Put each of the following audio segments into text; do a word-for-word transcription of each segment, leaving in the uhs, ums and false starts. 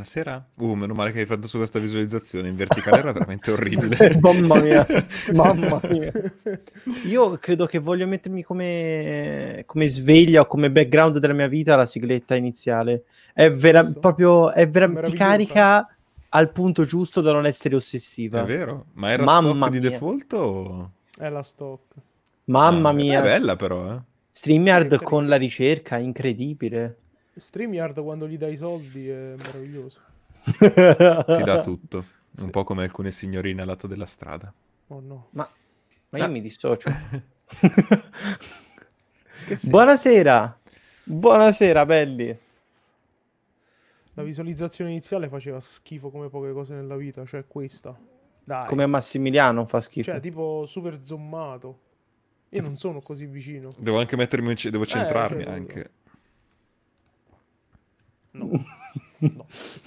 Buonasera. Uh, meno male che hai fatto su questa visualizzazione. In verticale era veramente orribile. Mamma mia, mamma mia. Io credo che voglio mettermi come, come sveglia o come background della mia vita la sigletta iniziale. È vera- Giusto? proprio, è vera- ti Meravigliosa. carica al punto giusto da non essere È ossessiva. vero? Ma era Mamma stock di mia. default o... È la stock. Mamma Ah, mia. è bella però, eh. StreamYard Sì, che con carino. la ricerca, incredibile. StreamYard quando gli dai i soldi è meraviglioso. Ti dà tutto. Un Sì. po' come alcune signorine al lato della strada. Oh no. Ma, ma io Ah. mi dissocio. Che senso? Buonasera. Buonasera, belli. La visualizzazione iniziale faceva schifo come poche cose nella vita, cioè questa. Dai. Come a Massimiliano fa schifo. Cioè, tipo super zoomato. Io non sono così vicino. Devo anche mettermi... un c- Devo centrarmi cioè, anche. No. No.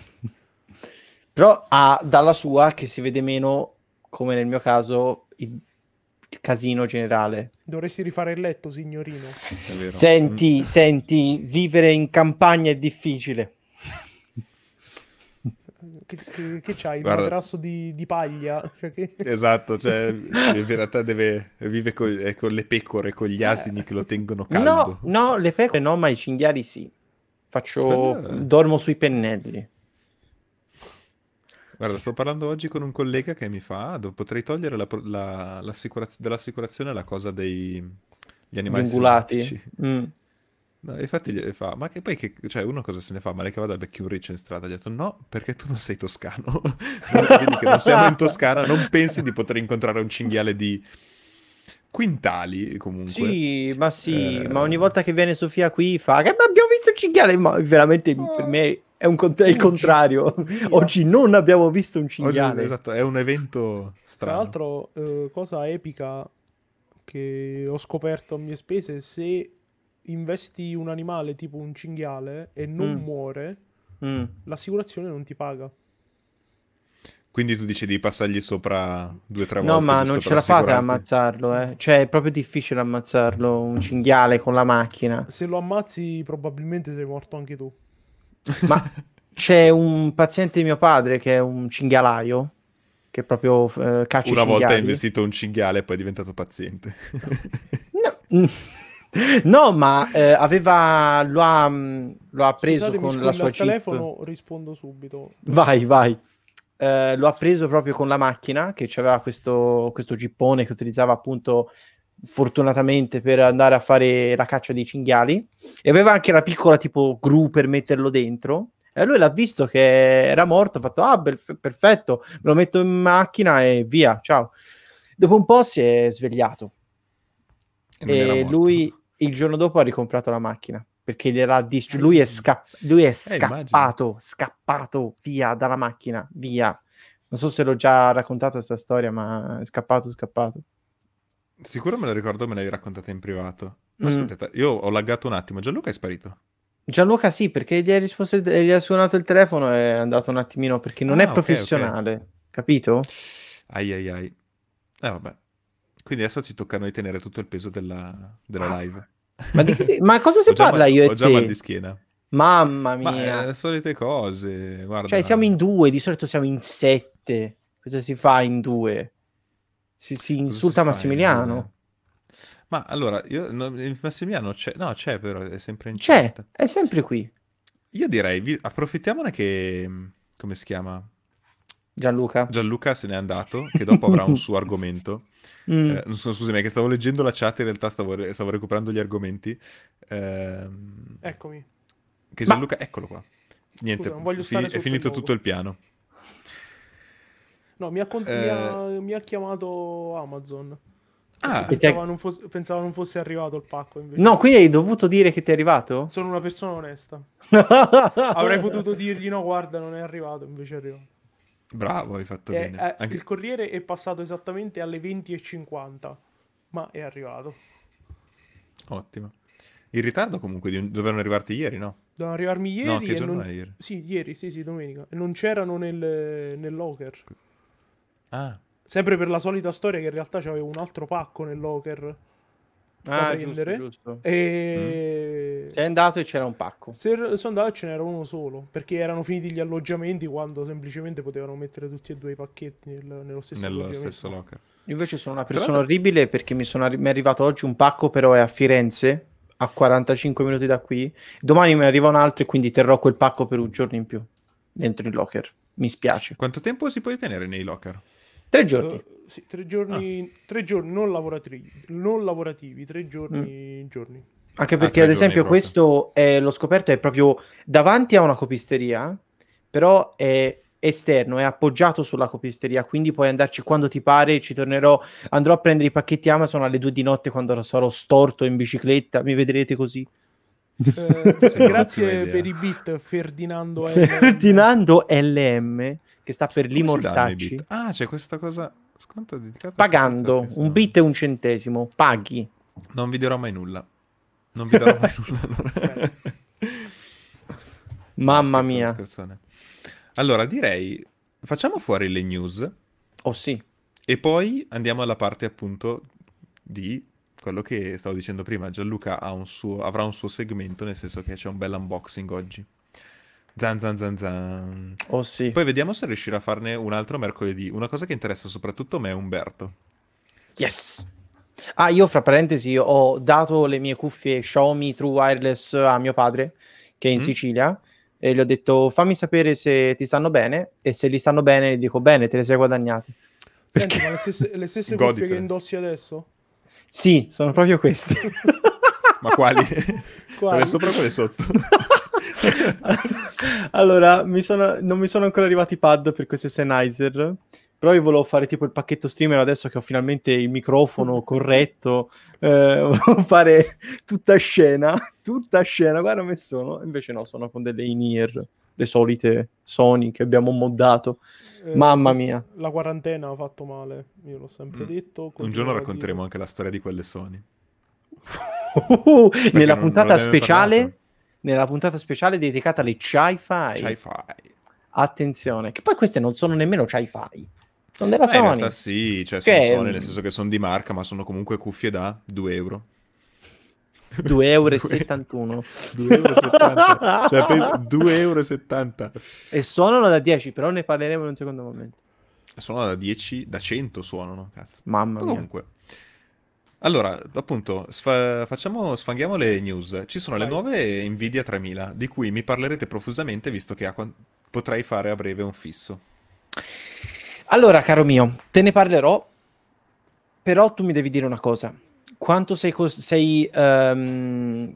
Però ha dalla sua che si vede meno, come nel mio caso, il, il casino generale. Dovresti rifare il letto, signorino. È vero. Senti, Mm. senti, vivere in campagna è difficile. Che, che, che c'hai? Il Guarda. materasso di, di paglia? Cioè, che... Esatto, cioè in realtà deve, vive co- è con le pecore, con gli asini che lo tengono caldo. No, no, le pecore no, ma i cinghiali sì. Faccio... Quello è- dormo sui pennelli. Guarda, sto parlando oggi con un collega che mi fa, ah, do- potrei togliere la, pro- la- l'assicuraz- dall'assicurazione la cosa dei gli Gli animali ungulati. selvatici. Mm. No, infatti gli fa, ma che poi che, cioè uno cosa se ne fa? Male che vada al becchio un riccio in strada. Gli ho detto no, perché tu non sei toscano. Non- Vedi che non siamo in Toscana, non pensi di poter incontrare un cinghiale di quintali comunque. Sì, ma sì, Eh, ma ogni volta che viene Sofia qui fa che "Ma abbiamo visto un cinghiale", ma veramente per me è, un cont- è il Fuggi, contrario. via. Oggi non abbiamo visto un Oggi, cinghiale. esatto, è un evento Tra strano. l'altro, eh, cosa epica che ho scoperto a mie spese, se investi un animale tipo un cinghiale e non Mm. muore, Mm. l'assicurazione non ti paga. Quindi tu dici di passargli sopra due o tre No, volte ma giusto non per ce la fate ad assicurarti? ammazzarlo, eh. Cioè, è proprio difficile ammazzarlo, un cinghiale con la macchina. Se lo ammazzi, probabilmente sei morto anche tu. Ma c'è un paziente di mio padre che è un cinghialaio, che proprio eh, caccia i Una volta ha cinghiali. investito un cinghiale e poi è diventato paziente. No, no, ma eh, aveva lo ha, mh, lo ha preso Scusatemi, con la squilla sua il chip. telefono, rispondo subito. Vai, vai. Eh, lo ha preso proprio con la macchina, che aveva questo, questo gippone che utilizzava appunto fortunatamente per andare a fare la caccia dei cinghiali, e aveva anche la piccola tipo gru per metterlo dentro, e lui l'ha visto che era morto, ha fatto ah bel- perfetto, me lo metto in macchina e via, ciao. Dopo un po' si è svegliato E non era e morto. lui il giorno dopo ha ricomprato la macchina perché gliel'ha dis- lui è, sca- lui è Eh, immagino. scappato, scappato via dalla macchina, via. Non so se l'ho già raccontata questa storia, ma è scappato, scappato. Sicuro me lo ricordo, me l'hai raccontata in privato. Ma Mm. aspetta, io ho laggato un attimo. Gianluca è sparito. Gianluca sì, perché gli ha risposto, il- gli ha suonato il telefono e è andato un attimino perché non Ah, è ok, professionale, capito? Ai ai ai. Eh vabbè. Quindi adesso ci tocca a noi tenere tutto il peso della, della live. Ma, di che si- ma cosa si Ho già parla mal- io e Ho già mal di te? schiena. Mamma Ma mia. eh, solite cose, guarda. Cioè, siamo in due, di solito siamo in sette. Cosa si fa in due? Si, si Cosa insulta si fa in Massimiliano? due? Ma allora, io, no, il Massimiliano c'è, no, c'è però, è sempre in C'è, chat. è sempre qui. Io direi, vi- approfittiamone che, come si chiama? Gianluca. Gianluca se n'è andato, che dopo avrà un suo argomento. Mm. Eh, non so, scusami, è che stavo leggendo la chat, in realtà stavo, re- stavo recuperando gli argomenti. Ehm, Eccomi. che Ma- Gianluca, eccolo qua. Niente, Scusa, non voglio fi- stare è sotto finito il logo. tutto il piano. No, mi ha, con- Eh. mi ha- mi ha chiamato Amazon. Ah, E te- Pensava non, fosse, pensava non fosse arrivato il pacco, invece. No, quindi hai dovuto dire che ti è arrivato? Sono una persona onesta. Avrei potuto dirgli no, guarda, non è arrivato, invece è arrivato. bravo, hai fatto E, bene. eh, Anche- Il corriere è passato esattamente alle venti e cinquanta, ma è arrivato. Ottimo. In ritardo comunque, di- dovevano arrivarti ieri, no? Dovevano arrivarmi ieri No, che e giorno non... è ieri? Sì, ieri, sì, sì, domenica. E non c'erano nel, nel locker. Ah, Sempre per la solita storia che in realtà c'avevo un altro pacco nel locker. da Ah, prendere. giusto, giusto. E Sei andato e c'era un pacco. se sono andato ce n'era uno solo, perché erano finiti gli alloggiamenti quando semplicemente potevano mettere tutti e due i pacchetti nel- nello stesso Nello alloggiamento. stesso locker. Io invece sono una Tra persona l'altro- orribile perché mi, sono arri- mi è arrivato oggi un pacco, però è a Firenze, a quarantacinque minuti da qui. Domani me ne arriva un altro e quindi terrò quel pacco per un giorno in più dentro il locker. Mi spiace. Quanto tempo si può tenere nei locker? Tre giorni. Eh, sì, tre giorni, tre giorni non lavorativi, non lavorativi, tre Mm. giorni, giorni. Anche Ah, perché, tre ad giorni esempio, proprio. questo è, l'ho scoperto, è proprio davanti a una copisteria, però è esterno, è appoggiato sulla copisteria, quindi puoi andarci quando ti pare. Ci tornerò, andrò a prendere i pacchetti Amazon alle due di notte quando sarò storto in bicicletta, mi vedrete così. Eh, Sembra un'ottima grazie idea. per i beat, Ferdinando L M. Ferdinando L M, che sta per Come si danno i Limortacci, bit? Ah, c'è questa cosa. Sconto dedicato a pagando artisti un che bit e un centesimo, paghi. sono- Non vi dirò mai nulla. Non vi darò mai nulla. allora. Mamma Scherzone, mia. scherzone. Allora, direi, facciamo fuori le news Oh sì. e poi andiamo alla parte appunto di quello che stavo dicendo prima. Gianluca ha un suo, avrà un suo segmento, nel senso che c'è un bel unboxing oggi. Zan zan zan zan. Oh sì. Poi vediamo se riuscirà a farne un altro mercoledì. Una cosa che interessa soprattutto a me è Umberto. Yes. Ah, io fra parentesi ho dato le mie cuffie Xiaomi True Wireless a mio padre, che è in Mm? Sicilia, e gli ho detto fammi sapere se ti stanno bene, e se gli stanno bene gli dico bene, te le sei guadagnate. Senti, Perché- ma le stesse, le stesse cuffie Goditele. che indossi adesso? Sì, sono proprio queste. Ma quali? Quali? Quelle sopra o quelle sotto? Allora, mi sono, non mi sono ancora arrivati i pad per queste Sennheiser, però io volevo fare tipo il pacchetto streamer adesso che ho finalmente il microfono corretto, eh, volevo fare tutta scena, tutta scena, guarda come sono, invece no, sono con delle in-ear, le solite Sony che abbiamo moddato. Eh, Mamma questa- mia. La quarantena ha fatto male, io l'ho sempre Mm. detto. Un giorno continuerò a racconteremo dirlo. anche la storia di quelle Sony. nella non- puntata non abbiamo speciale, parlato. nella puntata speciale dedicata alle Chi-Fi. Hi-Fi. Attenzione, che poi queste non sono nemmeno Chi-Fi, sono della Eh, in Sony. realtà sì, cioè Che sono è Sony, un- nel senso che sono di marca, ma sono comunque cuffie da due euro. due euro e settantuno. due euro e settanta. Cioè, penso- due euro e settanta. E suonano da dieci, però ne parleremo in un secondo momento. Suonano da dieci, da cento suonano, cazzo. Mamma mia. Comunque. Allora, appunto, sfa- facciamo, sfanghiamo le news. Ci sono le Vai. nuove Nvidia tremila, di cui mi parlerete profusamente, visto che a quan- potrei fare a breve un fisso. Allora, caro mio, te ne parlerò, però tu mi devi dire una cosa. Quanto sei, cos- sei ehm,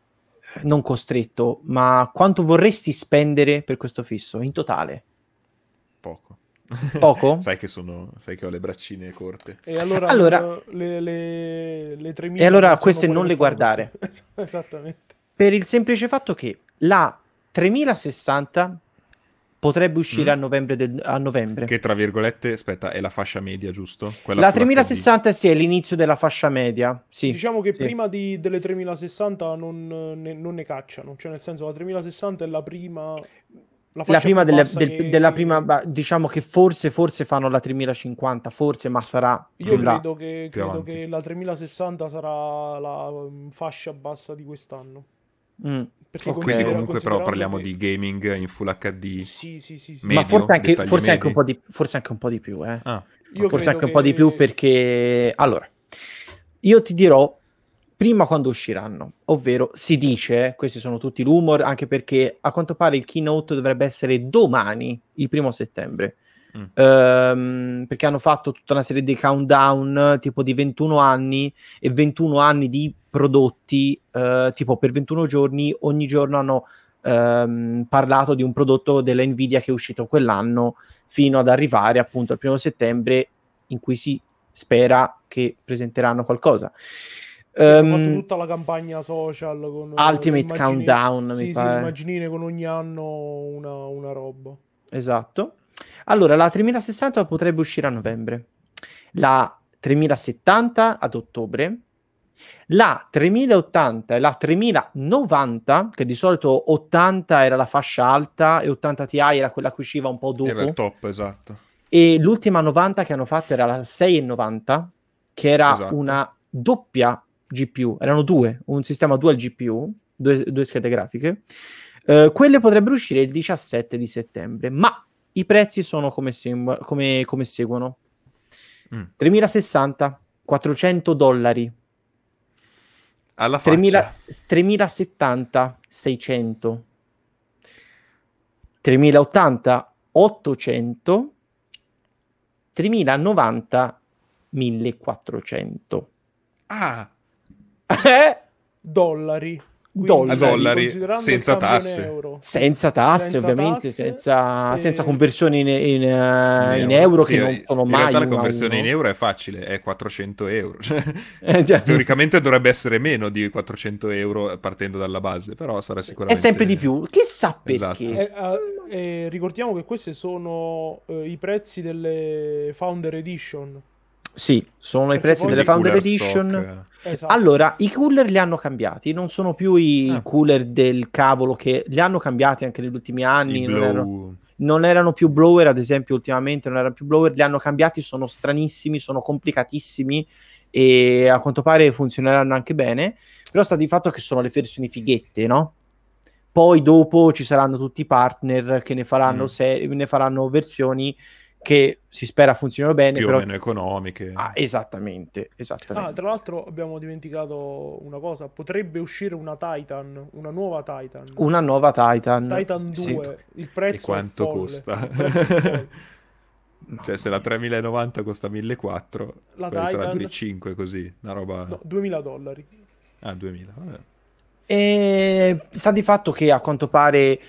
non costretto, ma quanto vorresti spendere per questo fisso in totale? Poco. Poco? Sai che sono, sai che ho le braccine corte. E allora, Allora- non- le, le, le tremila E allora sono queste quelle non che le fanno guardare. tutti. Esattamente. Per il semplice fatto che la tremilasessanta potrebbe uscire Mm. a novembre, del- a novembre. Che tra virgolette, aspetta, è la fascia media, giusto? Quella La Full H D. tremilasessanta sì, è l'inizio della fascia media. Sì, Diciamo che sì. prima di- delle tremilasessanta non ne, non ne cacciano, cioè nel senso la tremilasessanta è la prima... La, La fascia prima più delle- bassa del- che- della che- prima, bah, diciamo che forse, forse fanno la tremilacinquanta, forse, ma sarà Io più là. credo, che, Più credo avanti. che la tremilasessanda sarà la um, fascia bassa di quest'anno. Mm. Perché Ok. Quindi considera- comunque però considerando parliamo che- di gaming in Full H D. Sì, sì, sì, sì. Medio, Ma forse anche, dettagli forse, anche medi. un po' di, forse anche un po' di più, eh. Ah, Io Forse credo anche un po' di che- più perché... Allora, io ti dirò prima quando usciranno, ovvero si dice, eh, questi sono tutti rumor, anche perché a quanto pare il keynote dovrebbe essere domani, il primo settembre. Mm. Ehm, perché hanno fatto tutta una serie di countdown tipo di ventuno anni e ventuno anni di prodotti, eh, tipo per ventuno giorni ogni giorno hanno ehm, parlato di un prodotto della Nvidia che è uscito quell'anno fino ad arrivare appunto al primo settembre in cui si spera che presenteranno qualcosa. Sì, hanno Ehm, fatto tutta la campagna social con eh, Ultimate le immagini- Countdown, sì, mi sì, pare. le immaginine con ogni anno una, una roba. Esatto. Allora, la tremilasessanta potrebbe uscire a novembre, la tremilasettanta ad ottobre, la tremilaottanta e la tremilanovanta, che di solito ottanta era la fascia alta e ottanta Ti era quella che usciva un po' era il dopo, top, esatto. e l'ultima novanta che hanno fatto era la sei e novanta, che era Esatto. una doppia G P U, erano due, un sistema dual G P U, due, due schede grafiche. Uh, quelle potrebbero uscire il diciassette di settembre, ma i prezzi sono come, sem- come, come seguono. Mm. tremilasessanta, quattrocento dollari. Alla faccia. tremilasettanta, seicento. tremilaottanta, ottocento. tremilanovanta, millequattrocento. Ah! Eh? Dollari. Dollari, dollari senza tasse. Euro. Senza tasse, senza ovviamente, tasse senza, e... senza conversioni in, in, uh, in euro, sì, che non sono in mai. In realtà la conversione uno. in euro è facile, è quattrocento euro. eh, già. Teoricamente dovrebbe essere meno di quattrocento euro partendo dalla base, però sarà sicuramente... È sempre di più, chissà perché. Esatto. Eh, eh, eh, ricordiamo che questi sono eh, i prezzi delle Founder Edition. Sì, sono i prezzi delle Founder Edition. Esatto. Allora, i cooler li hanno cambiati, non sono più i ah. cooler del cavolo che li hanno cambiati anche negli ultimi anni. Non erano, non erano più blower, ad esempio, ultimamente non erano più blower, li hanno cambiati, sono stranissimi, sono complicatissimi e a quanto pare funzioneranno anche bene, però sta di fatto che sono le versioni fighette, no? Poi dopo ci saranno tutti i partner che ne faranno, mm. se- ne faranno versioni che si spera funzionino bene, più però... o meno economiche. Ah, esattamente, esattamente. Ah, tra l'altro abbiamo dimenticato una cosa, potrebbe uscire una Titan, una nuova Titan. Una nuova Titan. Titan due, sì. Il prezzo e quanto è folle. costa? Il prezzo è folle. Cioè se la tremilanovanta costa millequattrocento, la Titan... sarà duemilacinquecento così, una roba... No, duemila dollari. Ah, duemila, vabbè. E sta di fatto che a quanto pare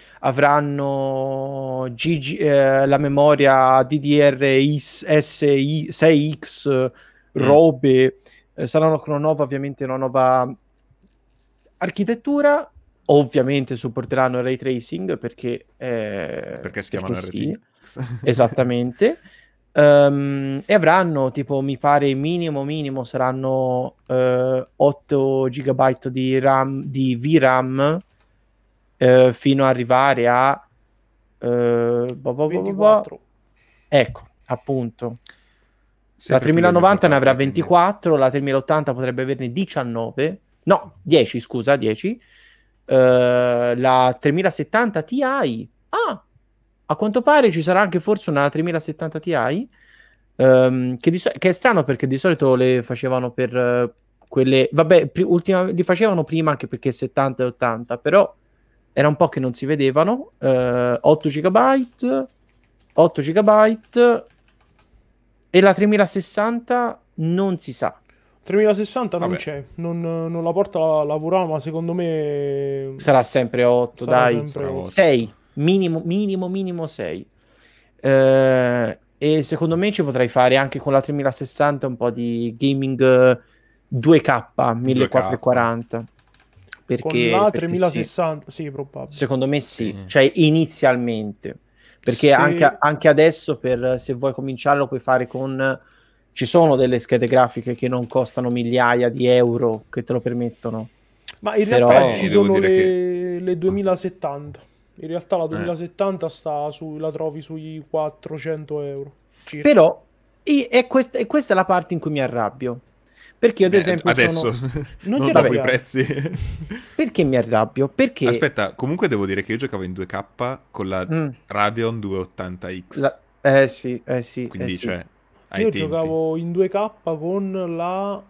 avranno G G, eh, la memoria D D R S sei X, robe, mm. eh, saranno con una nuova, ovviamente una nuova architettura, ovviamente supporteranno il ray tracing perché, eh, perché si chiamano perché R T X. Sì, esattamente. Um, e avranno tipo mi pare minimo minimo saranno uh, otto gigabyte di RAM di V RAM uh, fino ad arrivare a uh, bo bo bo ventiquattro. Ecco appunto Sempre la tremilanovanta ne avrà ventiquattro, quindi... la tremilaottanta potrebbe averne diciannove, no dieci scusa dieci, uh, la tremilasettanta Ti ah a quanto pare ci sarà anche forse una tremilasettanta Ti, um, che, di so- che è strano perché di solito le facevano per uh, quelle... Vabbè, pri- ultima- li facevano prima anche perché settanta e ottanta, però era un po' che non si vedevano. Uh, otto gigabyte, otto gigabyte e la tremilasessanta non si sa. tremilasessanta non Vabbè. c'è, non, non la porta la, la V RAM, ma secondo me... Sarà sempre otto, sarà dai. sempre Sarà otto. sei. Minimo, minimo, minimo sei. Eh, e secondo me ci potrai fare anche con la tremilasessanta un po' di gaming uh, due K millequattrocentoquaranta. Perché, con la perché tremilasessanta, sì, sì, probabile. Secondo me sì, sì. Cioè inizialmente. Perché Se... anche, anche adesso, per, se vuoi cominciare, lo puoi fare con... Ci sono delle schede grafiche che non costano migliaia di euro che te lo permettono. Ma in Però... realtà ci sono le, che... le duemilasettanta. In realtà la duemilasettanta eh. sta su, la trovi sui quattrocento euro. Circa. Però e, e, questa, e questa è la parte in cui mi arrabbio. Perché io ad Beh, esempio adesso sono... non, non ti dopo i prezzi. Perché mi arrabbio? Perché aspetta, comunque devo dire che io giocavo in due K con la mm. Radeon duecentottanta X. La... Eh sì, eh sì. Quindi eh sì. cioè ai io tempi. giocavo in due K con la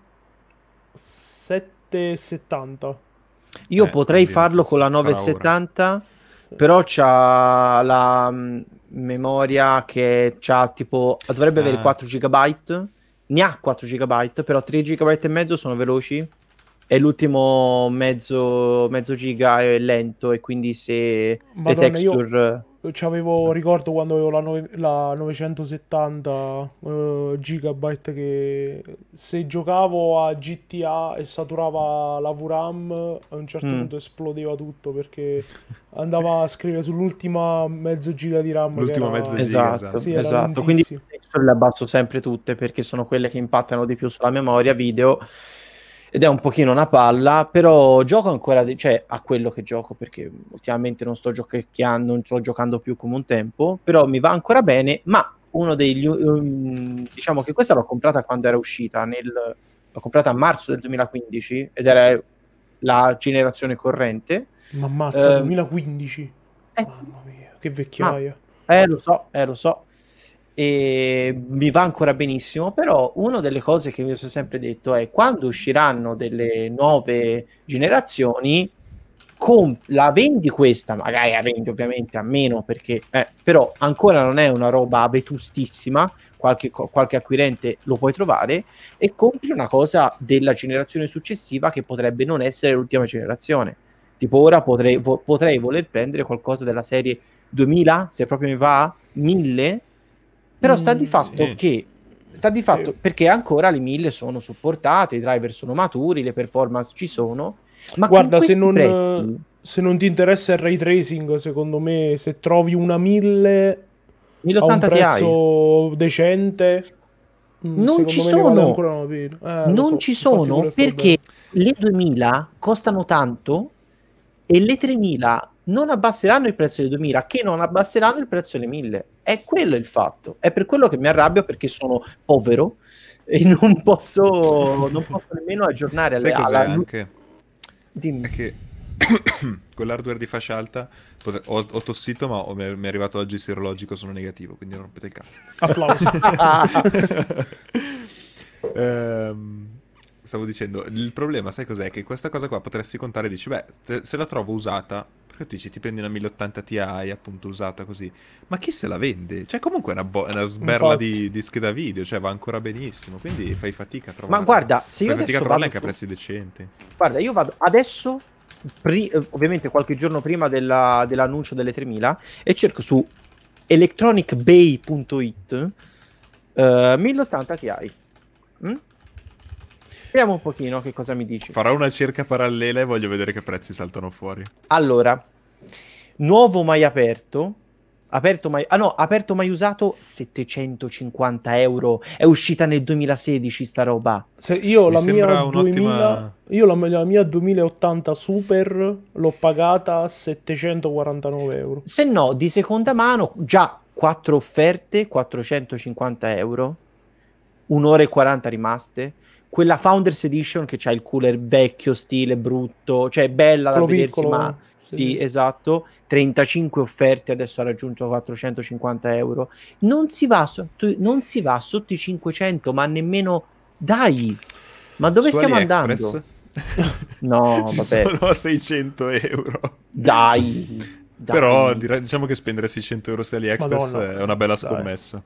settecentosettanta. Io eh, potrei farlo con la novecentosettanta, però c'ha la m- memoria che c'ha tipo dovrebbe ah. avere quattro gigabyte, ne ha quattro gigabyte, però tre gigabyte e mezzo sono veloci e l'ultimo mezzo mezzo giga è lento e quindi se Madonna, le texture io c'avevo, ricordo quando avevo la, nove, la novecentosettanta uh, gigabyte che se giocavo a G T A e saturava la V RAM a un certo mm. punto esplodeva tutto perché andava a scrivere sull'ultima mezzo giga di RAM. L'ultimo era... mezzo giga, esatto, esatto. Sì, esatto. Quindi le texture le abbasso sempre tutte perché sono quelle che impattano di più sulla memoria video. Ed è un pochino una palla, però gioco ancora, de- cioè a quello che gioco, perché ultimamente non sto giochicchiando, non sto giocando più come un tempo, però mi va ancora bene, ma uno degli, um, diciamo che questa l'ho comprata quando era uscita, nel l'ho comprata a marzo del duemilaquindici ed era la generazione corrente. Ma ammazza, Ehm, duemilaquindici. eh, Mamma mia, che ma, vecchiaia. eh, lo so, eh, lo so. E mi va ancora benissimo, però una delle cose che mi sono sempre detto è quando usciranno delle nuove generazioni, com- la vendi questa, magari la vendi ovviamente a meno perché, eh, però ancora non è una roba vetustissima, qualche, qualche acquirente lo puoi trovare e compri una cosa della generazione successiva che potrebbe non essere l'ultima generazione. Tipo ora potrei, vo- potrei voler prendere qualcosa della serie duemila, se proprio mi va, mille, però sta di Mm, fatto Sì. che sta di fatto sì. perché ancora le mille sono supportate, i driver sono maturi, le performance ci sono, ma con Guarda, se questi non, prezzi se non ti interessa il ray tracing, secondo me, se trovi una mille a un mille ottanta Ti prezzo decente, mm, non ci secondo me ne vale sono, ancora la pena. Eh, lo non so, ci infatti quello sono è il problema. perché le duemila costano tanto e le tremila non abbasseranno il prezzo delle duemila, che non abbasseranno il prezzo delle mille. È quello il fatto. È per quello che mi arrabbio perché sono povero e non posso, non posso nemmeno aggiornare alle, Sai cos'è alla... anche? Dimmi. È che con l'hardware di fascia alta potre- ho, ho tossito, ma ho- mi è mi è arrivato oggi il sierologico, sono negativo, quindi non rompete il cazzo. Applausi. Ehm, stavo dicendo, il problema, sai cos'è? Che questa cosa qua potresti contare e dici, beh, se, se la trovo usata, perché tu dici, ti prendi una mille ottanta Ti, appunto, usata così, ma chi se la vende? Cioè, comunque è una, bo- è una sberla Infatti. di, di scheda video, cioè va ancora benissimo, quindi fai fatica a Ma trovarla. guarda, se io Fai fatica a adesso trovarla vado anche a su... prezzi decenti. Guarda, io vado adesso, pri- eh, ovviamente qualche giorno prima della- dell'annuncio delle tremila, e cerco su electronic bay punto it eh, mille ottanta Ti. Mm? Vediamo un pochino che cosa mi dici. Farò una cerca parallela e voglio vedere che prezzi saltano fuori. Allora, nuovo mai aperto, aperto mai, ah no, aperto mai usato, settecentocinquanta euro. È uscita nel duemilasedici sta roba. Se io Mi la mia sembra duemila, un'ottima... io la, la mia duemila ottanta Super l'ho pagata a settecentoquarantanove euro. Se no, di seconda mano, già quattro offerte, quattrocentocinquanta euro, un'ora e quaranta rimaste. Quella Founders Edition che c'ha il cooler vecchio, stile brutto, cioè bella da Quello vedersi, piccolo, ma eh. Sì, sì, sì. esatto. trentacinque offerte, adesso ha raggiunto quattrocentocinquanta euro. Non si va sotto, non si va sotto i cinquecento, ma nemmeno... Dai! Ma dove Su stiamo AliExpress andando? No, ci vabbè. sono a seicento euro. Dai! Dai. Però direi- diciamo che spendere seicento euro su AliExpress Madonna, è una bella dai. scommessa.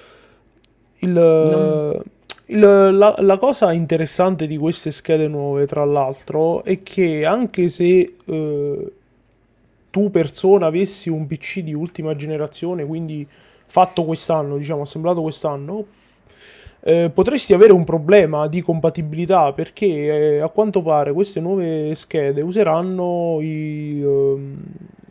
Il, Non- il- la, la cosa interessante di queste schede nuove, tra l'altro, è che anche se eh, tu persona avessi un P C di ultima generazione, quindi fatto quest'anno, diciamo, assemblato quest'anno, eh, potresti avere un problema di compatibilità perché eh, a quanto pare queste nuove schede useranno i, ehm,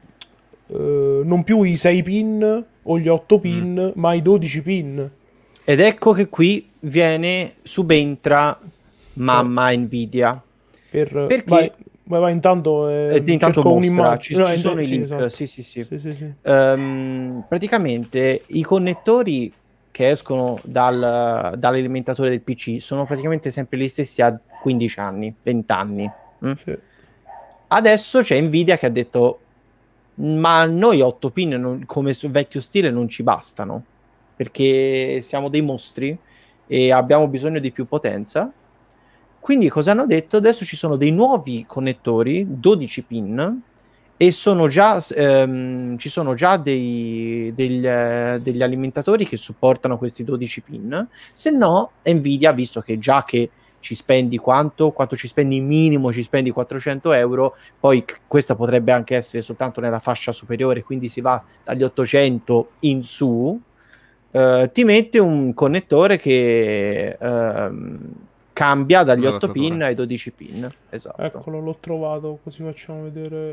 eh, non più i sei pin o gli otto Mm. pin, ma i dodici pin. Ed ecco che qui viene, subentra mamma Nvidia. Per... Perché Vai, vai, vai, intanto eh, eh, intanto cerco mostra, un'immagine. ci, No, ci in- sono i sì, link, esatto. sì sì sì. Sì, sì, sì. Ehm, praticamente i connettori che escono dal- dall'alimentatore del P C sono praticamente sempre gli stessi a quindici anni, venti anni. mm? Sì. Adesso c'è Nvidia che ha detto ma noi otto pin non- come sul vecchio stile non ci bastano perché siamo dei mostri e abbiamo bisogno di più potenza. Quindi cosa hanno detto? Adesso ci sono dei nuovi connettori dodici pin e sono già, ehm, ci sono già dei, degli, eh, degli alimentatori che supportano questi dodici pin. Se no, Nvidia, visto che già che ci spendi quanto? Quanto ci spendi minimo? Ci spendi quattrocento euro, poi c- questa potrebbe anche essere soltanto nella fascia superiore, quindi si va dagli ottocento in su, eh, ti mette un connettore che ehm, cambia dagli Un otto pin adattatore. ai dodici pin. Esatto. Eccolo, l'ho trovato, così facciamo vedere.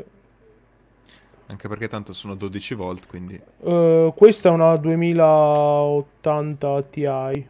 Anche perché tanto sono dodici volt, quindi... Eh, questa è una duemila ottanta Ti.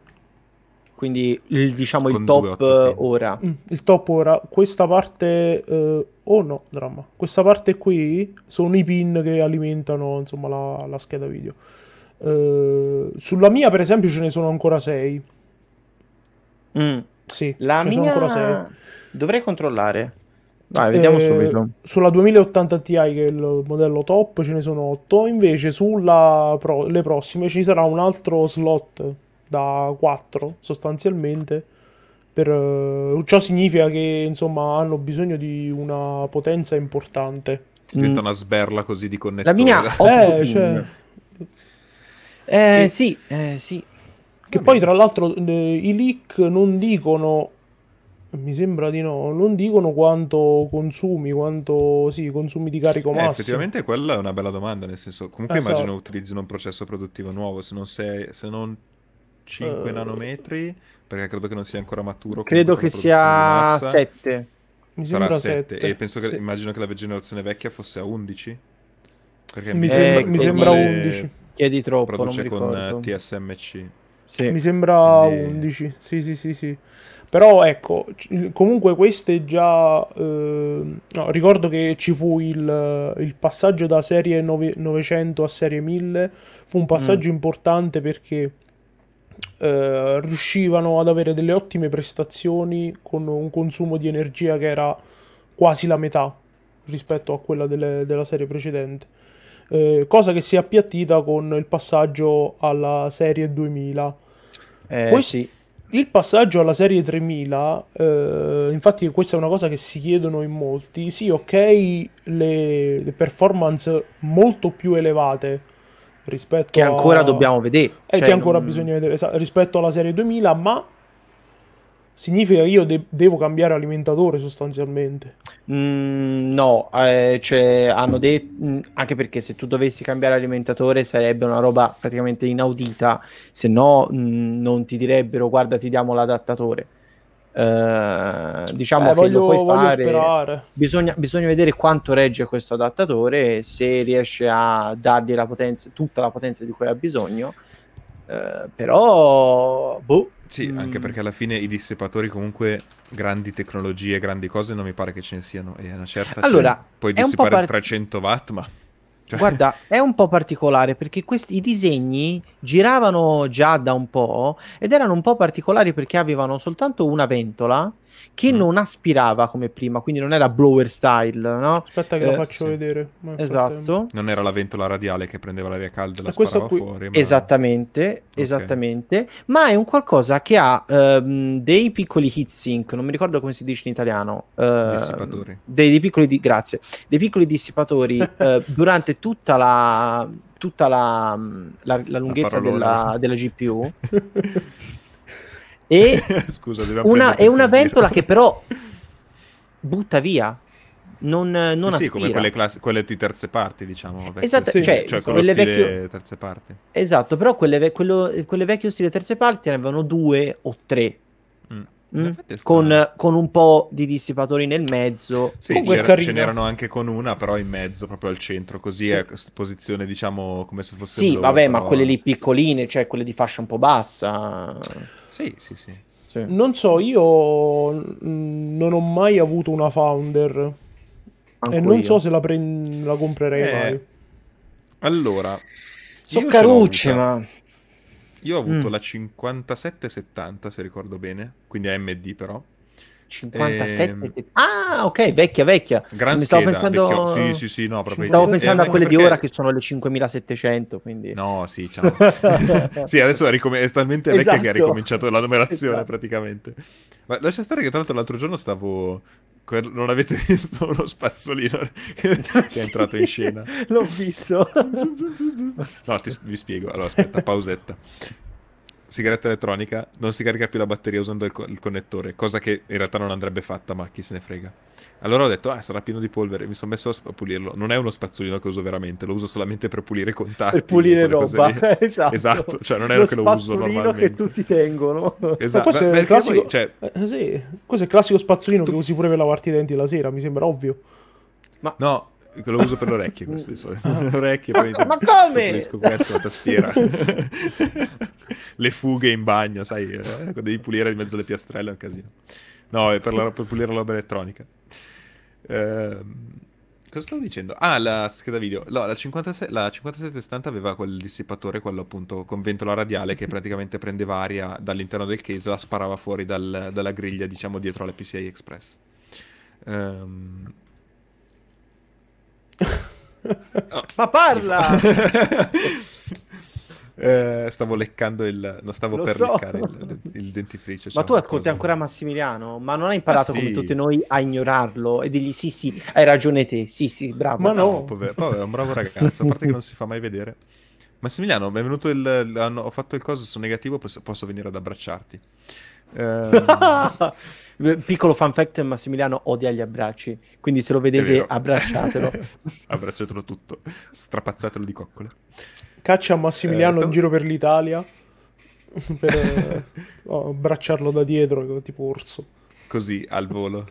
Quindi il, diciamo il Con due top otto eh, pin. ora. Mm, il top ora, questa parte, eh, oh no, dramma. Questa parte qui sono i pin che alimentano, insomma, la, la scheda video. Eh, sulla mia, per esempio, ce ne sono ancora sei. Mm. Sì, La ce ne sono ancora sei. mia... Dovrei controllare. Vai, vediamo Eh, subito. Sulla duemilaottanta Ti, che è il modello top, ce ne sono otto. Invece sulle pro- le prossime ci sarà un altro slot da quattro sostanzialmente. Per, eh, ciò significa che insomma hanno bisogno di una potenza importante. Diventa Mm, una sberla così di La connettore. mia dai. otto Eh, cioè, pin. Eh, e- sì, eh, sì. che Va poi bene. tra l'altro eh, i leak non dicono, mi sembra di no, non dicono quanto consumi, quanto sì, consumi di carico Eh, massimo. effettivamente quella è una bella domanda, nel senso, comunque immagino Esatto. utilizzino un processo produttivo nuovo, se non, sei, se non cinque Eh, nanometri, perché credo che non sia ancora maturo comunque Credo per che la produzione di sia massa, sette. mi sarà a sembra sette, e sette. penso che, Sì. immagino che la generazione vecchia fosse a undici, perché mi Mi sembra sembra, Eh, che mi quello sembra chiedi, undici. male chiedi troppo, non mi produce con eh, ricordo. T S M C, Sì. Mi sembra quindi undici. Sì, sì, sì, sì. Però ecco, c- comunque queste già... eh, no, ricordo che ci fu il, il passaggio da serie nove- novecento a serie mille. Fu un Mm. passaggio importante perché eh, riuscivano ad avere delle ottime prestazioni con un consumo di energia che era quasi la metà rispetto a quella delle- della serie precedente. Eh, cosa che si è appiattita con il passaggio alla serie duemila. Eh, Quest- sì. il passaggio alla serie tremila, eh, infatti questa è una cosa che si chiedono in molti, sì, ok, le, le performance molto più elevate Che rispetto ancora a... dobbiamo vedere. e che Cioè, ancora non... bisogna vedere, esa- rispetto alla serie duemila, ma significa che io de- devo cambiare alimentatore sostanzialmente. Mm, no, eh, cioè, hanno detto, anche perché se tu dovessi cambiare alimentatore sarebbe una roba praticamente inaudita, se no mh, non ti direbbero guarda ti diamo l'adattatore. Eh, diciamo Eh, che lo puoi voglio, voglio fare, sperare. bisogna, bisogna vedere quanto regge questo adattatore, se riesce a dargli la potenza, tutta la potenza di cui ha bisogno. Eh, però, boh, sì, anche mm, perché alla fine i dissipatori comunque grandi tecnologie, grandi cose non mi pare che ce ne siano, e a una certa, cioè, allora puoi è un po' dissipare par- trecento watt, ma cioè, Guarda, è un po' particolare perché questi i disegni giravano già da un po' ed erano un po' particolari perché avevano soltanto una ventola che mm, non aspirava come prima, quindi non era blower style, no? Aspetta che la Eh, faccio sì. vedere. Ma nel frattempo. esatto. Non era la ventola radiale che prendeva l'aria calda e la E questo sparava qui. fuori, ma... Esattamente, Ok. esattamente, ma è un qualcosa che ha ehm, dei piccoli heatsink, non mi ricordo come si dice in italiano, ehm, Dissipatori. dei, dei piccoli di- grazie, dei piccoli dissipatori eh, durante tutta la, tutta la, la- la La lunghezza parolona. della, della G P U e Scusa, dobbiamo una, prenderti è un po' una in giro. ventola che però butta via, non, non Sì, sì, come aspira. quelle, classi- quelle di terze parti, diciamo, vecchio Esatto, Sì, stile, cioè cioè con lo esatto. quelle stile vecchio... terze parti. Esatto, però quelle, ve- quello- quelle vecchie stile terze parti ne avevano due o tre, Mm. In mm? effetti è con, strano. con un po' di dissipatori nel mezzo. Sì, Comunque è c'era- carino. ce n'erano anche con una, però in mezzo, proprio al centro, così Sì. è questa posizione, diciamo, come se fosse Sì, blower, vabbè, ma però- quelle lì piccoline, cioè quelle di fascia un po' bassa. Sì, sì, sì. Sì. Non so, io mm, non ho mai avuto una Founder e Manco non io. so se la, pre- la comprerei Eh, mai. Allora, So io ce l'ho carucce, avuta. ma... Io ho avuto Mm. la cinquantasette settanta, se ricordo bene, quindi A M D però. cinquantasette... Ehm, Ah, ok, vecchia, vecchia. Gran Mi stavo scheda, pensando... vecchio. Sì, sì, sì, no, proprio. Stavo e- pensando e a anche quelle di perché- ora che sono le cinquemilasettecento, quindi... No, sì, ciao. Sì, adesso è, ricom- è talmente vecchia che ha Esatto. ricominciato la numerazione Esatto. praticamente. Ma lascia stare che tra l'altro l'altro giorno stavo... quel- Non avete visto uno spazzolino che che è entrato in scena? L'ho visto. No, ti, vi spiego. Allora, aspetta, pausetta. Sigaretta elettronica, non si carica più la batteria usando il, co- il connettore, cosa che in realtà non andrebbe fatta, ma chi se ne frega. Allora ho detto, ah, sarà pieno di polvere, mi sono messo a sp- a pulirlo. Non è uno spazzolino che uso veramente, lo uso solamente per pulire i contatti. Per pulire quelle cose roba. lì. Esatto. Esatto, cioè non è che lo uso spazzolino normalmente. che tutti tengono. Ma Esatto, questo è perché il classico, poi, cioè, eh, sì, questo è il classico spazzolino che usi pure per lavarti i denti la sera, mi sembra ovvio. no, lo uso per le orecchie questo di solito. Le orecchie, poi Ma- ma come? pulisco questo, la tastiera. Le fughe in bagno, sai, eh, quando devi pulire in mezzo alle piastrelle è un casino. No, è per, la- per pulire la roba elettronica. Ehm, Cosa stavo dicendo? Ah, la scheda video. No, la, cinquantasei la cinquantasette settanta aveva quel dissipatore, quello appunto con ventola radiale, che praticamente prendeva aria dall'interno del case e la sparava fuori dal- dalla griglia, diciamo, dietro alla P C I Express. Ehm, oh, Ma parla! Eh, stavo leccando il... Non stavo Lo per so. leccare il, il dentifricio. Ma c'è tu una ascolti cosa- ancora Massimiliano, ma non hai imparato Ah, sì. come tutti noi a ignorarlo e dirgli sì sì, hai ragione te, sì sì, bravo. Ma no. No, povero, povero, è un bravo ragazzo, a parte che non si fa mai vedere. Massimiliano, mi è venuto il... hanno- ho fatto il coso, sono negativo, posso, posso venire ad abbracciarti. Ehm, Piccolo fun fact, Massimiliano odia gli abbracci, quindi se lo vedete vero. abbracciatelo. Abbracciatelo tutto, strapazzatelo di coccole. Caccia a Massimiliano Eh, stavo- in giro per l'Italia per eh, oh, abbracciarlo da dietro tipo orso. Così, al volo.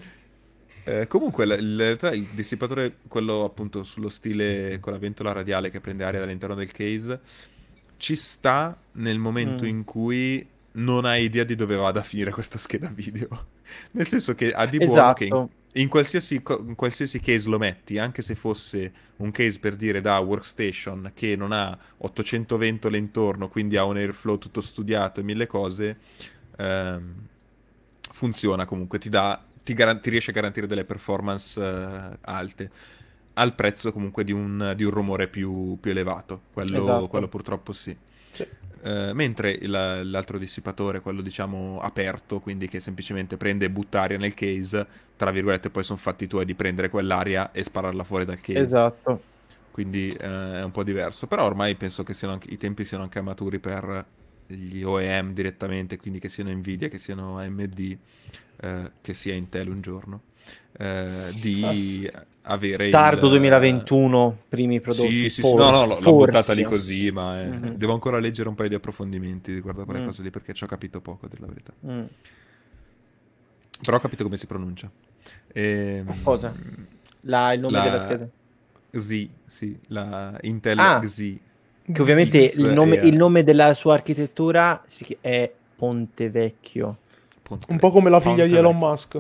Eh, comunque, la- il, in realtà il dissipatore, quello appunto sullo stile con la ventola radiale che prende aria dall'interno del case, ci sta nel momento Mm. in cui non hai idea di dove vada a finire questa scheda video. Nel senso che ha di buono che in, Esatto. in qualsiasi, co- in qualsiasi case lo metti, anche se fosse un case per dire da workstation che non ha ottocento ventole intorno, quindi ha un airflow tutto studiato e mille cose, ehm, funziona comunque, ti dà, ti, garan- ti riesce a garantire delle performance eh, alte, al prezzo comunque di un, di un rumore più, più elevato. Quello, Esatto. quello purtroppo sì. Sì. Eh, mentre il- l'altro dissipatore, quello diciamo aperto, quindi che semplicemente prende e butta aria nel case, tra virgolette, poi sono fatti tuoi di prendere quell'aria e spararla fuori dal case. Esatto. Quindi eh, è un po' diverso. Però ormai penso che siano anche- i tempi siano anche maturi per gli O E M direttamente, quindi che siano Nvidia, che siano A M D, eh, che sia Intel un giorno, eh, di avere Tardo il... duemilaventuno, primi prodotti. Sì, sì, sì, forse, no, no, l'ho l'ho forse. buttata lì così, ma eh, Mhm. devo ancora leggere un paio di approfondimenti riguardo a quelle Mm. cose lì, perché ci ho capito poco, della verità. Mm. Però ho capito come si pronuncia. Ehm, Cosa? La- il nome la- della scheda? Xi, sì, la Intel Ah. Xi. Che ovviamente X il nome, e- il nome della sua architettura si chi- è Ponte Vecchio. Ponte Un po' come la figlia Ponte di Elon Vecchio. Musk.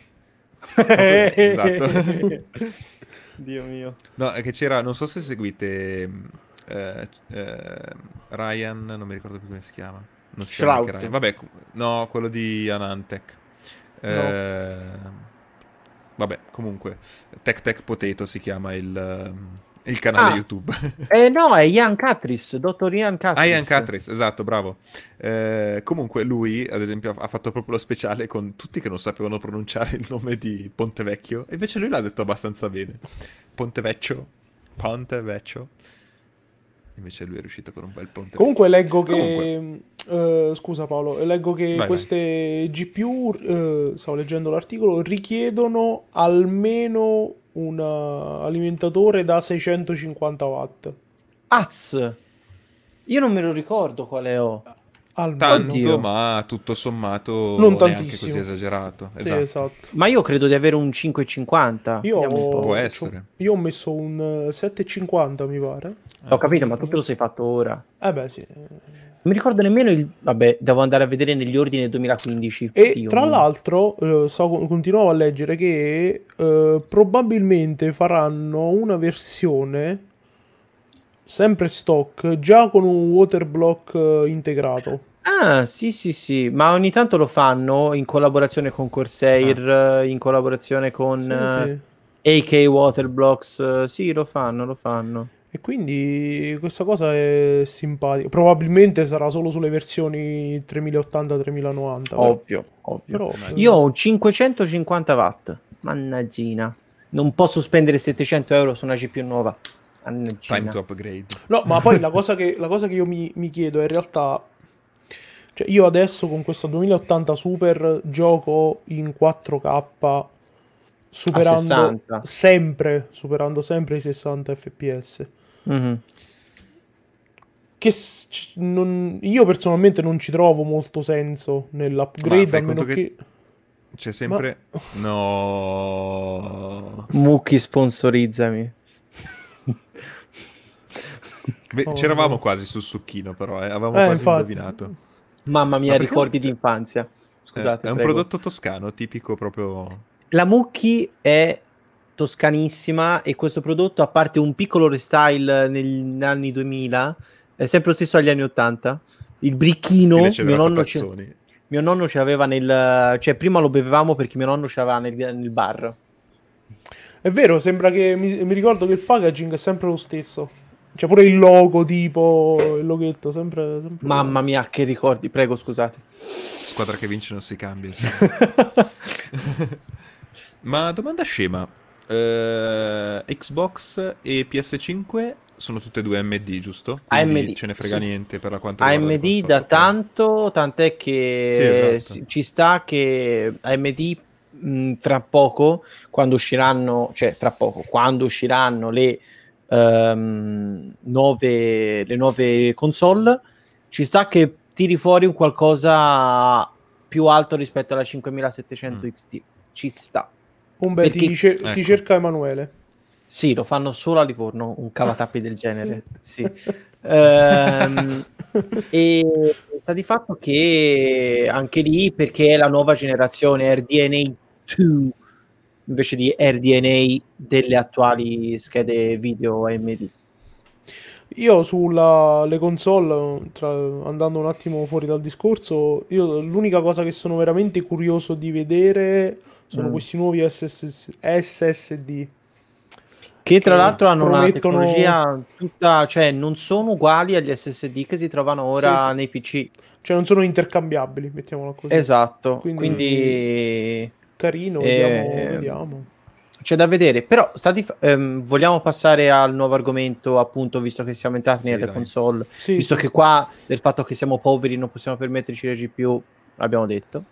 Esatto. Dio mio. No, è che c'era, non so se seguite eh, eh, Ryan, non mi ricordo più come si chiama. Non si chiama neanche Shroud. Ryan. Vabbè, cu- no, quello di Anantech. Eh, Vabbè, comunque, Tech Tech Potato si chiama il, ehm, il canale Ah. YouTube. Eh no, è Ian Catris, dottor Ian Catris. Ah, Ian Catris, esatto, bravo. Eh, comunque lui, ad esempio, ha ha fatto proprio lo speciale con tutti che non sapevano pronunciare il nome di Ponte Vecchio, e invece lui l'ha detto abbastanza bene. Ponte Vecchio, Ponte Vecchio. Invece lui è riuscito con un bel Ponte Comunque leggo Vecchio. che eh, scusa Paolo, leggo che Vai, queste G P U, eh, stavo leggendo l'articolo, richiedono almeno un eh, alimentatore da seicentocinquanta watt. Az. Io non me lo ricordo quale ho. Almeno. Tanto, Oddio. ma tutto sommato Non neanche tantissimo. così esagerato. Sì, Esatto. esatto. Ma io credo di avere un cinquecentocinquanta. Io Vediamo un ho, po'. Può essere. io ho messo un eh, settecentocinquanta mi pare. Ho capito, ma tu te lo sei fatto ora. Eh beh sì. Non mi ricordo nemmeno il... Vabbè, devo andare a vedere negli ordini del duemilaquindici. E Dio tra mio. l'altro, eh, stavo- continuavo a leggere che eh, probabilmente faranno una versione sempre stock, già con un water block eh, integrato. Ah, sì, sì, sì, ma ogni tanto lo fanno in collaborazione con Corsair, eh, in collaborazione con Sì, eh, sì. A K Waterblocks. eh, Sì, lo fanno, lo fanno. E quindi questa cosa è simpatica. Probabilmente sarà solo sulle versioni tremila ottanta tremila novanta. Ovvio, ovvio. Però, Io ho un cinquecentocinquanta watt. Mannaggina. Non posso spendere settecento euro su una G P U nuova. Mannaggina. Time to upgrade. No, ma poi la cosa che, la cosa che io mi, mi chiedo è in realtà... Cioè, io adesso con questo duemila ottanta Super gioco in quattro K superando sessanta. sempre, superando sempre i sessanta F P S. Mhm. Che s- c- non- io personalmente non ci trovo molto senso Ma nell'upgrade, fai a meno conto che... che- C'è sempre... No... Mucchi, sponsorizzami. Beh, Oh, c'eravamo no. quasi sul succhino, però, eh, avevamo Eh, quasi infatti. indovinato. Mamma mia, Ma perché- ricordi di infanzia. Eh, Scusate, è un prego. prodotto toscano, tipico proprio... La Mucchi è toscanissima, e questo prodotto, a parte un piccolo restyle negli anni duemila, è sempre lo stesso agli anni ottanta. Il bricchino, mio nonno, ce... mio nonno ce l'aveva nel... cioè prima lo bevevamo perché mio nonno ce l'aveva nel, nel bar. È vero, sembra che... Mi, mi ricordo che il packaging è sempre lo stesso. C'è pure il logo, tipo, il loghetto, sempre... sempre Mamma mia, che ricordi, prego, scusate. Squadra che vince non si cambia. Ma domanda scema. Uh, Xbox e P S cinque sono tutte e due A M D, giusto? Quindi A M D, ce ne frega sì. niente per la quanto A M D da okay. tanto, tant'è che sì, esatto. ci sta che A M D mh, fra poco, quando usciranno, cioè fra poco, quando usciranno le, um, nuove, le nuove console, ci sta che tiri fuori un qualcosa più alto rispetto alla cinquemilasettecento mm. X T. Ci sta. Un beh, Perché... ti, cer- ecco. ti cerca Emanuele. Sì, lo fanno solo a Livorno, un cavatappi del genere. Sì. Ehm, e sta di fatto che anche lì, perché è la nuova generazione R D N A due invece di R D N A delle attuali schede video A M D. Io sulle console, tra, andando un attimo fuori dal discorso, io l'unica cosa che sono veramente curioso di vedere sono mm. questi nuovi S S D. Che tra che l'altro hanno promettono... una tecnologia tutta, cioè non sono uguali agli S S D che si trovano ora sì, sì. nei P C. Cioè non sono intercambiabili, mettiamola così. Esatto, quindi... quindi... Carino, vediamo, eh... vediamo. C'è da vedere, però stati, ehm, vogliamo passare al nuovo argomento, appunto, visto che siamo entrati sì, nelle dai. console, sì, visto sì. che qua del fatto che siamo poveri non possiamo permetterci le G P U, l'abbiamo detto.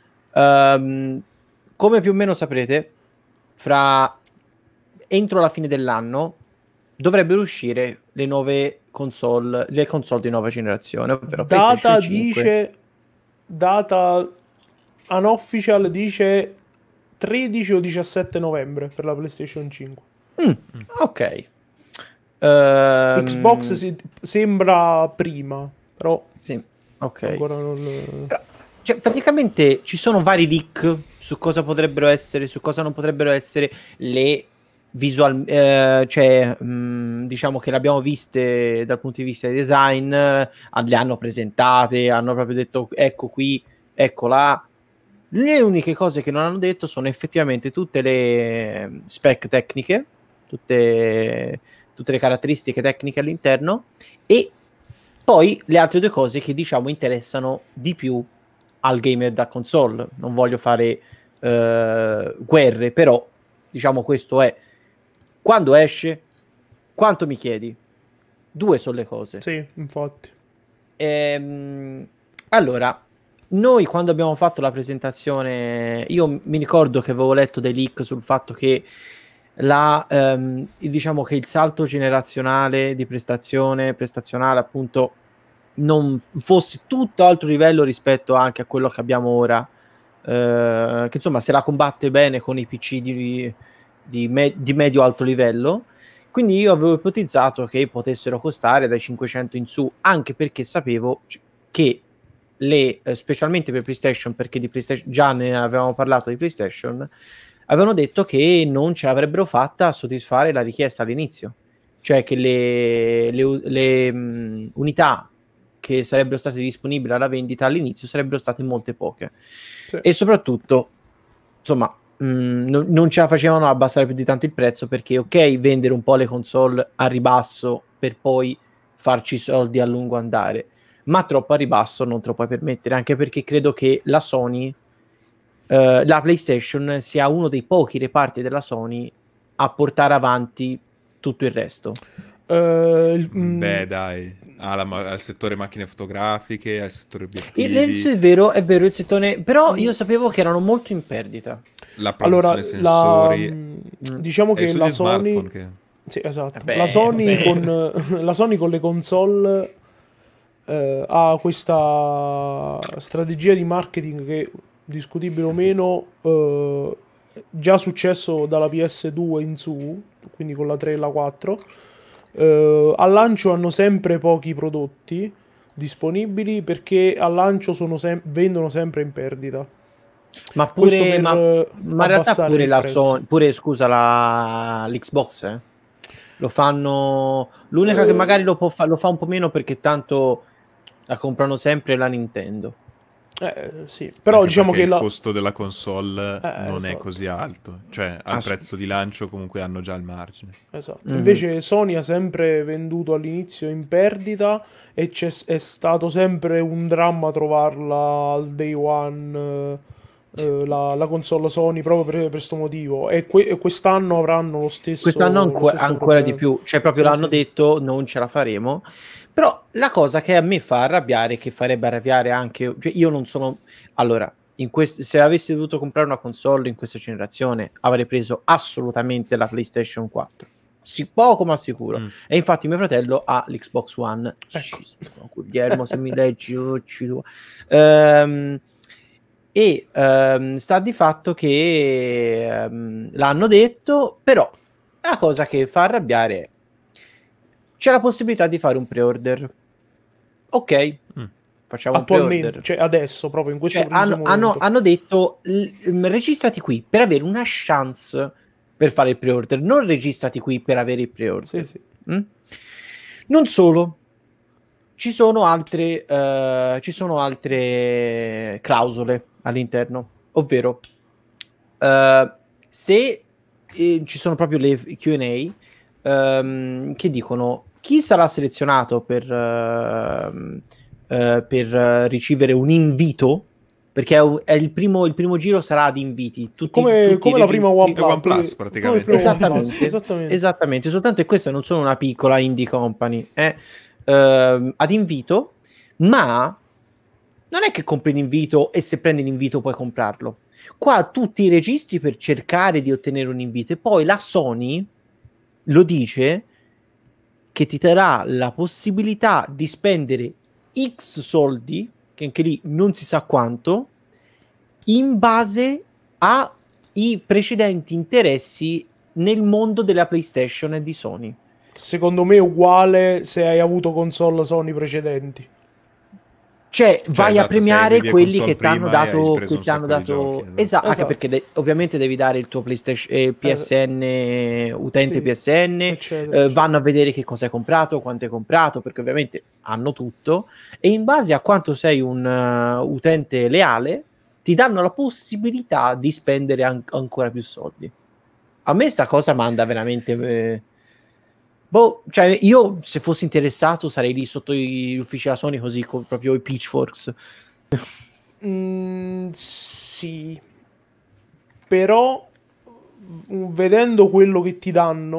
Um, come più o meno saprete, fra entro la fine dell'anno dovrebbero uscire le nuove console, le console di nuova generazione, ovvero data PlayStation cinque. Dice data unofficial dice tredici o diciassette novembre per la PlayStation cinque. Mm, ok. Um, Xbox si, sembra prima, però sì, ok. Ancora non... Però, cioè, praticamente ci sono vari leak su cosa potrebbero essere, su cosa non potrebbero essere le visual, eh, cioè mh, diciamo che le abbiamo viste dal punto di vista di design, eh, le hanno presentate, hanno proprio detto ecco qui, ecco là. Le uniche cose che non hanno detto sono effettivamente tutte le spec tecniche, tutte, tutte le caratteristiche tecniche all'interno, e poi le altre due cose che diciamo interessano di più al gamer da console. Non voglio fare uh, guerre, però diciamo questo è: quando esce, quanto mi chiedi? Due sono le cose. Sì, infatti. Ehm, allora, noi quando abbiamo fatto la presentazione, io mi ricordo che avevo letto dei leak sul fatto che la, ehm, diciamo che il salto generazionale di prestazione, prestazionale appunto, non fosse tutto altro livello rispetto anche a quello che abbiamo ora, eh, che insomma se la combatte bene con i P C di, di, me- di medio-alto livello. Quindi io avevo ipotizzato che potessero costare dai cinquecento in su, anche perché sapevo che le, eh, specialmente per PlayStation, perché di PlayStation già ne avevamo parlato di PlayStation, avevano detto che non ce l'avrebbero fatta a soddisfare la richiesta all'inizio, cioè che le, le, le um, unità che sarebbero state disponibili alla vendita all'inizio sarebbero state molte poche, sì. E soprattutto insomma mh, non, non ce la facevano abbassare più di tanto il prezzo, perché ok vendere un po' le console a ribasso per poi farci soldi a lungo andare, ma troppo a ribasso non te lo puoi permettere, anche perché credo che la Sony, eh, la PlayStation sia uno dei pochi reparti della Sony a portare avanti tutto il resto. Uh, Beh dai, alla, al settore macchine fotografiche, al settore obiettivi. Il, il, è vero, è vero il settore, però io sapevo che erano molto in perdita. La produzione allora, sensori, la, diciamo che la Sony che... sì, esatto. Vabbè, la Sony con la Sony con le console eh, ha questa strategia di marketing che, discutibile o meno, eh, già successo dalla P S due in su, quindi con la tre e la quattro. Uh, al lancio hanno sempre pochi prodotti disponibili, perché al lancio sono sem- vendono sempre in perdita. Ma Questo pure, per ma, eh, ma in realtà abbassare pure il la prezzo. Sony, pure scusa la l'Xbox, eh? Lo fanno. L'unica che magari Eh, lo può fa- lo fa un po' meno perché tanto la comprano sempre la Nintendo. eh, sì, però Anche diciamo perché che il la... costo della console Eh, non è esatto. così alto, cioè al Ass- prezzo di lancio comunque hanno già il margine. Esatto. Mhm. Invece Sony ha sempre venduto all'inizio in perdita e c'è, è stato sempre un dramma trovarla al day one, eh, eh, la, la console Sony, proprio per questo motivo. E, que- e quest'anno avranno lo Quest'anno stesso, lo anco- stesso ancora di problema. più, cioè proprio Sì, l'hanno sì, sì. detto non ce la faremo. Però la cosa che a me fa arrabbiare, che farebbe arrabbiare anche, cioè io non sono, allora, in quest- se avessi dovuto comprare una console in questa generazione avrei preso assolutamente la PlayStation quattro, sì, poco ma sicuro. Mm. E infatti mio fratello ha l'Xbox One. Ecco. Ci sono, Guglielmo, se mi leggi, oh, ci tu. Ehm, e ehm, sta di fatto che ehm, l'hanno detto, però la cosa che fa arrabbiare è c'è la possibilità di fare un pre-order. Ok, Mm. facciamo un Attualmente, pre-order. cioè adesso, proprio in questo Cioè, preciso hanno, hanno- momento. hanno detto l- m, registrati qui per avere una chance per fare il pre-order, non registrati qui per avere il Sì, pre-order. sì. Mm? Non solo, ci sono altre, eh, ci sono altre clausole all'interno, ovvero eh, se eh, ci sono proprio le Q and A ehm, che dicono chi sarà selezionato per, ehm, eh, per eh, ricevere un invito, perché è, un- è il primo, il primo giro sarà di inviti, tutti, Come, tutti i come la prima registri. È OnePlus, OnePlus come il praticamente. primo OnePlus, Esattamente, esattamente. esattamente, soltanto che questa non sono una piccola indie company, è ehm, ad invito, ma non è che compri l'invito e se prendi l'invito puoi comprarlo. Qua tutti i registri per cercare di ottenere un invito e poi la Sony lo dice che ti darà la possibilità di spendere X soldi, che anche lì non si sa quanto, in base ai precedenti interessi nel mondo della PlayStation e di Sony. Secondo me è uguale se hai avuto console Sony precedenti. Cioè, Cioè, vai a esatto, se premiare avevi le quelli console che ti hanno prima e hai dato, preso che un ti hanno sacco di giochi. dato, Esatto. esatto, anche Esatto. perché de- ovviamente devi dare il tuo PlayStation, eh, P S N, utente Sì, P S N, eccetera, eh, eccetera. vanno a vedere che cosa hai comprato, quanto hai comprato, perché ovviamente hanno tutto, e in base a quanto sei un uh, utente leale, ti danno la possibilità di spendere an- ancora più soldi. A me sta cosa manda veramente... eh, Boh, cioè io se fossi interessato sarei lì sotto gli uffici della Sony così con proprio i pitchforks. Mm, sì, però v- vedendo quello che ti danno,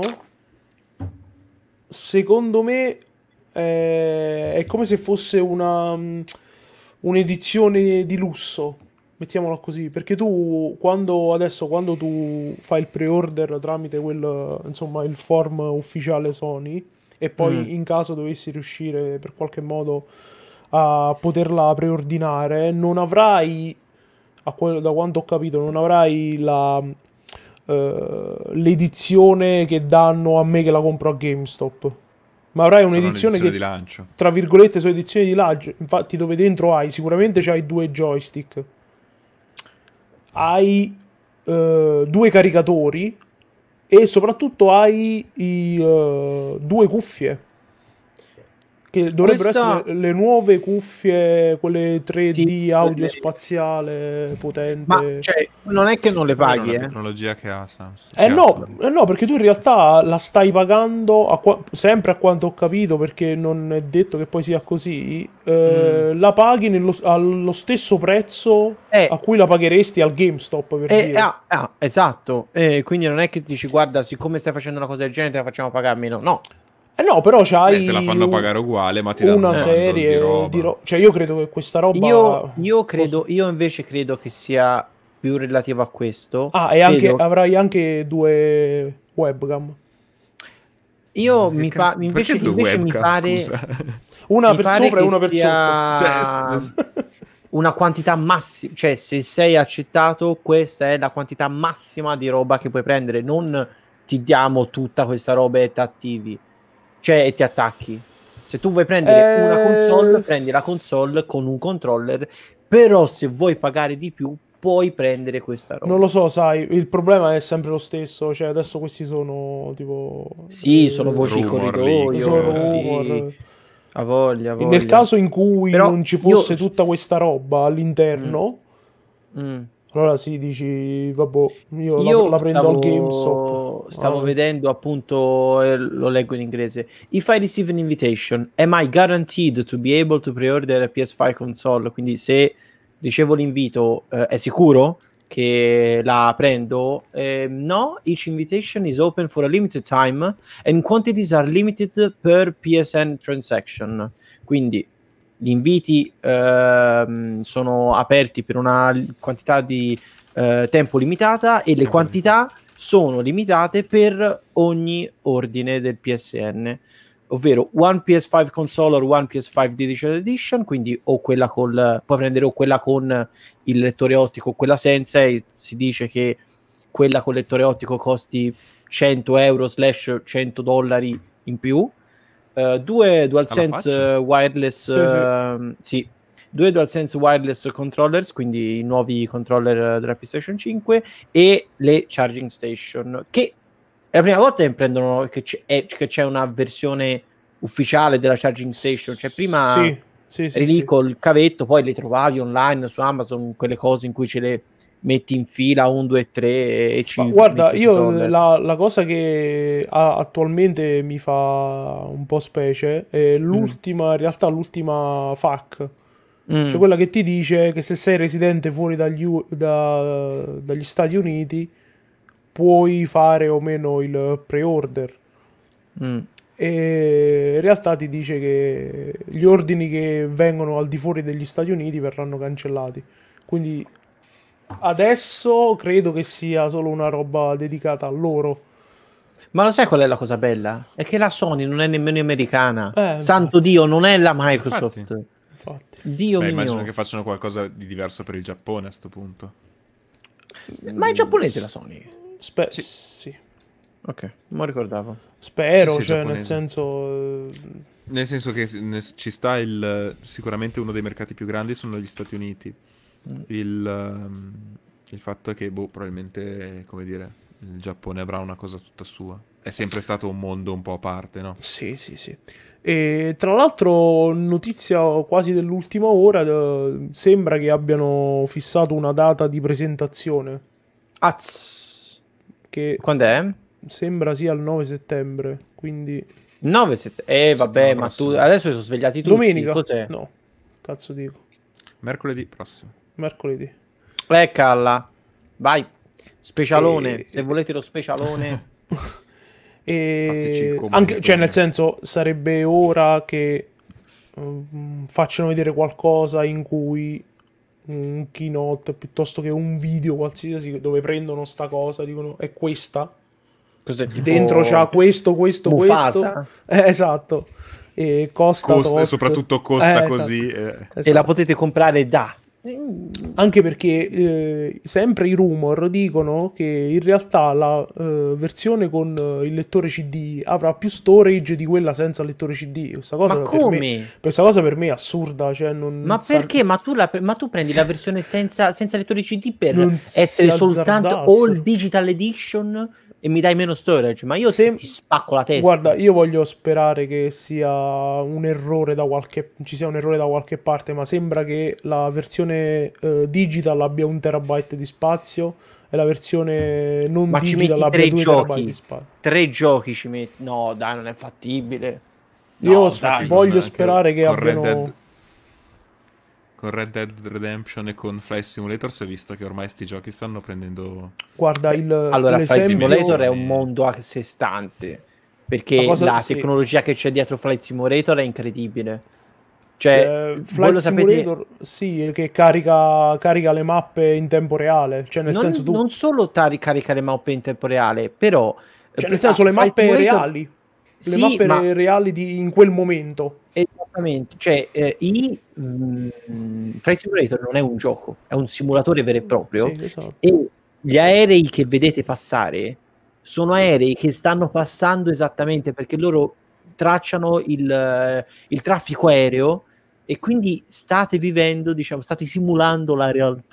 secondo me eh, è come se fosse una mm, un'edizione di lusso, mettiamola così, perché tu quando adesso quando tu fai il pre-order tramite quel, insomma, il form ufficiale Sony e Mm. poi in caso dovessi riuscire per qualche modo a poterla preordinare, non avrai, a quello- da quanto ho capito, non avrai la, eh, l'edizione che danno a me che la compro a GameStop. Ma avrai Sarà un'edizione un'edizione di che, lancio. tra virgolette, sono edizioni di lancio. Infatti, dove dentro hai sicuramente c'hai due joystick, hai eh, due caricatori e soprattutto hai i, eh, due cuffie. Che dovrebbero Questa essere le nuove cuffie, quelle sì, tre D audio quelle- spaziale ma potente. cioè, non è che non le Quella è paghi, una eh. tecnologia che ha, Samsung- Eh che ha no, Sony. eh no, perché tu in realtà la stai pagando a qua- sempre a quanto ho capito, perché non è detto che poi sia così. eh, Mm. La paghi nello- allo stesso prezzo Eh, a cui la pagheresti al GameStop, per eh, dire. ah, ah, esatto. Eh, quindi non è che dici, guarda, siccome stai facendo una cosa del genere, te la facciamo pagare meno. No. Eh no, però Beh, te la c'hai fanno u- pagare uguale, ma ti danno una un Eh. bundle di serie di roba. roba. Cioè, io credo che questa roba. Io, io costi- credo, io invece credo che sia più relativo a questo. Ah, e anche, Credo, avrai anche due webcam. io Che mi ca- fa, invece, Perché due invece mi webcam, pare, scusa? Una mi per pare sopra e che una per sotto. Cioè, sia una quantità massima, cioè se sei accettato, questa è la quantità massima di roba che puoi prendere, non ti diamo tutta questa roba e ti attivi, cioè e ti attacchi. Se tu vuoi prendere una console, Eh, prendi la console con un controller, però se vuoi pagare di più, puoi prendere questa roba. Non lo so, sai, il problema è sempre lo stesso, cioè adesso questi sono tipo... Sì, eh, sono voci in rumor, corridoio, leak, sono sì. rumor. A voglia, a voglia. Nel caso in cui Però non ci fosse io- tutta questa roba all'interno, Mm. allora sì, dici, vabbè, io, la- Io la, prendo stavo, al GameStop. stavo Ah, vedendo appunto, eh, lo leggo in inglese. If I receive an invitation, am I guaranteed to be able to pre-order a P S cinque console? Quindi se ricevo l'invito, eh, è sicuro che la prendo? Eh, no, each invitation is open for a limited time and quantities are limited per P S N transaction. Quindi gli inviti ehm, sono aperti per una li- quantità di eh, tempo limitata e le Tempo quantità sono limitate per ogni ordine del P S N, ovvero one P S cinque console o one P S cinque Digital Edition, quindi o quella col, puoi prendere o quella con il lettore ottico o quella senza, e si dice che quella con lettore ottico costi cento euro slash cento dollari in più. Uh, due DualSense faccia? uh, wireless Sì, sì. uh, sì, due DualSense wireless controllers, quindi i nuovi controller uh, della PlayStation cinque, e le charging station, che è la prima volta che prendono che c'è, è, che c'è una versione ufficiale della charging station, cioè prima sì, sì, sì, eri lì sì. col cavetto, poi le trovavi online su Amazon, quelle cose in cui ce le metti in fila un, due, tre e ci Ma guarda, metti il io controller. la, la cosa che ah, attualmente mi fa un po' specie è l'ultima, in realtà l'ultima F A Q, Mm. cioè quella che ti dice che se sei residente fuori dagli, U- da- dagli Stati Uniti puoi fare o meno il pre-order. Mm. E in realtà ti dice che gli ordini che vengono al di fuori degli Stati Uniti verranno cancellati. Quindi adesso credo che sia solo una roba dedicata a loro. Ma lo sai qual è la cosa bella? È che la Sony non è nemmeno americana. Eh, Santo infatti. Dio, non è la Microsoft. Infatti. Infatti. Dio Beh, mio. immagino che facciano qualcosa di diverso per il Giappone a sto punto. Ma è giapponese la Sony? Spe- Sì. sì. Ok, non lo ricordavo. Spero, Sì, sì, cioè, nel giapponese. senso... eh, Nel senso che ne- ci sta il... Sicuramente uno dei mercati più grandi sono gli Stati Uniti. Il, ehm, il fatto è che, boh, probabilmente, come dire, il Giappone avrà una cosa tutta sua. È sempre stato un mondo un po' a parte, no? Sì, sì, sì. E tra l'altro, notizia quasi dell'ultima ora, eh, sembra che abbiano fissato una data di presentazione, Az. che Quando è? sembra sia il nove settembre, quindi... nove settembre. Eh, vabbè, Settimana ma tu prossima. adesso si sono svegliati tutti. Domenica? Cos'è? No, cazzo dico. Mercoledì prossimo. Mercoledì. Eh, calla. Vai. Specialone. E- Se volete lo specialone. Fattici il E comune anche, di cioè, quello. nel senso, sarebbe ora che mm, facciano vedere qualcosa in cui un keynote piuttosto che un video qualsiasi dove prendono sta cosa, dicono è questa. Cos'è tipo... Dentro c'ha questo, questo, Mufasa? questo. Eh, esatto. E costa, Costa, e tot. soprattutto costa Eh, così. esatto. eh. E Esatto. la potete comprare da... Anche perché eh, sempre i rumor dicono che in realtà la eh, versione con eh, il lettore C D avrà più storage di quella senza lettore C D. Questa cosa, Ma per me, come? questa cosa per me è assurda. Cioè non Ma sa- perché? Ma tu, la, ma tu prendi la versione senza, senza lettore C D per Non si essere soltanto azzardassero. All Digital Edition e mi dai meno storage? Ma io Se- ti spacco la testa. Guarda, io voglio sperare che sia un errore da qualche ci sia un errore da qualche parte, ma sembra che la versione eh, digital abbia un terabyte di spazio e la versione non Ma ci digital metti abbia tre due terabyte giochi. di spazio. Tre giochi ci metti. No, dai, non è fattibile. Io No, s- dai. voglio Con- sperare che con Red abbiano Dead- con Red Dead Redemption e con Flight Simulator si è visto che ormai sti giochi stanno prendendo... guarda il Allora, Flight l'esempio Simulator è un dimensioni. mondo a sé stante. Perché La cosa- la sì. tecnologia che c'è dietro Flight Simulator è incredibile. Cioè, eh, voi Flight lo sapete... Simulator sì, che carica, carica le mappe in tempo reale, cioè nel non, senso tu non solo tari- carica le mappe in tempo reale, però... cioè eh, nel senso ah, le Flight mappe Simulator- reali, le Sì, mappe ma- re- reali di, in quel momento. Esattamente, cioè eh, i mh, Flight Simulator non è un gioco, è un simulatore vero e proprio, Sì, esatto. e gli aerei che vedete passare sono aerei che stanno passando esattamente perché loro tracciano il, eh, il traffico aereo e quindi state vivendo, diciamo, state simulando la realtà.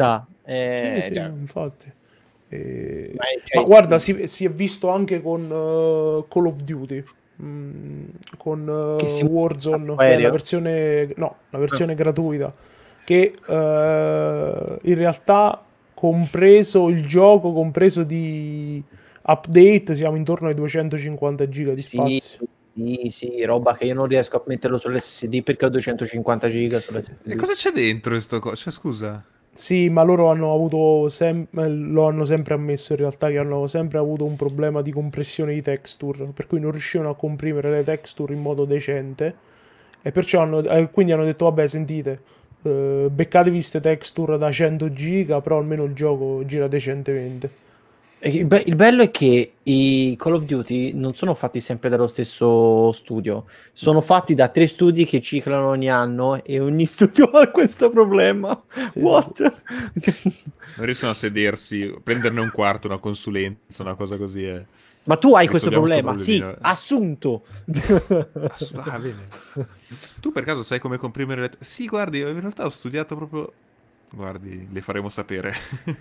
Eh, sì, sì, già. infatti. E... Ma, è- cioè, Ma guarda, si, si è visto anche con uh, Call of Duty, mm, con che uh, si Warzone, che è la aereo. versione, no, la versione gratuita, che uh, in realtà, compreso il gioco, compreso di update, siamo intorno ai duecentocinquanta giga di Sì, spazio. sì, sì, roba che io non riesco a metterlo sull'esse esse di perché ho duecentocinquanta giga sull'esse esse E di. cosa c'è dentro sto coso? Cioè, scusa. Sì, ma loro hanno avuto sem- eh, lo hanno sempre ammesso in realtà che hanno sempre avuto un problema di compressione di texture, per cui non riuscivano a comprimere le texture in modo decente e perciò hanno, eh, quindi hanno detto vabbè, sentite, eh, beccatevi queste texture da cento giga, però almeno il gioco gira decentemente. E Il, be- il bello è che i Call of Duty non sono fatti sempre dallo stesso studio, sono fatti da tre studi che ciclano ogni anno e ogni studio ha questo problema. Sì, What? Non riescono a sedersi, prenderne un quarto, una consulenza, una cosa così. Eh. Ma tu hai questo Risolviamo sto problema? Sì, problemino. assunto. Ass- Ah, bene. Tu per caso sai come comprimere le... Sì, guardi, in realtà ho studiato proprio... Guardi, le faremo sapere.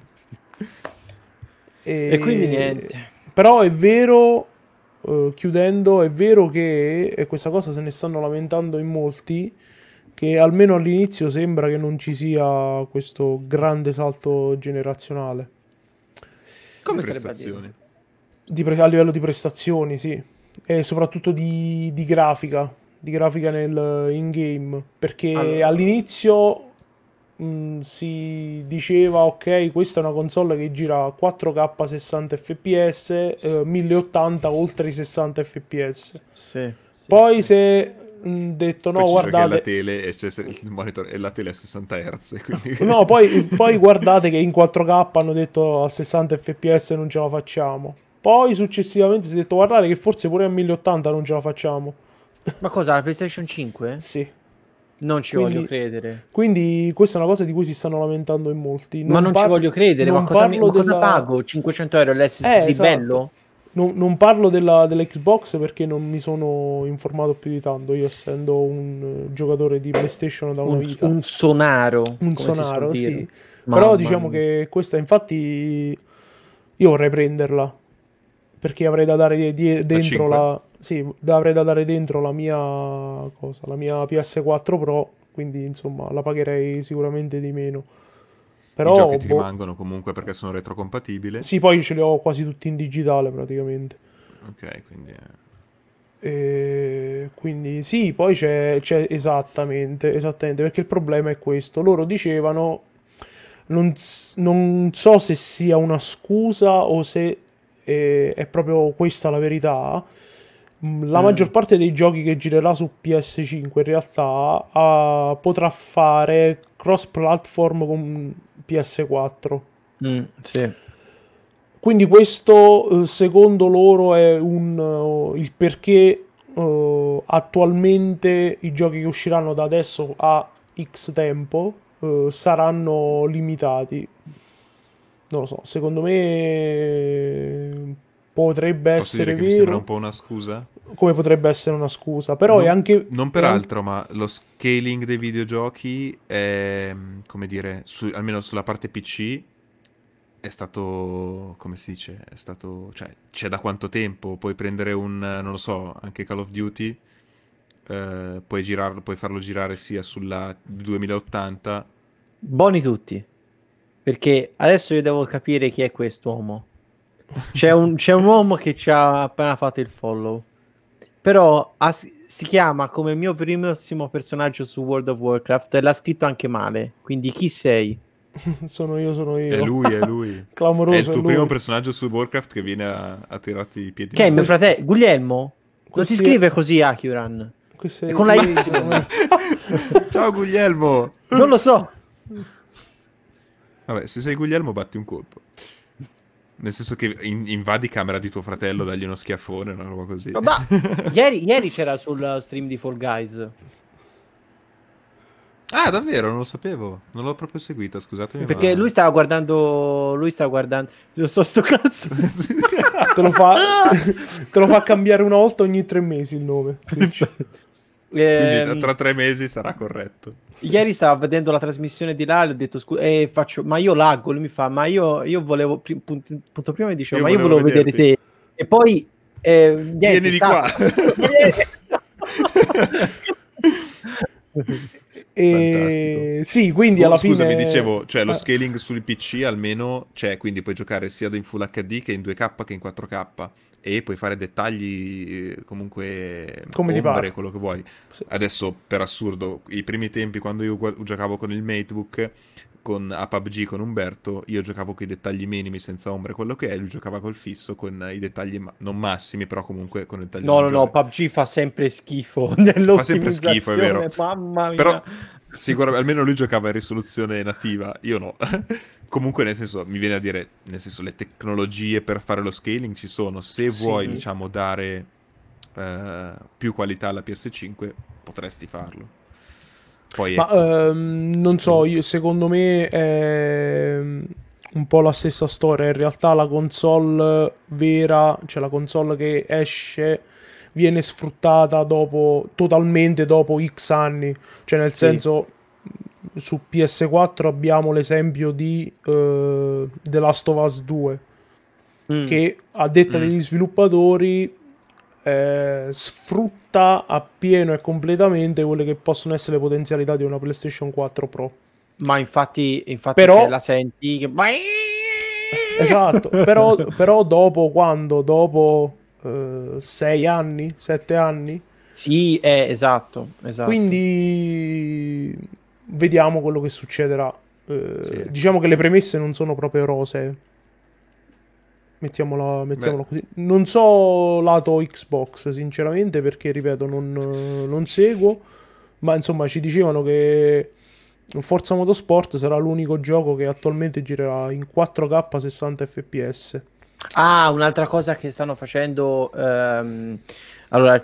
E... E quindi niente. Però è vero, eh, chiudendo, è vero che, e questa cosa se ne stanno lamentando in molti, che almeno all'inizio sembra che non ci sia questo grande salto generazionale. Come Di sarebbe a prestazioni. dire? Di pre- a livello di prestazioni, sì. E soprattutto di, di grafica, di grafica nel in-game. Perché Allora. all'inizio mh, si diceva, ok, questa è una console che gira a quattro K sessanta fps, eh, mille ottanta oltre i sessanta fps. Sì, sì, Poi sì. si è mh, detto, no, Poi ci sa che la guardate... tele e se- se- il monitor e la tele a sessanta hertz. Quindi... No, poi, poi guardate che in quattro K hanno detto a sessanta fps non ce la facciamo. Poi successivamente si è detto guardate che forse pure a mille ottanta non ce la facciamo. Ma cosa, la PlayStation cinque? Sì. Non ci Quindi, voglio credere. quindi questa è una cosa di cui si stanno lamentando in molti. Ma non par- ci voglio credere, ma non cosa, mi- parlo ma cosa della- pago? cinquecento euro l'esse esse Eh, di esatto. bello? Non, non parlo della, dell'Xbox perché non mi sono informato più di tanto, io essendo un eh, giocatore di PlayStation da una Un, vita. un sonaro. Un come si suol sonaro, dire. sì. Mamma Però diciamo mia. che questa, infatti, io vorrei prenderla. Perché avrei da dare di- di- dentro cinque? la... Sì, avrei da dare dentro la mia cosa, la mia P S quattro Pro, quindi insomma la pagherei sicuramente di meno. Però, I giochi ti boh, rimangono comunque perché sono retrocompatibili. sì, poi ce li ho quasi tutti in digitale praticamente. Ok, quindi... eh. E quindi sì, poi c'è, c'è esattamente, esattamente, perché il problema è questo. Loro dicevano, non, s- non so se sia una scusa o se eh, è proprio questa la verità. Mm, La Mm. maggior parte dei giochi che girerà su P S cinque in realtà ah, potrà fare cross-platform con P S quattro. Mm, sì. Quindi questo, eh, secondo loro, è un, eh, il perché eh, attualmente i giochi che usciranno da adesso a X tempo eh, saranno limitati. Non lo so, secondo me potrebbe Posso dire essere che mi sembra un vero, po' una scusa? come potrebbe essere una scusa, però è Non, anche... non è an- peraltro, ma lo scaling dei videogiochi è, come dire, su- almeno sulla parte P C è stato, come si dice, è stato, cioè, c'è da quanto tempo? Puoi prendere un, eh, non lo so, anche Call of Duty, eh, puoi girarlo, puoi farlo girare sia sulla duemila ottanta. Buoni tutti. Perché adesso io devo capire chi è quest'uomo. C'è un, c'è un uomo che ci ha appena fatto il follow. Però ha- si chiama come mio primissimo personaggio su World of Warcraft e l'ha scritto anche male. Quindi chi sei? Sono io, sono io. È lui, è lui. Clamoroso, È il tuo è lui. primo personaggio su Warcraft che viene a, a tirarti i piedi. Che è in mio bocca. fratello? Guglielmo? Non Questi- si scrive così Akiuran. Questo E con la Y. Ciao Guglielmo! Non lo so. Vabbè, se sei Guglielmo batti un colpo. Nel senso che in- invadi camera di tuo fratello, dagli uno schiaffone, una roba così. Ma ieri, ieri c'era sul stream di Fall Guys. Ah, davvero? Non lo sapevo. Non l'ho proprio seguita, scusatemi. Perché ma- lui stava guardando. Lui stava guardando. Lo so sto cazzo. Te lo fa, te lo fa cambiare una volta ogni tre mesi il nome. Twitch. Quindi Ehm, tra tre mesi sarà corretto. Ieri stavo vedendo la trasmissione di là e ho detto scusa, eh, faccio, ma io laggo, lui mi fa, ma io, io volevo, pri- punto, punto prima mi diceva, Io ma io volevo volevo vedere vederti. te, e poi, eh, Vieni niente, di sta... qua. Fantastico. E sì, quindi Boh, alla scusami, fine... dicevo, cioè lo eh, scaling sul P C almeno c'è, quindi puoi giocare sia in Full H D che in due K che in quattro K e puoi fare dettagli, eh, comunque come ti ombre, pare. quello che vuoi. Sì. Adesso, per assurdo, i primi tempi quando io gu- giocavo con il Matebook, con, a P U B G con Umberto, io giocavo con i dettagli minimi senza ombre, quello che è, lui giocava col fisso con i dettagli ma- non massimi, però comunque con il taglio No, no, no, maggiore. P U B G fa sempre schifo Fa sempre schifo, è vero. nell'ottimizzazione, mamma Però mia. sicuramente almeno lui giocava in risoluzione nativa, io no. Comunque, nel senso, mi viene a dire, nel senso, le tecnologie per fare lo scaling ci sono. Se vuoi, Sì. diciamo, dare eh, più qualità alla P S cinque, potresti farlo. Poi Ma ecco, ehm, non so, io, secondo me è un po' la stessa storia. In realtà la console vera, cioè la console che esce, viene sfruttata dopo, totalmente dopo X anni. Cioè nel Sì. senso, su P S quattro abbiamo l'esempio di eh, The Last of Us due, Mm. che a detta Mm. degli sviluppatori eh, sfrutta appieno e completamente quelle che possono essere le potenzialità di una PlayStation quattro Pro. Ma infatti, infatti Però, c'è, la senti che... esatto, però, però dopo quando? Dopo eh, sei anni, sette anni? Sì, è esatto, esatto. Quindi vediamo quello che succederà. Eh, Sì. Diciamo che le premesse non sono proprio rosee. Mettiamola, mettiamola così. Non so lato Xbox, sinceramente, perché ripeto, non, non seguo. Ma insomma, ci dicevano che Forza Motorsport sarà l'unico gioco che attualmente girerà in quattro K a sessanta F P S. Ah, un'altra cosa che stanno facendo, ehm, allora,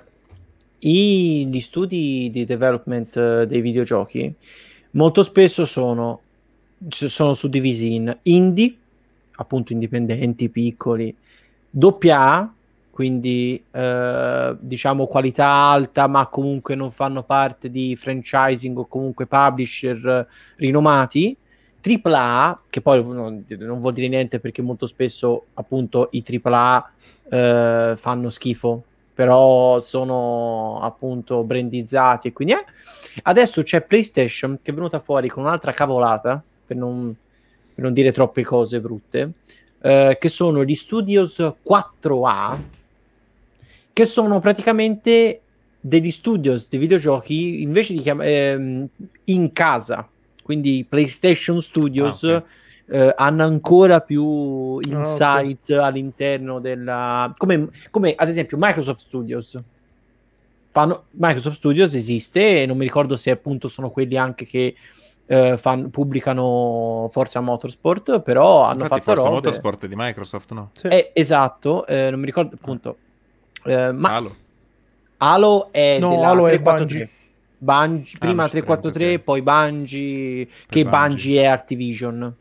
i- gli studi di development eh, dei videogiochi molto spesso sono, c- sono suddivisi in indie, appunto indipendenti, piccoli, doppia A, quindi eh, diciamo qualità alta, ma comunque non fanno parte di franchising o comunque publisher eh, rinomati. Tripla A, che poi non, non vuol dire niente perché molto spesso appunto i tripla A eh, fanno schifo, però sono appunto brandizzati e quindi eh. Adesso c'è PlayStation che è venuta fuori con un'altra cavolata, per non, per non dire troppe cose brutte, eh, che sono gli Studios quattro A, che sono praticamente degli studios di videogiochi invece di chiam- ehm, in casa, quindi PlayStation Studios. Ah, ok. eh, hanno ancora più Ah, ok. insight all'interno della, come, come ad esempio Microsoft Studios. Fanno, Microsoft Studios esiste e non mi ricordo se appunto sono quelli anche che eh, fan- pubblicano Forza Motorsport, però hanno Infatti, fatto Forza robe. Motorsport è di Microsoft, no? Sì. Eh, esatto, eh, non mi ricordo Ah. appunto. Eh, ma Halo. Halo è No, della Halo è trequarantatré. Bungie, Ah, prima non ci prende, trequarantatré, ok. poi Bungie, Poi che Bungie. Bungie è Activision.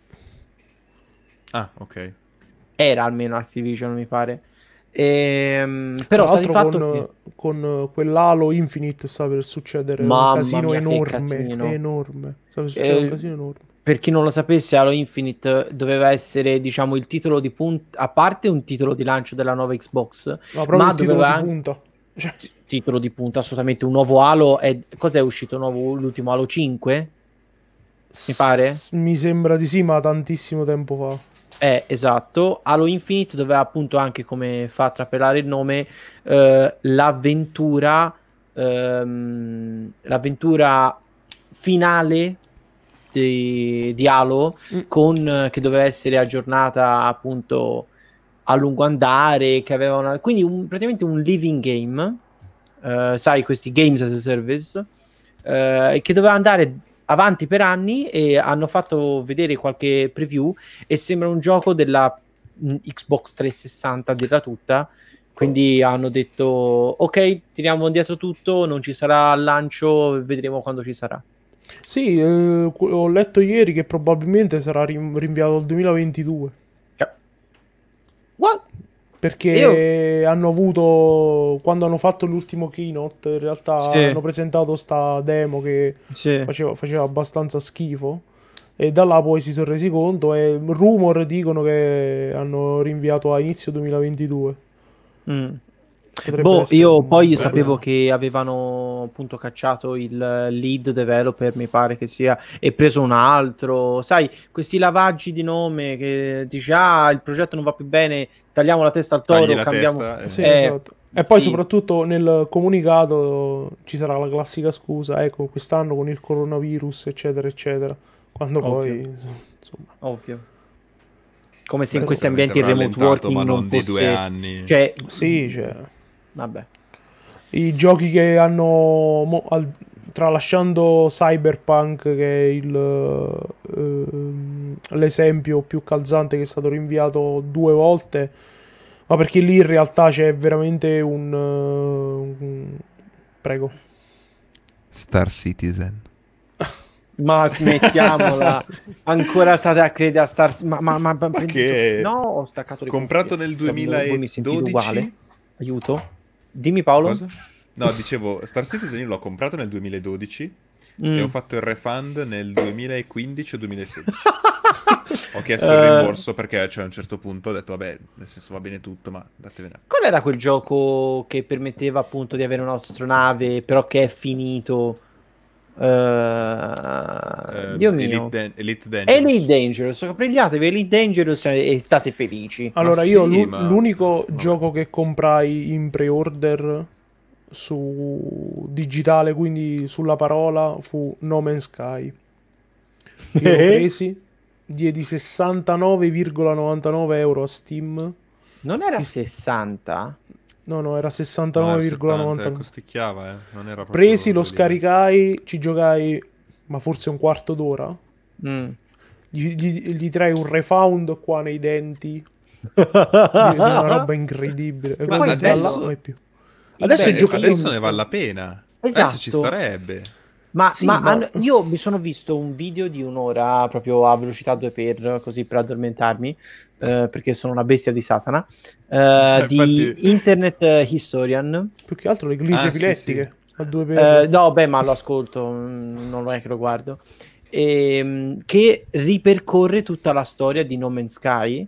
Ah, ok. Era almeno Activision, mi pare. Ehm, Tra però sta di l'altro fatto con, che... con quell'Halo Infinite sta per succedere un Mamma casino mia, che enorme, casino. enorme. Sta per succedere un Eh, casino enorme. per chi non lo sapesse, Halo Infinite doveva essere, diciamo, il titolo di punta, a parte un titolo di lancio della nuova Xbox, No, proprio ma il titolo doveva di anche... punta. Cioè, Sì, titolo di punta, assolutamente un nuovo Halo. È... Cos'è uscito nuovo? L'ultimo Halo cinque? Mi pare? s- mi sembra di sì, ma tantissimo tempo fa. Eh, esatto. Halo Infinite doveva appunto anche, come fa a trapelare il nome, eh, l'avventura, ehm, l'avventura finale di, di Halo, Mm. con, eh, che doveva essere aggiornata appunto a lungo andare, che aveva una, quindi un- praticamente un living game, eh, sai, questi games as a service, eh, che doveva andare avanti per anni, e hanno fatto vedere qualche preview e sembra un gioco della mh, Xbox trecentosessanta dirla tutta, quindi hanno detto ok, tiriamo indietro tutto, non ci sarà al lancio, vedremo quando ci sarà. Sì, eh, qu- ho letto ieri che probabilmente sarà rin- rinviato al duemilaventidue. Cioè, what? Perché Io- hanno avuto, quando hanno fatto l'ultimo keynote, in realtà Sì. hanno presentato sta demo che Sì. faceva, faceva abbastanza schifo. E da là poi si sono resi conto e rumor dicono che hanno rinviato a inizio duemilaventidue. Mm. Potrebbe Boh, essere io un poi bello. sapevo che avevano appunto cacciato il lead developer, mi pare che sia, e preso un altro. Sai, questi lavaggi di nome che dici, ah, il progetto non va più bene, tagliamo la testa al Tagli toro, la cambiamo... testa e- Sì, Eh, esatto. E poi sì. soprattutto nel comunicato ci sarà la classica scusa, ecco, quest'anno con il coronavirus, eccetera, eccetera. Quando Ovvio. poi, insomma, Ovvio. Come se in Beh, questi sicuramente ambienti il avrà remote rallentato, working ma non non di due fosse... anni. Cioè, sì, cioè, vabbè. i giochi che hanno, mo- al- tralasciando Cyberpunk, che è il, ehm, l'esempio più calzante, che è stato rinviato due volte, ma perché lì in realtà c'è veramente un... eh, un- Prego. Star Citizen. Ma smettiamola. Ancora state a credere a Star... Ma, ma, ma, ma prendi il che gioco- No, ho staccato le comprato cuffie. nel Cioè, voi- voi mi sentite uguale? duemiladodici? Aiuto. Dimmi Paolo. Cosa? No, dicevo, Star Citizen io l'ho comprato nel duemiladodici e ho Mm. fatto il refund nel duemilaquindici o duemilasedici. Ho chiesto il Eh, rimborso perché cioè, a un certo punto ho detto, vabbè, nel senso va bene tutto, ma datevene. Qual era quel gioco che permetteva appunto di avere un'astronave, però che è finito? Eh, Eh, Dio Elite, mio. Dan- Elite Dangerous. Elite Dangerous. Caprigliatevi Elite Dangerous e, e state felici. Allora, Ma io sì, l'u- ma- l'unico vabbè. gioco che comprai in pre-order su digitale, quindi sulla parola, fu No Man's Sky. Io l'ho presi, diedi sessantanove virgola novantanove euro a Steam. Non era Ti- sessanta? No, no, era No, era sessantanove virgola settanta, novantanove. costicchiava, eh. Non era proprio Presi, lo due lire. scaricai, ci giocai, ma forse un quarto d'ora. Mm. Gli, gli, gli trai un refound qua nei denti. Di una roba incredibile. E Ma comunque da adesso- là mai più. Adesso Beh, è giochino. adesso ne vale la pena. Adesso ci Esatto. starebbe. Ma, Sì, ma ma- hanno- io mi sono visto un video di un'ora proprio a velocità due per, così per addormentarmi, eh, perché sono una bestia di Satana, eh, di Infatti- Internet Historian. Più che altro le crisi Ah, sì, epilettiche. A due per... Eh, no, beh, ma lo ascolto, mm, non è che lo guardo. Ehm, che ripercorre tutta la storia di No Man's Sky.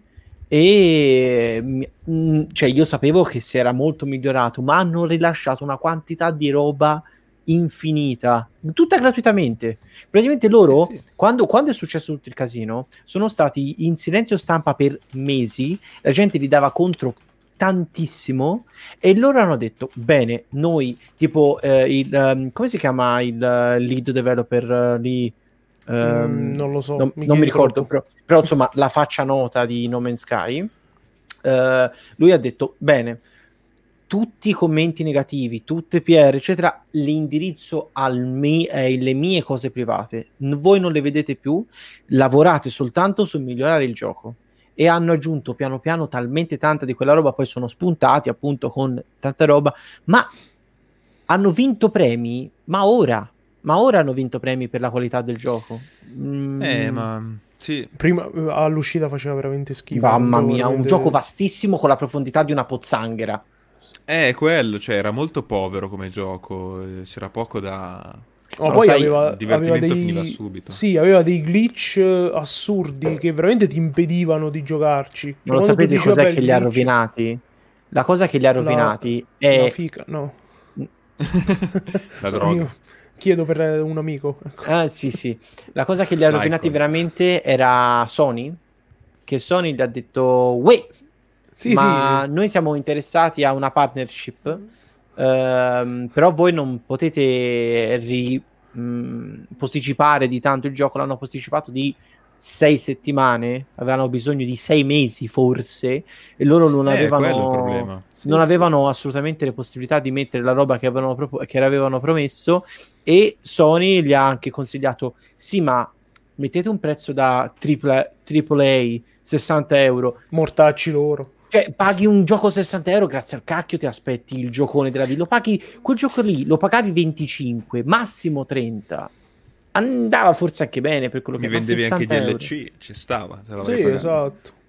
E mi- mm, cioè, io sapevo che si era molto migliorato, ma hanno rilasciato una quantità di roba infinita, tutta gratuitamente. Praticamente loro, Eh sì. quando, quando è successo tutto il casino, sono stati in silenzio stampa per mesi, la gente li dava contro tantissimo e loro hanno detto bene, noi tipo eh, il um, come si chiama il uh, lead developer uh, lì um, Mm, non lo so, non, mi non mi chiedi ricordo troppo. però, però insomma la faccia nota di No Man's Sky, uh, lui ha detto bene, tutti i commenti negativi, tutte P R eccetera, l'indirizzo al me- alle mie cose private, N- voi non le vedete più, lavorate soltanto su migliorare il gioco. E hanno aggiunto piano piano talmente tanta di quella roba, poi sono spuntati appunto con tanta roba, ma hanno vinto premi, ma ora, ma ora hanno vinto premi per la qualità del gioco. Mm, Eh, ma... Sì, Prima eh, all'uscita faceva veramente schifo. mamma un gioco mia, un veramente- gioco vastissimo con la profondità di una pozzanghera. è quello, cioè era molto povero come gioco, eh, c'era poco da... Ma Ma lo poi sai, aveva, il divertimento aveva dei... finiva subito. Sì, aveva dei glitch eh, assurdi che veramente ti impedivano di giocarci. Cioè, Ma lo quando tu sapete dici, cos'è vabbè, che il li ha glitch- rovinati? La cosa che li ha La- rovinati La è... fica, no. La droga. Io chiedo per eh, un amico. Ecco. Ah, sì, sì. La cosa che li ha rovinati L'Icon. veramente era Sony, che Sony gli ha detto, uè, Sì, ma sì. noi siamo interessati a una partnership, ehm, però voi non potete ri- mh, posticipare di tanto il gioco, l'hanno posticipato di sei settimane, avevano bisogno di sei mesi forse, e loro non Eh, quello è il avevano, problema. Sì, non sì. avevano assolutamente le possibilità di mettere la roba che avevano, propo- che avevano promesso, e Sony gli ha anche consigliato, sì, ma mettete un prezzo da triple, triple A, sessanta euro, Mortacci loro. cioè paghi un gioco sessanta euro, grazie al cacchio ti aspetti il giocone della vita, lo paghi, quel gioco lì lo pagavi venticinque, massimo trenta, andava forse anche bene per quello Mi che fa vendevi anche i sessanta D L euro. C, ci stava. te l'avrei Sì, pagato. esatto.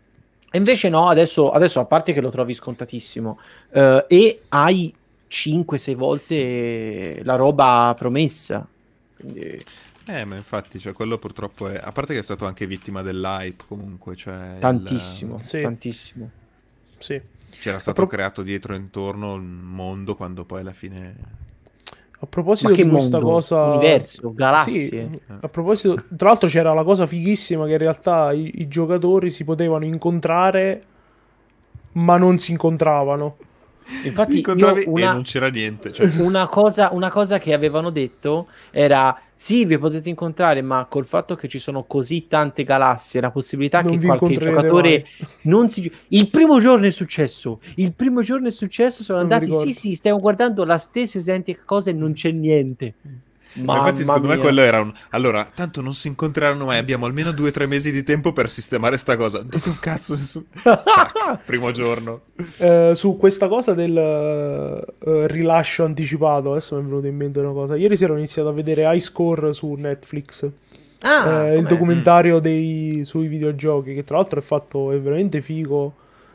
E invece no, adesso, adesso a parte che lo trovi scontatissimo, eh, e hai cinque sei volte la roba promessa. Quindi... Eh, ma infatti, cioè, quello purtroppo è... A parte che è stato anche vittima dell'hype, comunque, cioè... il- Tantissimo, Sì. tantissimo. Sì. C'era A stato pro- creato dietro e intorno un mondo quando poi alla fine... A proposito Ma che di questa mondo? cosa, Universo, sì, galassie. a proposito, tra l'altro c'era la cosa fighissima che in realtà i, i giocatori si potevano incontrare, ma non si incontravano. Infatti io Incontravi e una, non c'era niente, cioè... una cosa, una cosa che avevano detto era sì, vi potete incontrare, ma col fatto che ci sono così tante galassie, la possibilità Non che vi qualche incontrerete giocatore mai. non si... gi- Il primo giorno è successo, il primo giorno è successo, sono Non mi andati, sì ricordo. sì, stiamo guardando la stessa identica cosa e non c'è niente. Ma infatti Mamma secondo me mia. quello era un... Allora, tanto non si incontreranno mai, abbiamo almeno due o tre mesi di tempo per sistemare sta cosa. Dite un cazzo, nessuno... Tac, primo giorno. Eh, su questa cosa del eh, rilascio anticipato, adesso mi è venuta in mente una cosa. Ieri sera ho iniziato a vedere High Score su Netflix. Ah, Eh, il com'è? documentario dei, sui videogiochi, che tra l'altro è fatto, è veramente figo.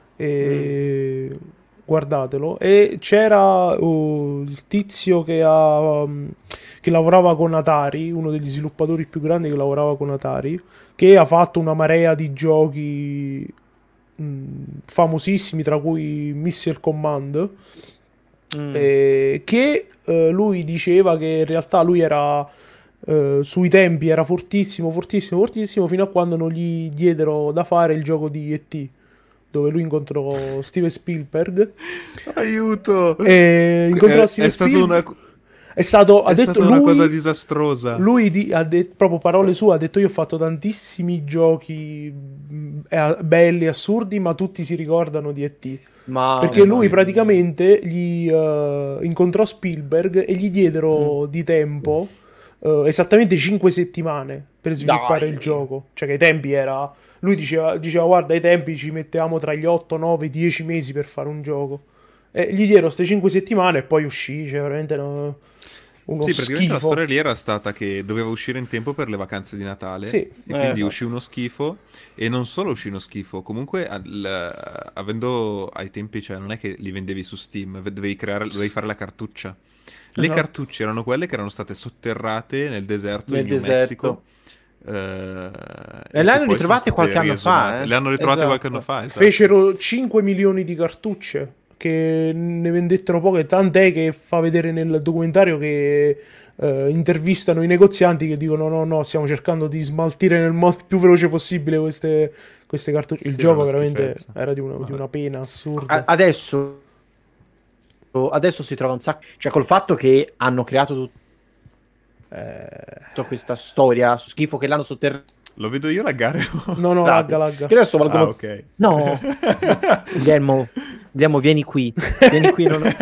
E guardatelo. E c'era uh, il tizio che, ha, um, che lavorava con Atari, uno degli sviluppatori più grandi che lavorava con Atari, che ha fatto una marea di giochi mh, famosissimi, tra cui Missile Command. Mm. Eh, che eh, lui diceva che in realtà lui era eh, sui tempi era fortissimo, fortissimo, fortissimo fino a quando non gli diedero da fare il gioco di E T, dove lui incontrò Steven Spielberg Aiuto! e incontrò È, Steven è stata Spielberg. una, È stato, ha è detto stata una lui, cosa disastrosa. lui di- ha detto proprio parole sue, ha detto io ho fatto tantissimi giochi mh, eh, belli, assurdi, ma tutti si ricordano di E T. Ma Perché lui sì. praticamente gli eh, incontrò Spielberg e gli diedero Mm. di tempo eh, esattamente cinque settimane per sviluppare Dai. il gioco. Cioè che ai tempi era... Lui diceva, diceva guarda, ai tempi ci mettevamo tra gli otto, nove, dieci mesi per fare un gioco. E gli diedero queste cinque settimane e poi uscì, cioè veramente no- uno Sì, praticamente la schifo. storia lì era stata che doveva uscire in tempo per le vacanze di Natale. Sì. E quindi esatto. uscì uno schifo. E non solo uscì uno schifo, comunque al- avendo ai tempi, cioè non è che li vendevi su Steam, dovevi creare, dovevi fare la cartuccia. Le Esatto. cartucce erano quelle che erano state sotterrate nel deserto Nel in New deserto. Mexico. eh, E che le hanno poi ritrovate sono state qualche anno riesumate. fa, eh? Le hanno ritrovate Esatto. qualche anno fa, esatto. Fecero cinque milioni di cartucce che ne vendettero poche, tant'è che fa vedere nel documentario che eh, intervistano i negozianti che dicono no, no, stiamo cercando di smaltire nel modo più veloce possibile queste, queste cartucce. Il Sì, gioco era una veramente schifezza. era di una, di Vabbè. una pena A- assurda. adesso, adesso si trova un sacco, cioè col fatto che hanno creato tut- Eh, tutta questa storia su schifo che l'hanno sotterrato. Lo vedo io laggare? no, no, lagga, lagga. Che adesso valgono... Ah, ok. No, Guglielmo, Guglielmo, vieni qui, vieni qui. Non...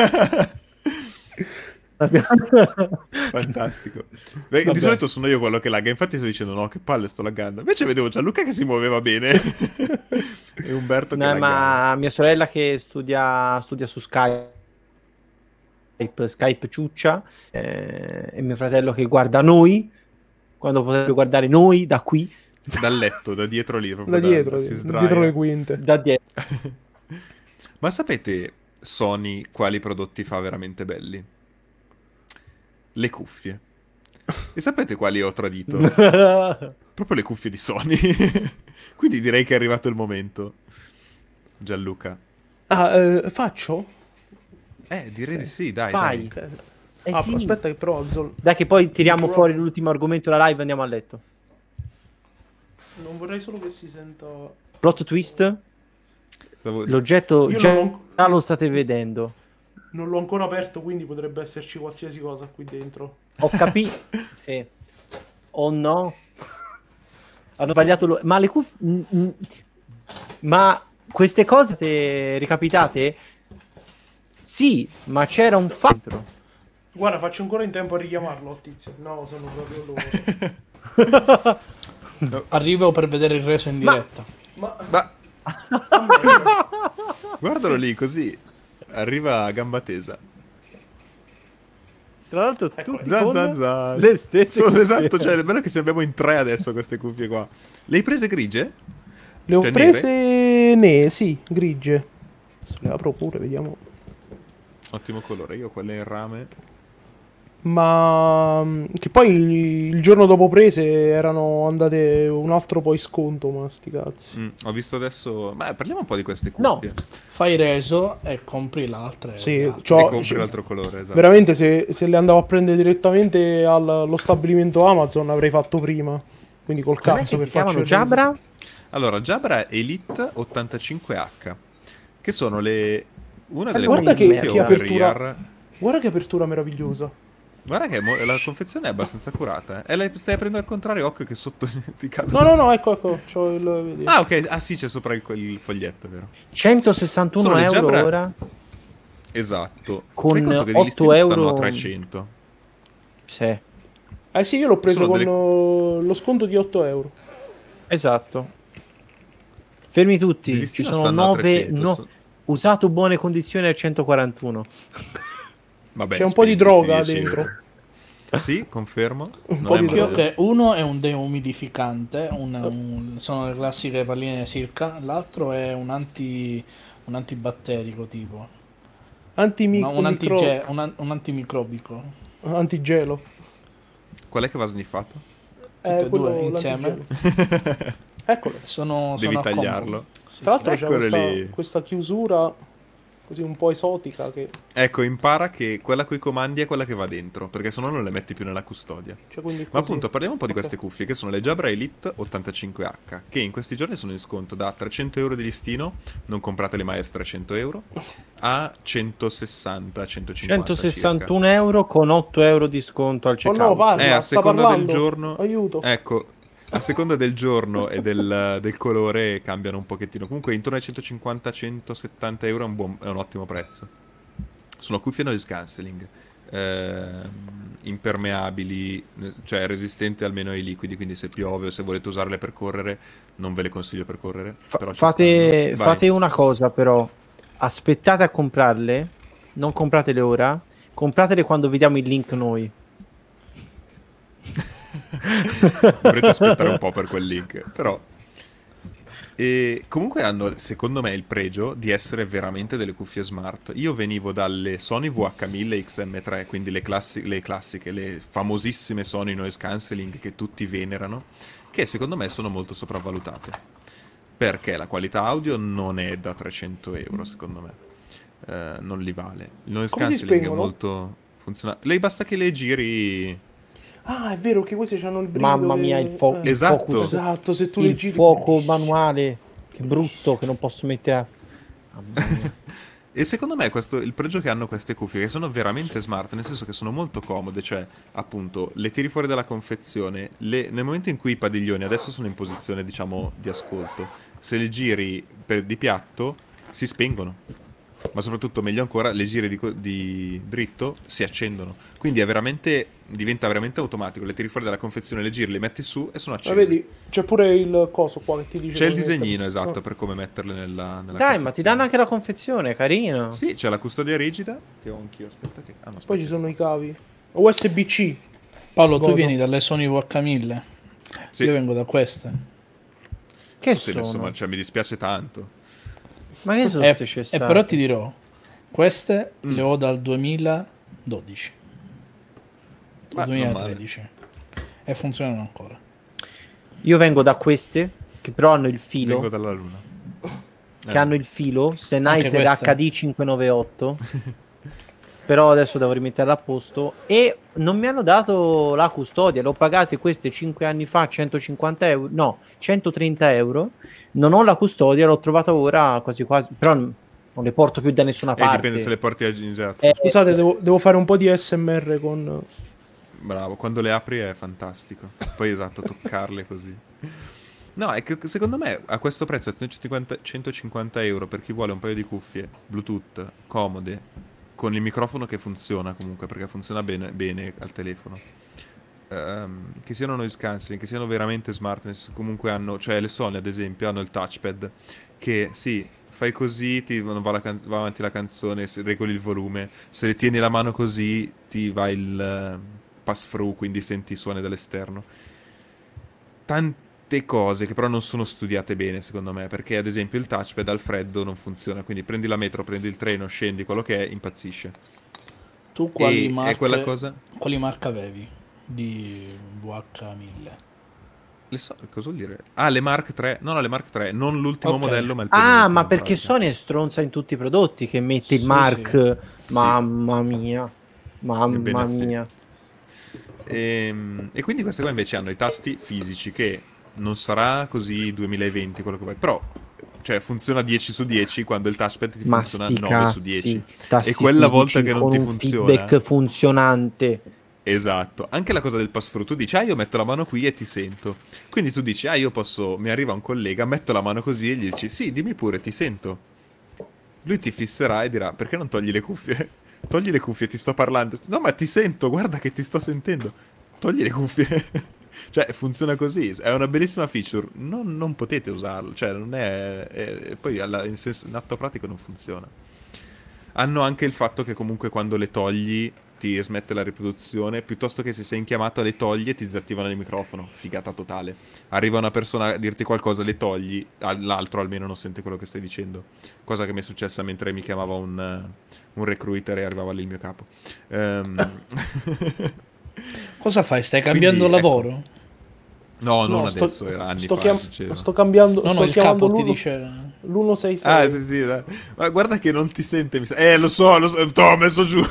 Fantastico. Beh, Vabbè. di solito sono io quello che lagga, infatti sto dicendo no, che palle sto laggando. Invece vedevo Gianluca che si muoveva bene e Umberto che No, laggava. ma mia sorella che studia, studia su Skype, Skype ciuccia, eh, e mio fratello che guarda noi, quando potrebbe guardare noi da qui, Dal letto, da dietro lì, proprio Da dietro, si sdraia. dietro le quinte. da dietro. Ma sapete Sony quali prodotti fa veramente belli? Le cuffie. E sapete quali ho tradito? Proprio le cuffie di Sony. Quindi direi che è arrivato il momento. Gianluca. Ah, eh, faccio? Eh, direi di sì, dai, Fai. dai. Eh ah, sì. aspetta che però alzo... Dai che poi tiriamo fuori l'ultimo argomento della live e andiamo a letto. Non vorrei solo che si senta... Plot twist, Stavo- l'oggetto Io già, non- già lo state vedendo. Non l'ho ancora aperto, quindi potrebbe esserci qualsiasi cosa qui dentro. Ho capito. Sì. O no? Hanno sbagliato. Lo... Ma le cuffie. mm, mm. Ma queste cose te ricapitate? Sì, ma c'era un fatto. Guarda, faccio ancora in tempo a richiamarlo al tizio. No, sono proprio loro. Arrivo per vedere il reso in Ma- diretta. Ma... Ma guardalo lì, così. Arriva a gamba tesa. Tra l'altro, Ecco, tutti Zan con zan zan. le stesse Sono- cuffie. esatto, cioè è bello che se abbiamo in tre adesso queste cuffie qua. Le hai prese grigie? Le ho Cioè, prese ne, sì, grigie. Se le apro pure, vediamo. Ottimo colore, io quelle in rame. Ma mm, che poi il, il giorno dopo prese erano andate un altro po' in sconto, ma sti cazzi. Mm, ho visto adesso... Ma parliamo un po' di queste No. cuffie. Fai reso e compri l'altra. Sì, le altre. c'ho- E compri c'ho- l'altro colore, esatto. veramente se, se le andavo a prendere direttamente al- allo stabilimento Amazon avrei fatto prima. Quindi col Com'è cazzo che che si chiamano faccio il reso. Jabra? Allora, Jabra Elite ottantacinque H, che sono le... Una delle Guarda poche che- cuffie che apertura- Warrior. Guarda che apertura meravigliosa. Guarda che mo- la confezione è abbastanza curata, eh. E la stai aprendo al contrario, occhio che sotto ti cade. No, no, no, ecco, ecco. C'ho il, vedi. Ah, ok. Ah, sì, c'è sopra il, il foglietto, vero? centosessantuno Sono le euro Jabra- ora? Esatto. Con Fai conto che di otto listino stanno euro. a trecento. Sì, Eh sì, io l'ho preso Sono con delle- uh, lo sconto di otto euro. esatto. Fermi tutti, Di ci listino sono stanno a nove... trecento. no, so- usato buone condizioni al centoquarantuno. Vabbè, C'è un po' di spendi droga questi dieci dentro. euro. Sì, confermo. Un Non po' è di male. Occhio che uno è un deumidificante, un- un- sono le classiche palline Sirca, l'altro è un anti un antibatterico tipo, Antimi- no, un, micro- antige- un, an- un antimicrobico. Antigelo. Qual è che va sniffato? Eh, Tutte e quello, due insieme? l'antigelo. Eccolo. Sono, Devi sono a combo. tagliarlo. Sì, Tra l'altro sì. c'è Eccole questa, lì. questa chiusura così un po' esotica che... Ecco, impara che quella coi comandi è quella che va dentro, perché sennò non le metti più nella custodia. Cioè, quindi Ma così. appunto, parliamo un po' di Ok. queste cuffie, che sono le Jabra Elite ottantacinque H, che in questi giorni sono in sconto da trecento euro di listino, non compratele mai a trecento euro, a centosessanta centocinquanta centosessantuno euro con otto euro di sconto al Oh checkout. no, parla, Eh, a sta seconda parlando. del giorno... Aiuto. Ecco, a seconda del giorno e del, del colore cambiano un pochettino. Comunque intorno ai centocinquanta centosettanta euro è un, buon, è un ottimo prezzo. Sono cuffie noise cancelling, ehm, impermeabili, cioè resistenti almeno ai liquidi, quindi se piove o se volete usarle per correre, non ve le consiglio per correre. Fa- però ci fate, stanno. Vai. fate una cosa però, aspettate a comprarle, non compratele ora, compratele quando vediamo il link noi. Dovrete aspettare un po' per quel link, però... E comunque hanno, secondo me, il pregio di essere veramente delle cuffie smart. Io venivo dalle Sony V H mille X M tre, quindi le, classi- le classiche, le famosissime Sony noise cancelling che tutti venerano, che secondo me sono molto sopravvalutate. Perché la qualità audio non è da trecento euro, secondo me. Eh, non li vale. Il noise Come si cancelling è spengono? molto funzionale. Lei basta che le giri... Ah, è vero che questi hanno il brivido. Mamma che- mia, il, fo- eh. il Esatto. focus, Esatto, se tu le il giri... fuoco manuale, che brutto che non posso mettere a... Mamma mia. E secondo me questo, il pregio che hanno queste cuffie, che sono veramente smart, nel senso che sono molto comode, cioè appunto le tiri fuori dalla confezione, le- nel momento in cui i padiglioni adesso sono in posizione diciamo di ascolto, se le giri per, di piatto si spengono, ma soprattutto meglio ancora le giri di, co- di dritto si accendono, quindi è veramente, diventa veramente automatico, le tiri fuori dalla confezione, le giri, le metti su e sono Ma accese. vedi, c'è pure il coso qua che ti dice... C'è il dove disegnino metterle. esatto Ah. per come metterle nella, nella Dai, ma ti danno confezione. anche la confezione, carino. Sì, c'è la custodia rigida che ho anch'io, aspetta che... Ah, no, Poi aspetta. ci sono i cavi. U S B C. Paolo, tu Godo. vieni dalle Sony V H mille, Sì. io vengo da queste. Che Tu sei messo sono? male, cioè mi dispiace tanto. Ma che sono E, queste e cessate? però ti dirò, queste Mm. le ho dal duemiladodici o Ma non male. duemilatredici e funzionano ancora. Io vengo da queste, che però hanno il filo, Vengo dalla luna. che Eh. hanno il filo, Sennheiser queste. H D cinquecentonovantaotto. Però adesso devo rimetterla a posto. E non mi hanno dato la custodia. L'ho pagate queste cinque anni fa, centocinquanta euro. No, centotrenta euro. Non ho la custodia, l'ho trovata ora quasi quasi. Però non non le porto più da nessuna Eh, parte. dipende se le porti a esatto. Eh, Scusate, devo, devo fare un po' di A S M R con... Bravo, quando le apri è fantastico. Poi esatto, toccarle così. No, è che secondo me a questo prezzo centocinquanta, centocinquanta euro per chi vuole un paio di cuffie Bluetooth comode con il microfono che funziona comunque perché funziona bene, bene al telefono. Ehm, che siano noise cancelling, che siano veramente smart, nel senso, comunque hanno, cioè le Sony ad esempio hanno il touchpad che sì, fai così, ti non va, la can- va avanti la canzone, se regoli il volume, se le tieni la mano così ti va il eh, pass through, quindi senti i suoni dall'esterno. Tan- brutte cose che però non sono studiate bene secondo me, perché ad esempio il touchpad al freddo non funziona, quindi prendi la metro, prendi il treno, scendi, quello che è, impazzisce. Tu quali E marche, è quella cosa... quali marche avevi di V H mille? Le so, cosa vuol dire? Ah, le Mark tre. No, no, le Mark tre, non l'ultimo Ok. modello, ma il Ah, penultimo, ma in perché pratica. Sony è stronza in tutti i prodotti che mette il Sì, Mark. sì. Mamma mia. Mamma Ebbene sì. mia. E, e quindi queste qua invece hanno i tasti fisici, che non sarà così duemilaventi quello che vuoi, però cioè funziona dieci su dieci quando il touchpad ti Ma funziona sti nove su cazzi, dieci. tasti E quella fisici volta che non con ti un funziona, feedback funzionante. esatto, anche la cosa del pass-through, tu dici ah io metto la mano qui e ti sento, quindi tu dici ah io posso, mi arriva un collega, metto la mano così e gli dici sì dimmi pure ti sento, lui ti fisserà e dirà perché non togli le cuffie? Togli le cuffie, ti sto parlando. No ma ti sento, guarda che ti sto sentendo, togli le cuffie. Cioè funziona così, è una bellissima feature, non, non potete usarlo, cioè non è, è poi alla, in, senso, in atto pratico non funziona. Hanno anche il fatto che comunque quando le togli ti smette la riproduzione, piuttosto che se sei in chiamata le togli e ti disattivano il microfono. Figata totale. Arriva una persona a dirti qualcosa, le togli, l'altro almeno non sente quello che stai dicendo. Cosa che mi è successa mentre mi chiamava un, un recruiter e arrivava lì il mio capo. Um... Cosa fai? Stai cambiando Quindi, lavoro? Ecco. No, non No, sto- adesso, era anni sto fa. chiam- succedeva. sto cambiando, No, sto no, il chiamando capo ti l'uno- dice... l'uno sei sei. Ah, sì, sì, dai. Ma guarda che non ti sente. Mi sa... Eh, lo so, lo so. T'ho messo giù.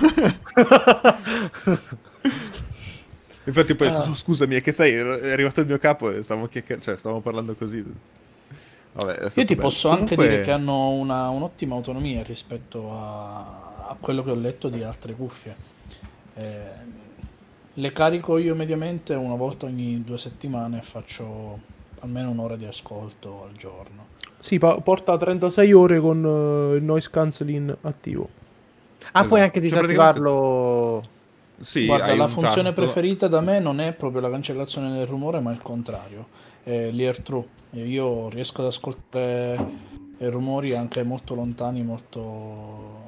Infatti poi, Ah. oh, scusami, è che sai, è arrivato il mio capo e stavamo, chiacchier- cioè, stavamo parlando così. Vabbè, è stato Io ti bello. posso Comunque- anche dire che hanno una, un'ottima autonomia rispetto a, a quello che ho letto di altre cuffie. Eh, le carico io mediamente una volta ogni due settimane e faccio almeno un'ora di ascolto al giorno. Sì, pa- porta trentasei ore con eh, il noise cancelling attivo. Ah, puoi Esatto. anche Cioè, disattivarlo. Sì, Guarda, hai la un funzione tasto- preferita da me non è proprio la cancellazione del rumore, ma il contrario, è l'ear true. Io riesco ad ascoltare i rumori anche molto lontani, molto...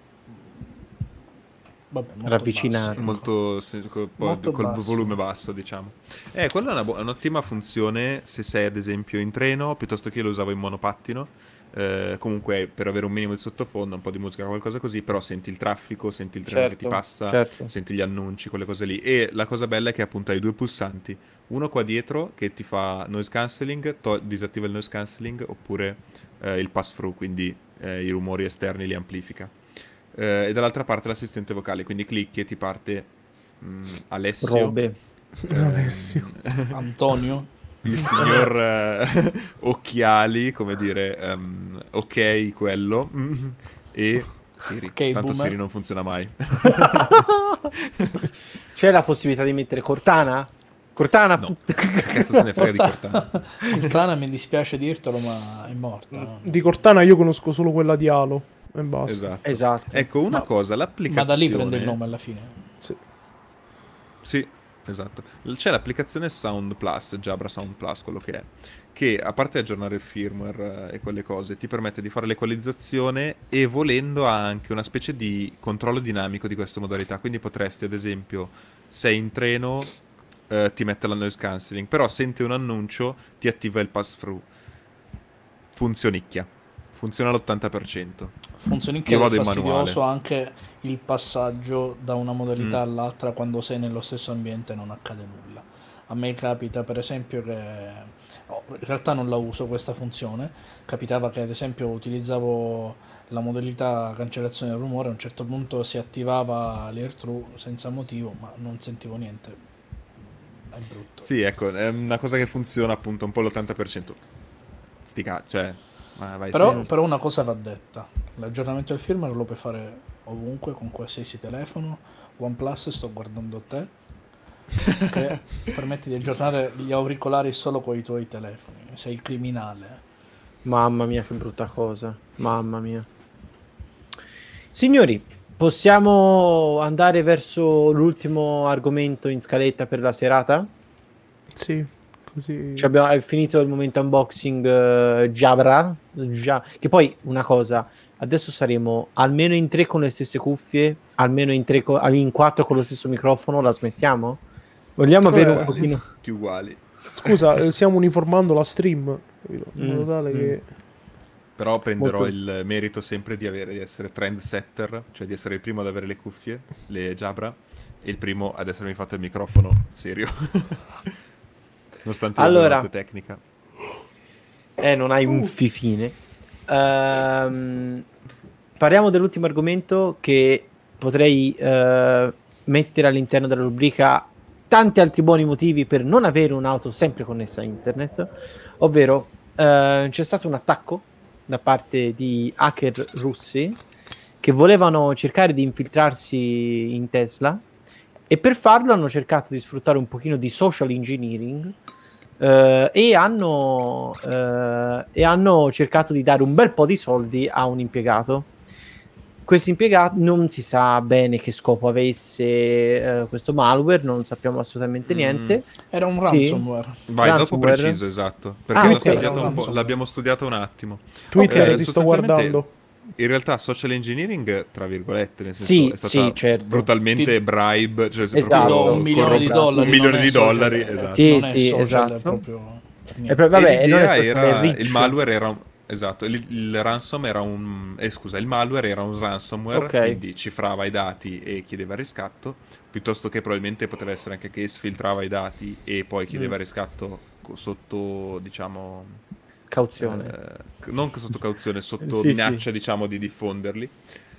Vabbè, molto Ravvicinati. bassi, ecco. molto sì, col, Molto col basso. volume basso, diciamo. Eh, quella è una bu- è un'ottima funzione se sei ad esempio in treno, piuttosto che io lo usavo in monopattino. Eh, comunque per avere un minimo di sottofondo, un po' di musica, qualcosa così, però senti il traffico, senti il treno che ti Certo, passa, certo. senti gli annunci, quelle cose lì. E la cosa bella è che appunto hai due pulsanti, uno qua dietro che ti fa noise cancelling, to- disattiva il noise cancelling, oppure eh, il pass through, quindi eh, i rumori esterni li amplifica. Eh, e dall'altra parte l'assistente vocale, quindi clicchi e ti parte mh, Alessio, Robe. ehm, Alessio. Antonio? il signor eh, Occhiali, come dire, ehm, ok quello, mm, e Siri. Ok, Tanto boomer. Siri non funziona mai. C'è la possibilità di mettere Cortana? Cortana? No. put- Che cazzo se ne frega di Cortana? Cortana, mi dispiace dirtelo, ma è morta. no? Di Cortana io conosco solo quella di Halo e basta. Esatto. Esatto. Ecco, una Ma- cosa, Ma l'applicazione... da lì prende il nome alla fine. Sì. Sì, esatto. C'è l'applicazione Sound Plus, Jabra Sound Plus, quello che è, che a parte aggiornare il firmware eh, e quelle cose, ti permette di fare l'equalizzazione e volendo ha anche una specie di controllo dinamico di questa modalità. Quindi potresti, ad esempio, sei in treno, eh, ti mette la noise cancelling, però sente un annuncio, ti attiva il pass-through. Funzionicchia. Funziona all'ottanta per cento. Funziona che Io è vado in fastidioso manuale. anche il passaggio da una modalità Mm. all'altra quando sei nello stesso ambiente e non accade nulla. A me capita per esempio che oh, in realtà non la uso questa funzione, capitava che ad esempio utilizzavo la modalità cancellazione del rumore, a un certo punto si attivava l'air true senza motivo, ma non sentivo niente. È brutto. Sì, ecco, è una cosa che funziona appunto un po' all'ottanta per cento. Sti cazzi, cioè... Ma vai Però, senza. però una cosa va detta, l'aggiornamento del firmware lo puoi fare ovunque, con qualsiasi telefono. OnePlus, sto guardando te, che permetti di aggiornare gli auricolari solo con i tuoi telefoni. Sei il criminale. Mamma mia, che brutta cosa. Mamma mia. Signori, possiamo andare verso l'ultimo argomento in scaletta per la serata? Sì, così. Ci abbiamo è finito il momento unboxing eh, Jabra, Gia- che poi una cosa, adesso saremo almeno in tre con le stesse cuffie, almeno in, tre co- in quattro con lo stesso microfono, la smettiamo? Vogliamo avere un Eh, pochino... Tutti uguali. Scusa, eh, stiamo uniformando la stream, capito? In modo Mm, tale mm. che... Però prenderò Molto- il merito sempre di avere, di essere trendsetter, cioè di essere il primo ad avere le cuffie, le Jabra, e il primo ad essermi fatto il microfono serio. Nonostante Allora. la notte tecnica. Eh, non hai un fifine. Ehm, parliamo dell'ultimo argomento che potrei eh, mettere all'interno della rubrica tanti altri buoni motivi per non avere un'auto sempre connessa a internet, ovvero eh, c'è stato un attacco da parte di hacker russi che volevano cercare di infiltrarsi in Tesla, e per farlo hanno cercato di sfruttare un pochino di social engineering. Uh, e, hanno, uh, e hanno cercato di dare un bel po' di soldi a un impiegato. Questo impiegato non si sa bene che scopo avesse uh, questo malware, non sappiamo assolutamente Mm. niente. Era un Sì. ransomware. Vai, dopo Ransomware. preciso, esatto. Perché Ah, l'ho ok. studiato Era un un po', ransomware. l'abbiamo studiato un attimo. Twitter, Eh, ti sto sostanzialmente, guardando. In realtà social engineering, tra virgolette, nel senso Sì, è stata sì, certo. brutalmente Ti- bribe, cioè Esatto. proprio Ti do un milione di corrotto- dollari. un milione non è di social, dollari, eh, esatto. Sì, non è sì, social, esatto. è proprio... E pro- vabbè, E non è l'idea social, è era rich. il malware era un, esatto, il, il ransom era un eh, scusa, il malware era un ransomware, Ok. quindi cifrava i dati e chiedeva il riscatto, piuttosto che probabilmente poteva essere anche che sfiltrava i dati e poi chiedeva il riscatto co- sotto, diciamo, Cauzione. eh, non che sotto cauzione, sotto Sì, minaccia, diciamo, di diffonderli.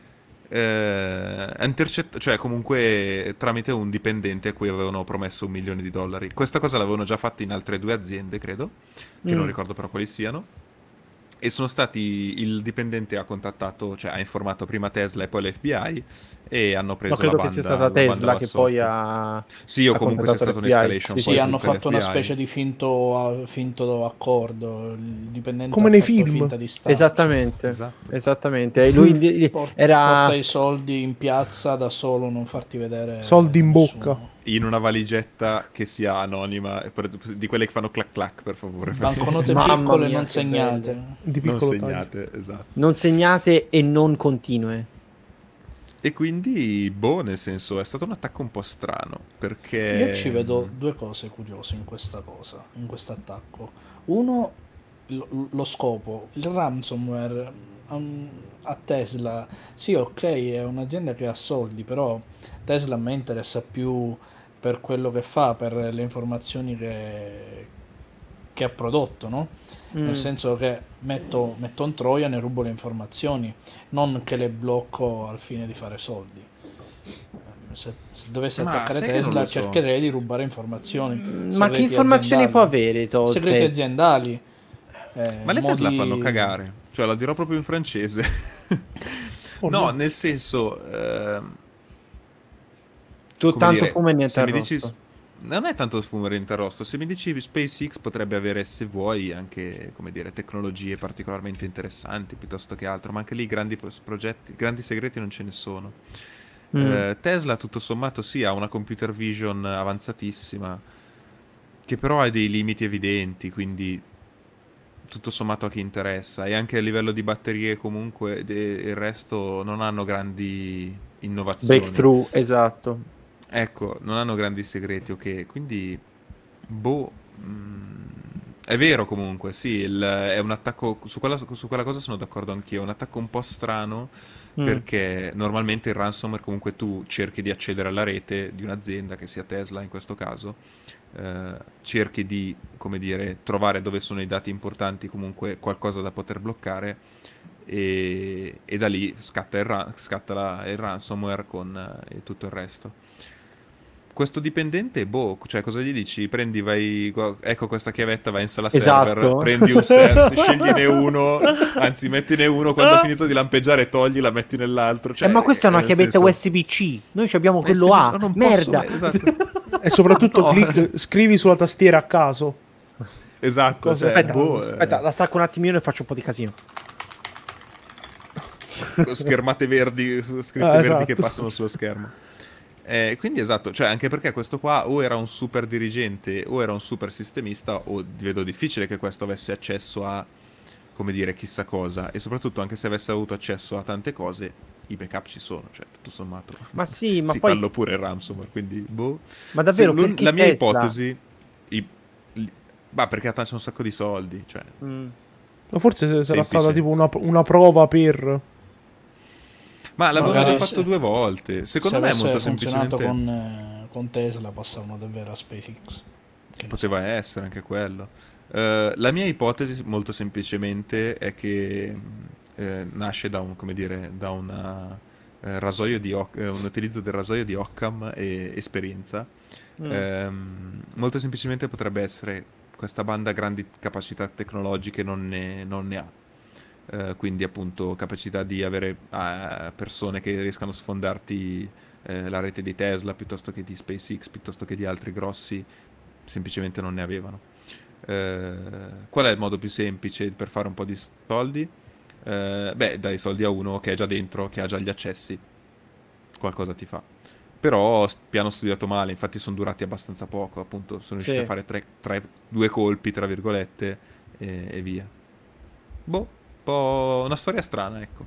Eh, intercett- cioè comunque tramite un dipendente a cui avevano promesso un milione di dollari. Questa cosa l'avevano già fatta in altre due aziende, credo, che non Mm. ricordo però quali siano. E sono stati, il dipendente ha contattato, cioè ha informato prima Tesla e poi l'F B I e hanno Ma preso credo la che banda, sia stata la banda Tesla va che sotto. poi ha... Sì, o ha comunque sia contattato stata l'F B I. un'escalation Sì, Sì, poi sì. su hanno per fatto una l'F B I. specie di finto, finto accordo. Il dipendente Come ha nei fatto film. finta di starci. Esattamente, Esatto. esattamente. E lui gli- gli- Porta, era... porta i soldi in piazza da solo, non farti vedere Soldi in nessuno. bocca. In una valigetta che sia anonima, e per- di quelle che fanno clac clac, per favore. Banconote Mamma piccole mia, non che segnate. belle. Di Non piccolo taglio. segnate, esatto. non segnate e non continue. E quindi, boh, nel senso, è stato un attacco un po' strano, perché... Io ci vedo due cose curiose in questa cosa, in questo attacco. Uno, lo, lo scopo. Il ransomware um, a Tesla, sì, ok, è un'azienda che ha soldi, però Tesla a me interessa più per quello che fa, per le informazioni che, che ha prodotto, no? Mm. Nel senso che metto, metto un trojan e rubo le informazioni, non che le blocco al fine di fare soldi. Eh, Se, se dovessi Ma attaccare sai che non Tesla, lo so. cercherei di rubare informazioni. Ma che segreti informazioni aziendali. può avere Tolte? Segreti aziendali. eh, Ma le Tesla modi- fanno cagare, cioè la dirò proprio in francese. Oh, No, no. nel senso... ehm, Tu come tanto dire, fumo e niente se mi arrosto. dici... Non è tanto fumare interrosto, se mi dici SpaceX potrebbe avere, se vuoi, anche, come dire, tecnologie particolarmente interessanti piuttosto che altro, ma anche lì grandi pro- progetti, grandi segreti non ce ne sono. Mm. Eh, Tesla, tutto sommato, sì, ha una computer vision avanzatissima, che però ha dei limiti evidenti, quindi tutto sommato a chi interessa. E anche a livello di batterie, comunque, de- il resto non hanno grandi innovazioni. Breakthrough, esatto. Ecco, non hanno grandi segreti, ok. Quindi, boh, mm, è vero comunque, sì, il- è un attacco, su quella, su quella cosa sono d'accordo anch'io, è un attacco un po' strano, Mm. perché normalmente il ransomware comunque tu cerchi di accedere alla rete di un'azienda, che sia Tesla in questo caso, eh, cerchi di, come dire, trovare dove sono i dati importanti, comunque qualcosa da poter bloccare, e, e da lì scatta il, ra- scatta la- il ransomware con eh, e tutto il resto. Questo dipendente, boh, cioè cosa gli dici? Prendi, vai, gu- ecco questa chiavetta, vai in sala server, Esatto. prendi un server, scegliene uno, anzi mettine uno, quando ha finito di lampeggiare togli, la metti nell'altro. Cioè, eh, ma questa è una nel chiavetta senso- U S B C. Noi ci abbiamo Eh, quello se- A. non posso- Merda. esatto, E soprattutto No. clic- scrivi sulla tastiera a caso. esatto, Cosa- cioè, Aspetta, boh, eh, aspetta, la stacco un attimino e faccio un po' di casino. schermate verdi, scritte Ah, verdi esatto. che passano sullo schermo. Eh, quindi esatto, cioè anche perché questo qua o era un super dirigente o era un super sistemista, o vedo difficile che questo avesse accesso a, come dire, chissà cosa, e soprattutto anche se avesse avuto accesso a tante cose, i backup ci sono, cioè tutto sommato. Ma sì, ma si poi... fallo pure il ransomware, quindi boh. Ma davvero, Sì, l'un- perché la mia Tesla? ipotesi, i- li- Ma perché c'è un sacco di soldi, cioè. Mm. Ma forse se- sarà Semplice. stata tipo una, una prova per... Ma l'avevano Magari già se- fatto due volte. Secondo Se me è avesse molto funzionato semplicemente. con, eh, con Tesla passavano davvero a SpaceX. Che ne so. Poteva essere anche quello. Eh, la mia ipotesi, molto semplicemente, è che mh, eh, nasce da un, come dire, da una, eh, rasoio di Oc- eh, un utilizzo del rasoio di Occam e esperienza. Mm. Ehm, molto semplicemente potrebbe essere questa banda grandi capacità tecnologiche non ne, non ne ha. Eh, quindi appunto capacità di avere eh, persone che riescano a sfondarti eh, la rete di Tesla piuttosto che di SpaceX, piuttosto che di altri grossi, semplicemente non ne avevano. Eh, qual è il modo più semplice per fare un po' di soldi? Eh, beh, dai soldi a uno che è già dentro, che ha già gli accessi, qualcosa ti fa. Però s- piano studiato male, infatti sono durati abbastanza poco, appunto, sono riusciti Sì. a fare tre, tre- due colpi, tra virgolette, e, e via. Boh, un po' una storia strana, ecco.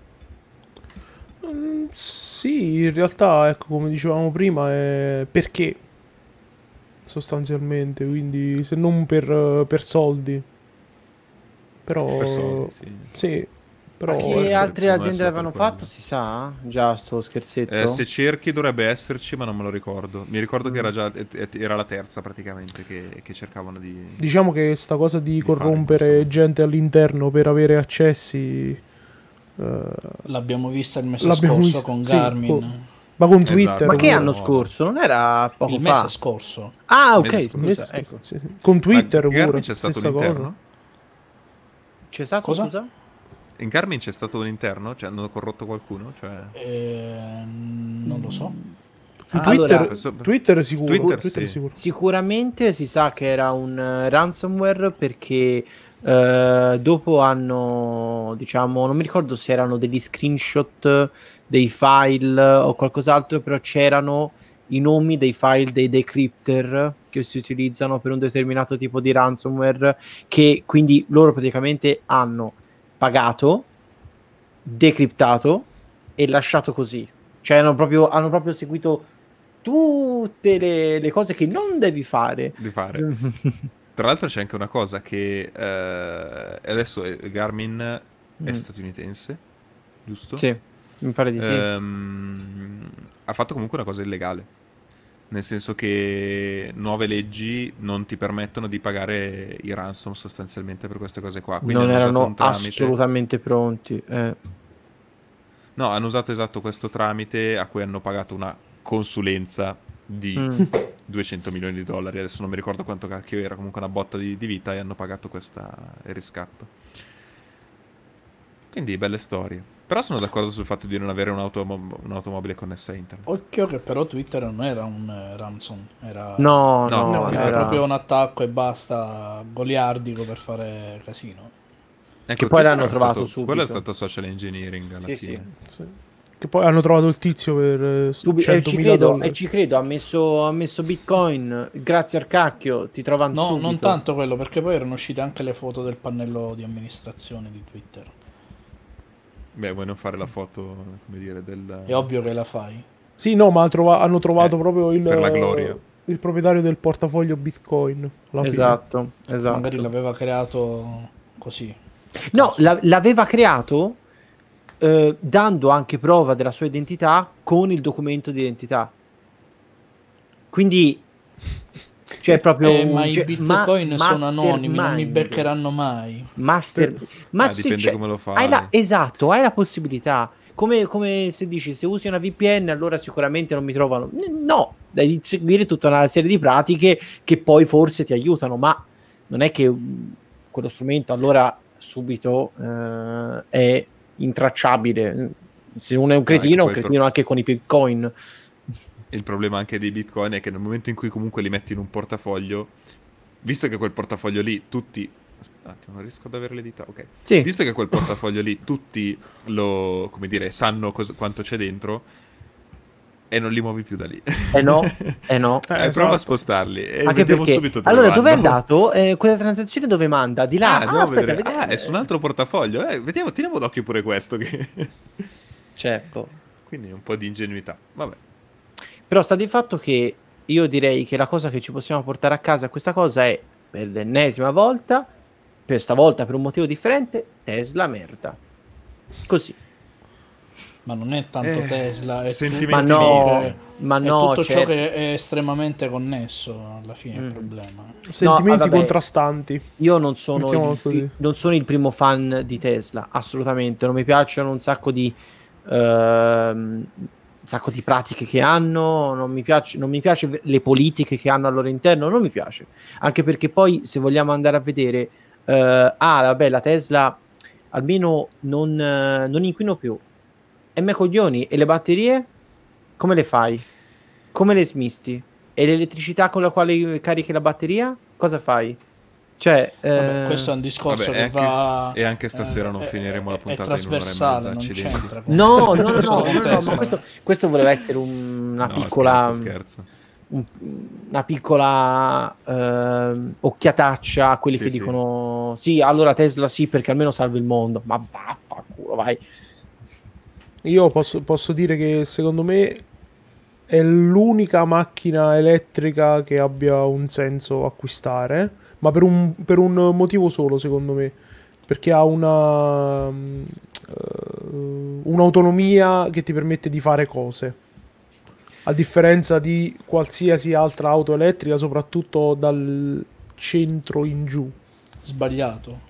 Mm, sì, in realtà, ecco, come dicevamo prima, è perché sostanzialmente, quindi se non per, eh, per soldi. Però... Per soldi, sì. Sì, Ma però... che Guarda, altre secondo me è aziende solo per l'avevano quello. fatto? Si sa? Già sto scherzetto? Eh, se cerchi dovrebbe esserci, ma non me lo ricordo. Mi ricordo che Mm. era già e- e- era la terza praticamente che, che cercavano di. Diciamo che sta cosa di Di fare in corrompere questo modo. gente all'interno per avere accessi... eh, L'abbiamo vista il mese L'abbiamo scorso vista, con sì, Garmin. co- ma con Esatto. Twitter... Ma che Quello anno nuovo. scorso? Non era poco Il fa? mese scorso. Ah, Mese ok, scorso. Mese scusa. scorso, Ecco. sì, sì. Con Twitter Ma in Garmin pure, c'è stato stessa un cosa. interno? C'è stato, Cosa? scusa? In Garmin c'è stato un interno? Cioè hanno corrotto qualcuno? Cioè. Eh, non lo so. Su Ah, Twitter, allora, questo- Twitter sicuro, Twitter, Twitter sì. sicuro. Sicuramente si sa che era un eh, ransomware perché eh, dopo hanno, diciamo, non mi ricordo se erano degli screenshot dei file o qualcos'altro, però c'erano i nomi dei file dei decrypter che si utilizzano per un determinato tipo di ransomware, che quindi loro praticamente hanno pagato, decriptato e lasciato così. Cioè hanno proprio, hanno proprio seguito tutte le, le cose che non devi fare. Di fare. Tra l'altro c'è anche una cosa che eh, adesso eh, Garmin è Mm. statunitense, giusto? Sì, mi pare di sì. Ehm, ha fatto comunque una cosa illegale. Nel senso che nuove leggi non ti permettono di pagare i ransom sostanzialmente per queste cose qua. Quindi non hanno usato erano un tramite. assolutamente pronti. eh. No, hanno usato esatto questo tramite a cui hanno pagato una consulenza di Mm. duecento milioni di dollari. Adesso non mi ricordo quanto cacchio era, comunque una botta di, di vita, e hanno pagato questa il riscatto. Quindi belle storie. Però sono d'accordo sul fatto di non avere un'automo- un'automobile connessa a internet. Occhio che però Twitter non era un eh, ransom, era, No, No, no, no, era era- proprio un attacco e basta, goliardico per fare casino. Ecco, Che poi Twitter l'hanno è trovato stato- subito. Quello è stato social engineering alla Sì, fine. Sì. Che poi hanno trovato il tizio per eh, Subi- e ci centomila credo, dollari. e ci credo, ha messo, ha messo Bitcoin, grazie al cacchio, ti trovano No, subito. non tanto quello, perché poi erano uscite anche le foto del pannello di amministrazione di Twitter. Beh, vuoi non fare la foto, come dire, del... È ovvio che la fai. Sì, no, ma trova- hanno trovato Eh, proprio il, per la gloria. il proprietario del portafoglio Bitcoin. alla fine. Esatto, esatto. Magari l'aveva creato così. No, la- l'aveva creato eh, dando anche prova della sua identità con il documento di identità. Quindi, cioè proprio Eh, un ma i ge- bitcoin ma- sono anonimi, non mi mastermind. beccheranno mai. Master, ma Ah, se dipende c'è- come lo fai. hai la- esatto, hai la possibilità. Come, come se dici, se usi una V P N, allora sicuramente non mi trovano. N- No, devi seguire tutta una serie di pratiche che poi forse ti aiutano, ma non è che mm, quello strumento allora subito eh, è intracciabile. Se uno è un No, ecco, cretino, è un poi per- cretino anche con i bitcoin. Il problema anche dei bitcoin è che nel momento in cui comunque li metti in un portafoglio, visto che quel portafoglio lì tutti... Aspetta un attimo, non riesco ad avere le dita, ok. Sì, Visto che quel portafoglio lì tutti lo, come dire, sanno cos- quanto c'è dentro e non li muovi più da lì. eh no, eh no. Eh, Eh, prova esatto. a spostarli e Anche vediamo perché, subito dove allora, dove è vanno. andato? Eh, quella transazione dove manda? Di là? Ah, andiamo a aspetta, vedere. vediamo. Ah, è su un altro portafoglio. Eh, vediamo, teniamo d'occhio pure questo. Che... Certo. Quindi un po' di ingenuità. Vabbè. Però sta di fatto che io direi che la cosa che ci possiamo portare a casa a questa cosa è per l'ennesima volta, per stavolta per un motivo differente, Tesla merda. Così. Ma non è tanto Eh, Tesla, è sentimenti Ma tutto, no, misti. ma è no, tutto cioè- ciò che è estremamente connesso alla fine Mm. il problema. Sentimenti vabbè. contrastanti. Io non sono, Mettiamolo il, così. non sono il primo fan di Tesla, assolutamente. Non mi piacciono un sacco di ehm, un sacco di pratiche che hanno, non mi piace, non mi piace le politiche che hanno al loro interno, non mi piace. Anche perché poi, se vogliamo andare a vedere, eh, ah, vabbè, la Tesla almeno non, eh, non inquino più. E me coglioni, e le batterie? Come le fai? Come le smisti? E l'elettricità con la quale carichi la batteria? Cosa fai? Cioè, Vabbè, eh, questo è un discorso Vabbè, che e anche- va... e anche stasera non è- finiremo la è- puntata è in un'ora e trasversale, mezza, non accidenti. c'entra con- No, no, no, solo no, con no, no, Tesla. ma questo, questo voleva essere un- una No, piccola, scherzo, scherzo. un- una piccola ehm, occhiataccia a quelli Sì, che sì. dicono sì, allora Tesla sì, perché almeno salva il mondo. Ma vaffanculo, vai. Io posso, posso dire che secondo me è l'unica macchina elettrica che abbia un senso acquistare, ma per un, per un motivo solo, secondo me. Perché ha una mm, eh, un'autonomia che ti permette di fare cose. A differenza di qualsiasi altra auto elettrica, soprattutto dal centro in giù. Sbagliato.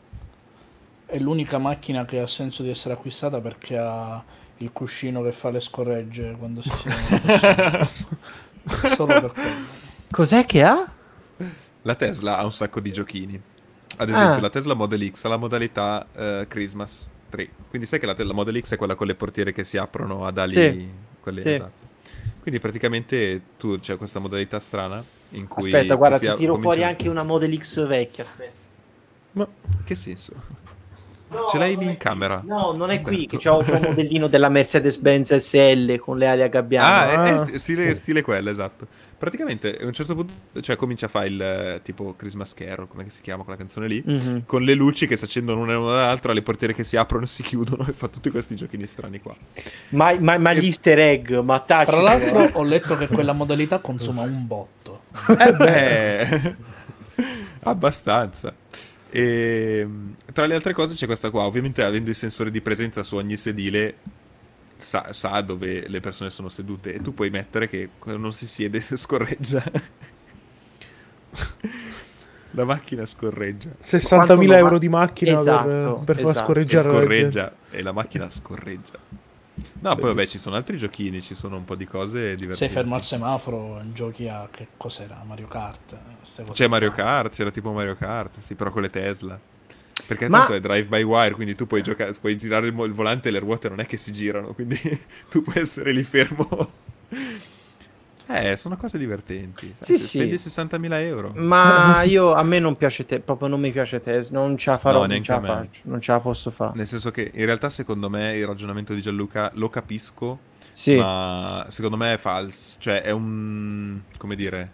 È l'unica macchina che ha senso di essere acquistata perché ha il cuscino che fa le scorregge quando si siede. Solo per quello. Cos'è che ha? La Tesla ha un sacco di giochini. Ad esempio, Ah. la Tesla Model X ha la modalità eh, Christmas tre. Quindi sai che la, te- la Model X è quella con le portiere che si aprono ad ali, Sì. quelle Sì. esatto. Quindi praticamente tu c'è questa modalità strana in cui Aspetta, guarda, si ti a- tiro comincia- fuori anche una Model X vecchia. Aspetta. Ma Che senso? No, Ce l'hai non lì è in qui. camera? No, non è qui, che Umberto. c'ho, c'ho un modellino della Mercedes-Benz S L con le ali a gabbiano. Ah, è, Ah. è stile, stile quello, esatto. Praticamente a un certo punto, cioè comincia a fare il eh, tipo Christmas Carol, come si chiama quella canzone lì, Mhm. con le luci che si accendono una e una dall'altra, le portiere che si aprono e si chiudono e fa tutti questi giochini strani qua. Ma, ma, ma gli easter egg, ma tacci. Tra l'altro ho letto che quella modalità consuma un botto. Eh beh, abbastanza. E tra le altre cose c'è questa qua, ovviamente avendo i sensori di presenza su ogni sedile sa, sa dove le persone sono sedute e tu puoi mettere che quando non si siede si scorreggia. La macchina scorreggia. sessantamila Quanto euro ma- di macchina Esatto, per, per far esatto. E scorreggiare la gente. scorreggia e la macchina scorreggia. No, poi vabbè, ci sono altri giochini, ci sono un po' di cose divertenti. Sei fermo al semaforo, giochi a che cos'era? Mario Kart. ste cose C'è Mario qua. Kart, c'era tipo Mario Kart, sì, però con le Tesla. Perché Ma- tanto è drive by wire, quindi tu puoi giocare, puoi girare il, mo- il volante e le ruote non è che si girano, quindi tu puoi essere lì fermo. Eh, sono cose divertenti. sai, Sì, se sì. spendi sessantamila euro. Ma io a me non piace te, proprio non mi piace Tesla, non ce la farò, No, non neanche ce la a me. faccio, non ce la posso fare. Nel senso che in realtà secondo me il ragionamento di Gianluca lo capisco, Sì, ma secondo me è falso. Cioè è un... come dire...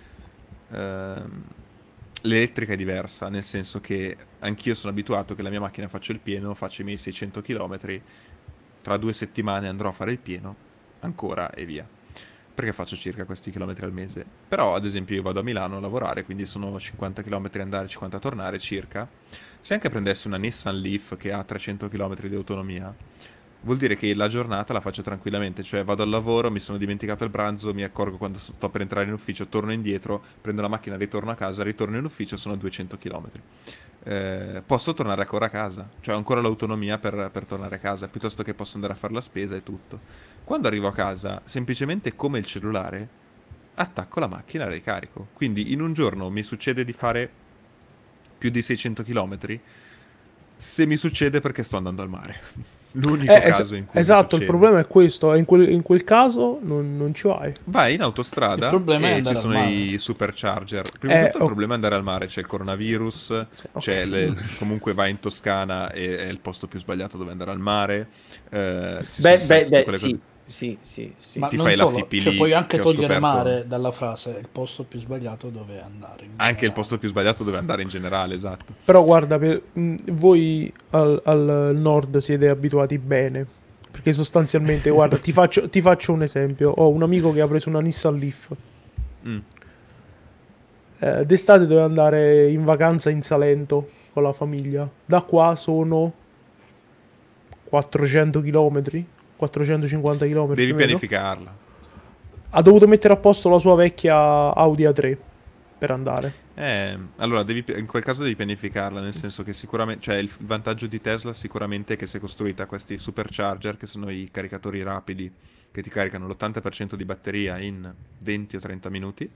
ehm, l'elettrica è diversa, nel senso che anch'io sono abituato che la mia macchina faccio il pieno, faccio i miei seicento chilometri, tra due settimane andrò a fare il pieno, ancora e via. Perché faccio circa questi chilometri al mese. Però, ad esempio, io vado a Milano a lavorare, quindi sono cinquanta chilometri andare, cinquanta tornare circa. Se anche prendessi una Nissan Leaf che ha trecento chilometri di autonomia, vuol dire che la giornata la faccio tranquillamente. Cioè, vado al lavoro, mi sono dimenticato il pranzo, mi accorgo quando sto per entrare in ufficio, torno indietro, prendo la macchina, ritorno a casa, ritorno in ufficio, sono a duecento chilometri. Eh, posso tornare ancora a casa, cioè ho ancora l'autonomia per, per tornare a casa, piuttosto che posso andare a fare la spesa e tutto. Quando arrivo a casa, semplicemente come il cellulare, attacco la macchina e la ricarico. Quindi in un giorno mi succede di fare più di seicento chilometri, se mi succede perché sto andando al mare. L'unico Eh, es- caso in cui mi esatto, il succede. problema è questo. e In quel, in quel caso non, non ci vai. Vai in autostrada Il problema è e andare ci al sono mare. i supercharger. Prima Eh, di tutto il oh. problema è andare al mare, c'è il coronavirus, Sì, ok. c'è le- comunque vai in Toscana e è il posto più sbagliato dove andare al mare. eh, ci beh, sono beh, tutte beh, quelle sì, cose- sì, sì, sì. Ma Ti non fai la solo, fippi cioè lì, puoi anche che ho togliere scoperto- mare dalla frase, è il posto più sbagliato dove andare. in Anche il generale. posto più sbagliato dove andare in generale, esatto. Però guarda, per- mh, voi al, al nord siete abituati bene. Perché sostanzialmente, guarda, ti faccio, ti faccio un esempio. Ho un amico che ha preso una Nissan Leaf. Mm. Eh, d'estate dovevo andare in vacanza in Salento con la famiglia. Da qua sono quattrocento chilometri, quattrocentocinquanta chilometri. Devi pianificarla. Ha dovuto mettere a posto la sua vecchia Audi A tre per andare. Eh, allora, devi, in quel caso devi pianificarla, nel senso che sicuramente, cioè il vantaggio di Tesla sicuramente è che si è costruita questi supercharger, che sono i caricatori rapidi, che ti caricano l'ottanta per cento di batteria in venti o trenta minuti,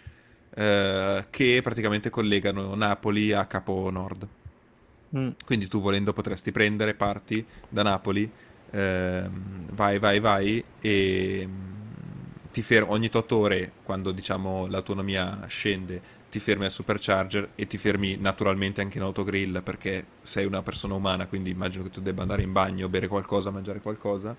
eh, che praticamente collegano Napoli a Capo Nord. Mm. Quindi tu volendo potresti prendere, parti da Napoli, ehm, vai, vai, vai e ti fermi ogni otto ore, quando diciamo l'autonomia scende, ti fermi al supercharger e ti fermi naturalmente anche in autogrill, perché sei una persona umana, quindi immagino che tu debba andare in bagno, bere qualcosa, mangiare qualcosa,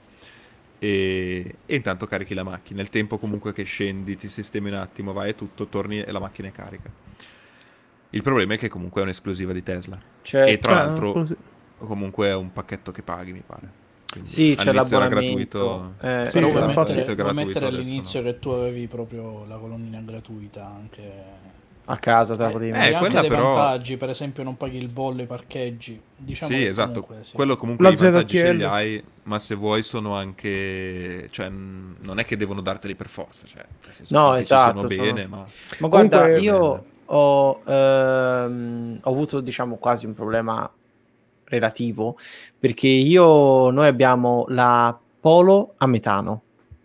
e, e intanto carichi la macchina. Nel tempo comunque che scendi, ti sistemi un attimo, vai e tutto, torni e la macchina è carica. Il problema è che comunque è un'esclusiva di Tesla. Certo. E tra Ah, l'altro così. comunque è un pacchetto che paghi, mi pare. Quindi Sì, c'è all'inizio era l'abbonamento. gratuito. Eh, Sì, Però sì, vuoi infatti- mettere, all'inizio è vuoi gratuito, mettere adesso all'inizio no. che tu avevi proprio la colonnina gratuita anche... a casa te la potevi Eh, mettere. Hai anche quella dei però- vantaggi, per esempio non paghi il bollo, i parcheggi. Diciamo Sì, che esatto. comunque, sì. Quello comunque La i vantaggi ce Z T L. li hai, ma se vuoi sono anche... Cioè, n- non è che devono darteli per forza, cioè, nel senso, No, finché ci esatto, sono sono- bene, ma... Ma guarda, Comunque- io ho, ehm, ho avuto, diciamo, quasi un problema relativo, perché io, noi abbiamo la Polo a metano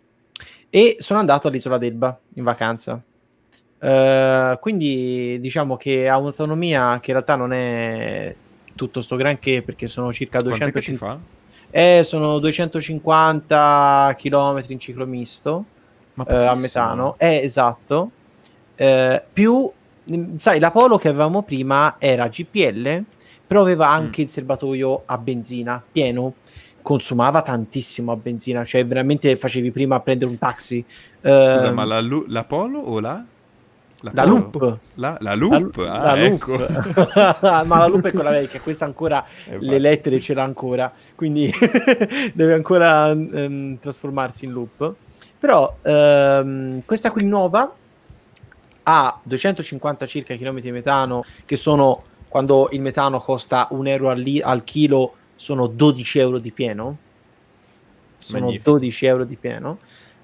e sono andato all'Isola d'Elba in vacanza. Eh, quindi diciamo che ha un'autonomia che in realtà non è tutto sto granché, perché sono circa Quant'è che ti duecentocinquanta, fa? eh, sono duecentocinquanta chilometri in ciclo misto, Ma eh, a pochissimo. metano, eh, esatto. Eh, più, mh, sai, la Polo che avevamo prima era G P L, però aveva anche Mm. il serbatoio a benzina pieno, consumava tantissimo a benzina, cioè veramente facevi prima a prendere un taxi. Scusa, Ehm, ma la, lu- la Polo o la? la Polo? Loop. La, la La, Loop? la Ah, Loop. ecco. Ma la Loop è quella vecchia, questa ancora Eh, le vai. lettere ce l'ha ancora, quindi deve ancora ehm, trasformarsi in Loop. Però ehm, questa qui nuova ha duecentocinquanta circa chilometri di metano, che sono, quando il metano costa un euro al, li- al chilo, sono dodici euro di pieno. Sono Magnifico. dodici euro di pieno.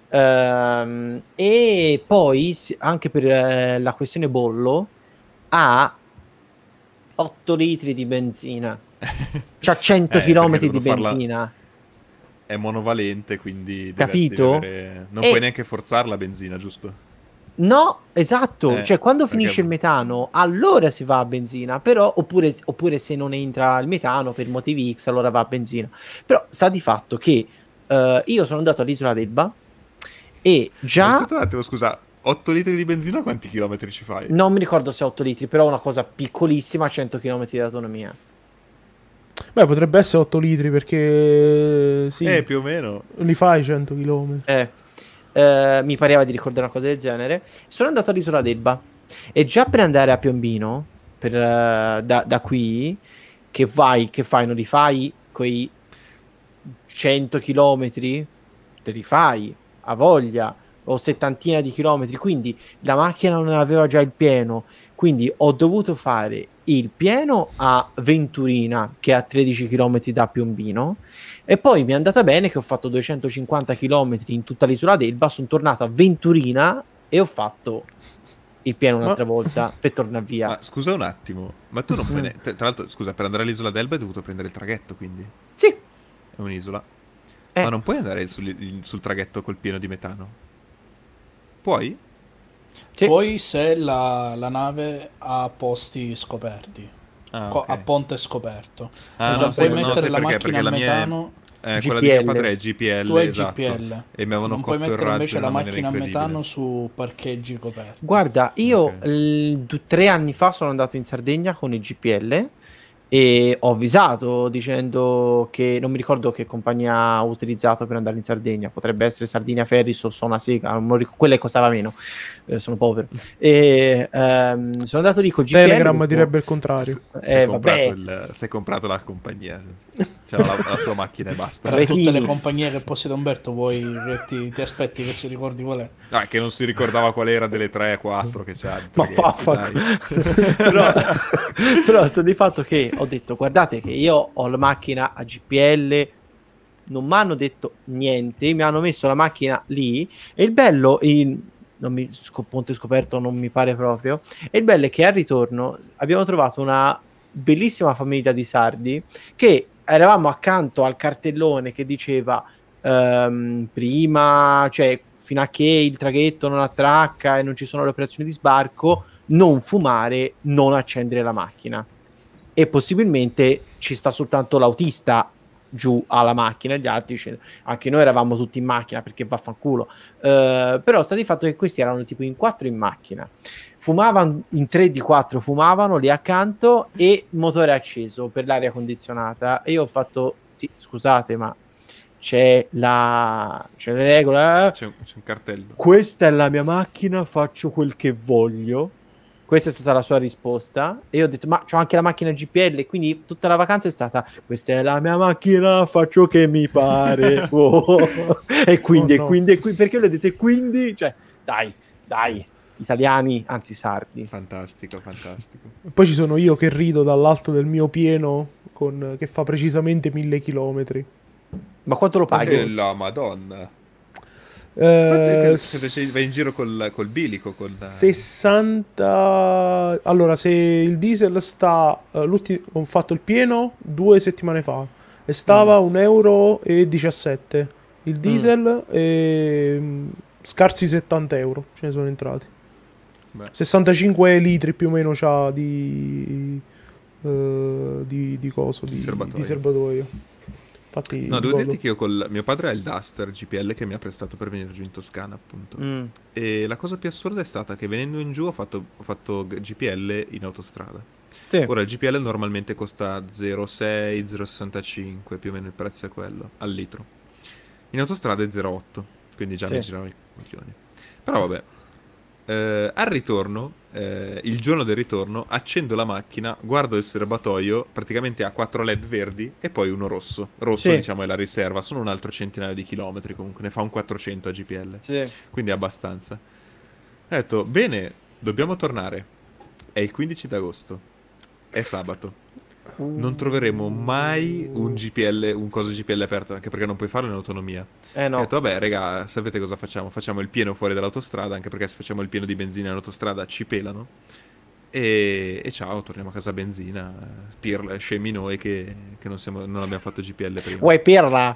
Ehm, e poi si- anche per eh, la questione bollo ha otto litri di benzina, c'ha cento Eh, chilometri perché di devono farla- benzina. È monovalente, quindi deve- Capito? devi avere- non E- puoi neanche forzare la benzina, giusto? No, esatto, Eh, cioè quando perché- finisce il metano allora si va a benzina, però oppure, oppure se non entra il metano per motivi X allora va a benzina. Però sta di fatto che eh, io sono andato all'Isola d'Elba e già Aspetta un attimo, scusa, otto litri di benzina quanti chilometri ci fai? non mi ricordo se otto litri, però una cosa piccolissima, cento chilometri di autonomia. Beh, potrebbe essere otto litri perché sì, Eh, più o meno. li fai cento chilometri. Eh, eh, mi pareva di ricordare una cosa del genere. Sono andato all'Isola d'Elba e già per andare a Piombino, per, eh, da, da qui, che vai, che fai? Non li fai quei cento chilometri? Te li fai, a voglia, o settantina di chilometri, quindi la macchina non aveva già il pieno, quindi ho dovuto fare il pieno a Venturina, che è a tredici chilometri da Piombino, e poi mi è andata bene che ho fatto duecentocinquanta chilometri in tutta l'isola d'Elba, sono tornato a Venturina e ho fatto il pieno un'altra Ma- volta per tornare via. Ma scusa un attimo, ma tu non puoi... ne- Tra l'altro, scusa, per andare all'isola d'Elba hai dovuto prendere il traghetto, quindi? Sì, È un'isola. Eh. Ma non puoi andare sul, sul traghetto col pieno di metano? Puoi? sì. Poi se la, la nave ha posti scoperti, Ah, co- ok. a ponte scoperto. Ah, Esatto, no, sai, puoi no, mettere sai la perché? macchina Perché a la mia è- metano, eh, G quella P di L. mio padre è G P L, tu hai esatto. G P L. E mi avevano Non puoi cotto il mettere razzo invece in la una maniera macchina a incredibile. metano su parcheggi coperti. Guarda, io Ok. il- du- tre anni fa sono andato in Sardegna con il G P L e ho avvisato dicendo che non mi ricordo che compagnia ho utilizzato per andare in Sardegna, potrebbe essere Sardinia Ferris o Sona Sega, non ric- quella che costava meno, eh, sono povero. E ehm, sono andato lì col G P L. Telegram con- direbbe il contrario. S- Eh, si è comprato vabbè. il- si è comprato la compagnia. c'era la, la tua macchina e basta. Tra Retini. tutte le compagnie che possiede Umberto, vuoi che ti, ti aspetti che si ricordi qual è? Ah, che non si ricordava qual era delle tre quattro che c'ha. Ma fa però, però sta di fatto che ho detto guardate che io ho la macchina a G P L, non mi hanno detto niente, mi hanno messo la macchina lì e il bello il, non mi sco, ponte scoperto non mi pare proprio, e il bello è che al ritorno abbiamo trovato una bellissima famiglia di sardi che eravamo accanto al cartellone che diceva ehm, prima, cioè fino a che il traghetto non attracca e non ci sono le operazioni di sbarco, non fumare, non accendere la macchina, e possibilmente ci sta soltanto l'autista giù alla macchina, gli altri anche noi eravamo tutti in macchina perché vaffanculo, uh, però sta di fatto che questi erano tipo in quattro in macchina, fumavano in tre di quattro, fumavano lì accanto e motore acceso per l'aria condizionata, e io ho fatto sì scusate ma c'è la c'è le regole, c'è un, c'è un cartello, questa è la mia macchina, faccio quel che voglio. Questa è stata la sua risposta e io ho detto ma c'ho anche la macchina G P L, quindi tutta la vacanza è stata questa è la mia macchina, faccio che mi pare. Oh. E quindi, oh, no. e quindi, e quindi perché le dite quindi, cioè dai, dai, italiani, anzi sardi. Fantastico, fantastico. E poi ci sono io che rido dall'alto del mio pieno con, che fa precisamente mille chilometri. Ma quanto lo paghi? E la madonna. Eh, se vai in giro col, col bilico col... sessanta. Allora, se il diesel sta uh, l'ultimo ho fatto il pieno due settimane fa e stava mm. un euro e diciassette il diesel mm. e um, scarsi settanta euro ce ne sono entrati. Beh. sessantacinque litri più o meno c'ha di uh, di, di coso di, di serbatoio, di serbatoio. Infatti, no, devo dirti che io col mio padre ha il Duster G P L che mi ha prestato per venire giù in Toscana, appunto. Mm. E la cosa più assurda è stata che venendo in giù ho fatto, ho fatto G P L in autostrada. Sì. Ora il G P L normalmente costa zero virgola sei, zero virgola sessantacinque, più o meno il prezzo è quello, al litro. In autostrada è zero virgola otto, quindi già sì. mi girano i coglioni. Però vabbè. Eh, al ritorno, eh, il giorno del ritorno, accendo la macchina, guardo il serbatoio, praticamente ha quattro L E D verdi e poi uno rosso. Rosso, sì. diciamo, è la riserva, sono un altro centinaio di chilometri, comunque ne fa un quattrocento a G P L. Sì. Quindi è abbastanza. Ho detto, bene, dobbiamo tornare. È il quindici d'agosto. È sabato. Non troveremo mai un G P L, un coso G P L aperto, anche perché non puoi farlo in autonomia. Eh no. Ho detto, vabbè, raga, sapete cosa facciamo? Facciamo il pieno fuori dall'autostrada, anche perché se facciamo il pieno di benzina in autostrada ci pelano. E, e ciao, torniamo a casa benzina. Pirla, scemi noi che, che non, siamo, non abbiamo fatto G P L prima. Vuoi pirla?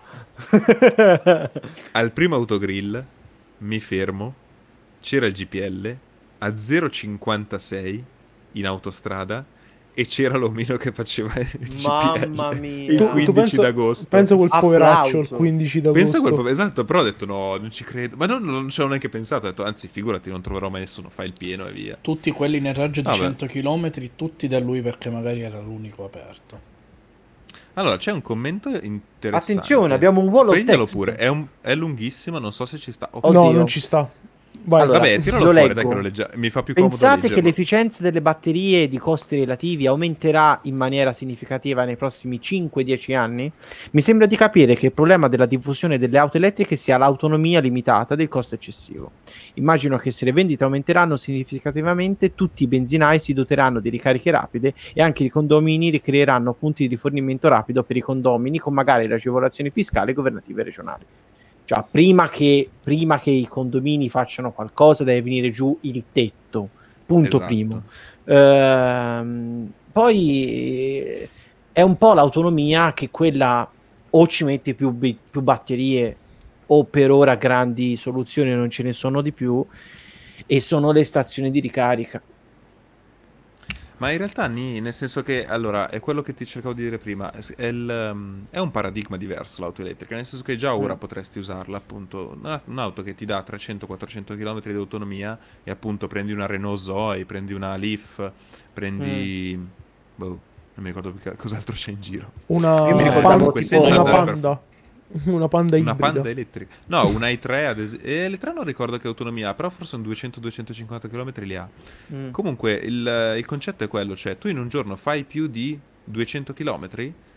Al primo autogrill mi fermo, c'era il G P L a zero virgola cinquantasei in autostrada. E c'era l'omino che faceva il G P L. Mamma mia. Il quindici penso, d'agosto. Penso quel poveraccio il quindici d'agosto. Pensa quel po- esatto, però ho detto no, non ci credo. Ma non, non ci ho neanche pensato. Ho detto anzi, figurati, non troverò mai nessuno. Fai il pieno e via. Tutti quelli nel raggio di Vabbè. cento chilometri, tutti da lui perché magari era l'unico aperto. Allora, c'è un commento interessante. Attenzione, abbiamo un volo Prendilo text. pure, è, un, è lunghissimo, non so se ci sta. Oh, no, non ci sta. Vai, allora, vabbè, tiralo lo fuori, leggo. dai che lo leggiamo. Mi fa più comodo Pensate leggerlo. che l'efficienza delle batterie e di costi relativi aumenterà in maniera significativa nei prossimi cinque dieci anni? Mi sembra di capire che il problema della diffusione delle auto elettriche sia l'autonomia limitata del costo eccessivo. Immagino che se le vendite aumenteranno significativamente, tutti i benzinai si doteranno di ricariche rapide e anche i condomini ricreeranno punti di rifornimento rapido per i condomini con magari le agevolazioni fiscali governative regionali. Cioè, prima che, prima che i condomini facciano qualcosa deve venire giù il tetto, punto. Esatto. Primo. Ehm, poi è un po' l'autonomia che quella o ci metti più, più batterie o per ora grandi soluzioni non ce ne sono di più, e sono le stazioni di ricarica. Ma in realtà nì, nel senso che, allora, è quello che ti cercavo di dire prima, è, il, um, è un paradigma diverso l'auto elettrica, nel senso che già ora mm. potresti usarla, appunto, una, un'auto che ti dà trecento quattrocento chilometri di autonomia e appunto prendi una Renault Zoe, prendi una Leaf, prendi... Mm. Boh, non mi ricordo più che, cos'altro c'è in giro. Una, Io mi ricordavo tipo senza una Panda. Per... Una Panda una ibrida. Panda elettrica. No, una i tre ad esempio. E l'I tre non ricordo che autonomia ha, però forse un duecento duecentocinquanta chilometri li ha. Mm. Comunque il, il concetto è quello, cioè tu in un giorno fai più di duecento chilometri,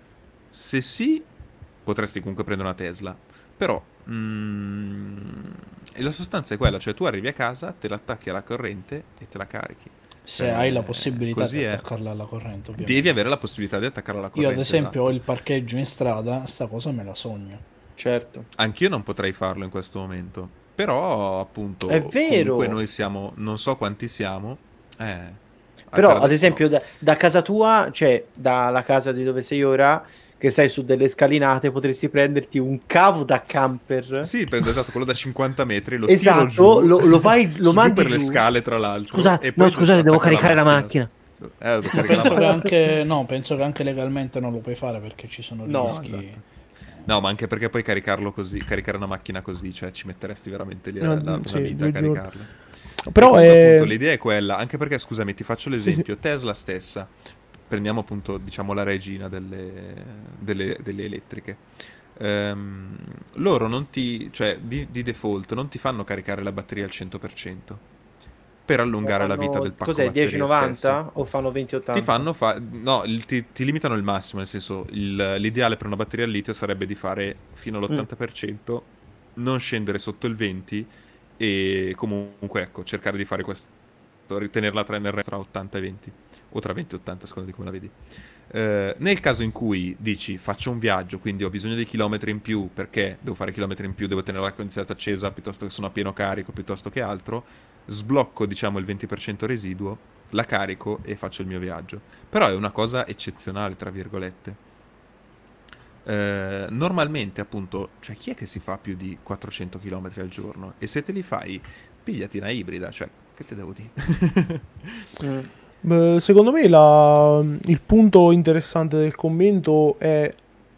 se sì, potresti comunque prendere una Tesla. Però mm, e la sostanza è quella, cioè tu arrivi a casa, te l'attacchi alla corrente e te la carichi. Se Cioè, hai la possibilità così di è. attaccarla alla corrente, ovviamente. Devi avere la possibilità di attaccarla alla Io corrente. ad esempio ho esatto. il parcheggio in strada, sta cosa me la sogno. Certo. Anch'io non potrei farlo in questo momento. Però, appunto, È vero. comunque noi siamo, non so quanti siamo. Eh, Però, per ad adesso esempio, no. da, da casa tua, cioè dalla casa di dove sei ora, che sei su delle scalinate, potresti prenderti un cavo da camper. Sì, prendo esatto, quello da cinquanta metri, lo Esatto, tiro giù, lo, lo vai, lo su, giù mandi per giù. le scale, tra l'altro. Scusa, e no, poi scusate, devo attacco caricare la macchina. Eh, devo Ma caricare penso la che macchina. anche no, penso che anche legalmente non lo puoi fare perché ci sono No, rischi. esatto. No, ma anche perché poi caricarlo così, caricare una macchina così, cioè ci metteresti veramente lì No, la, la, sì, una vita due a giorni. caricarla. Però E quindi, è... appunto, l'idea è quella, anche perché, scusami, ti faccio l'esempio, Sì, Tesla stessa, prendiamo appunto, diciamo, la regina delle, delle, delle elettriche. Ehm, loro non ti, cioè, di, di default, non ti fanno caricare la batteria al cento per cento per allungare la vita Fanno- del pacco Cos'è, batteria dieci novanta stesso. o fanno venti ottanta? Ti fanno fa- no, il- ti, ti limitano il massimo, nel senso, il- l'ideale per una batteria al litio sarebbe di fare fino Mm. all'ottanta per cento, non scendere sotto il venti e comunque, ecco, cercare di fare questo, ritenerla tra, nel re- tra ottanta e venti, o tra venti e ottanta, secondo di come la vedi. Eh, nel caso in cui dici faccio un viaggio, quindi ho bisogno di chilometri in più, perché devo fare chilometri in più, devo tenere la condizionata accesa piuttosto che sono a pieno carico, piuttosto che altro, sblocco, diciamo, il venti per cento residuo, la carico e faccio il mio viaggio. Però è una cosa eccezionale, tra virgolette. Eh, normalmente, appunto, cioè chi è che si fa più di quattrocento chilometri al giorno? E se te li fai, pigliati una ibrida, cioè, che te devo dire? Mm. beh, secondo me la- il punto interessante del commento è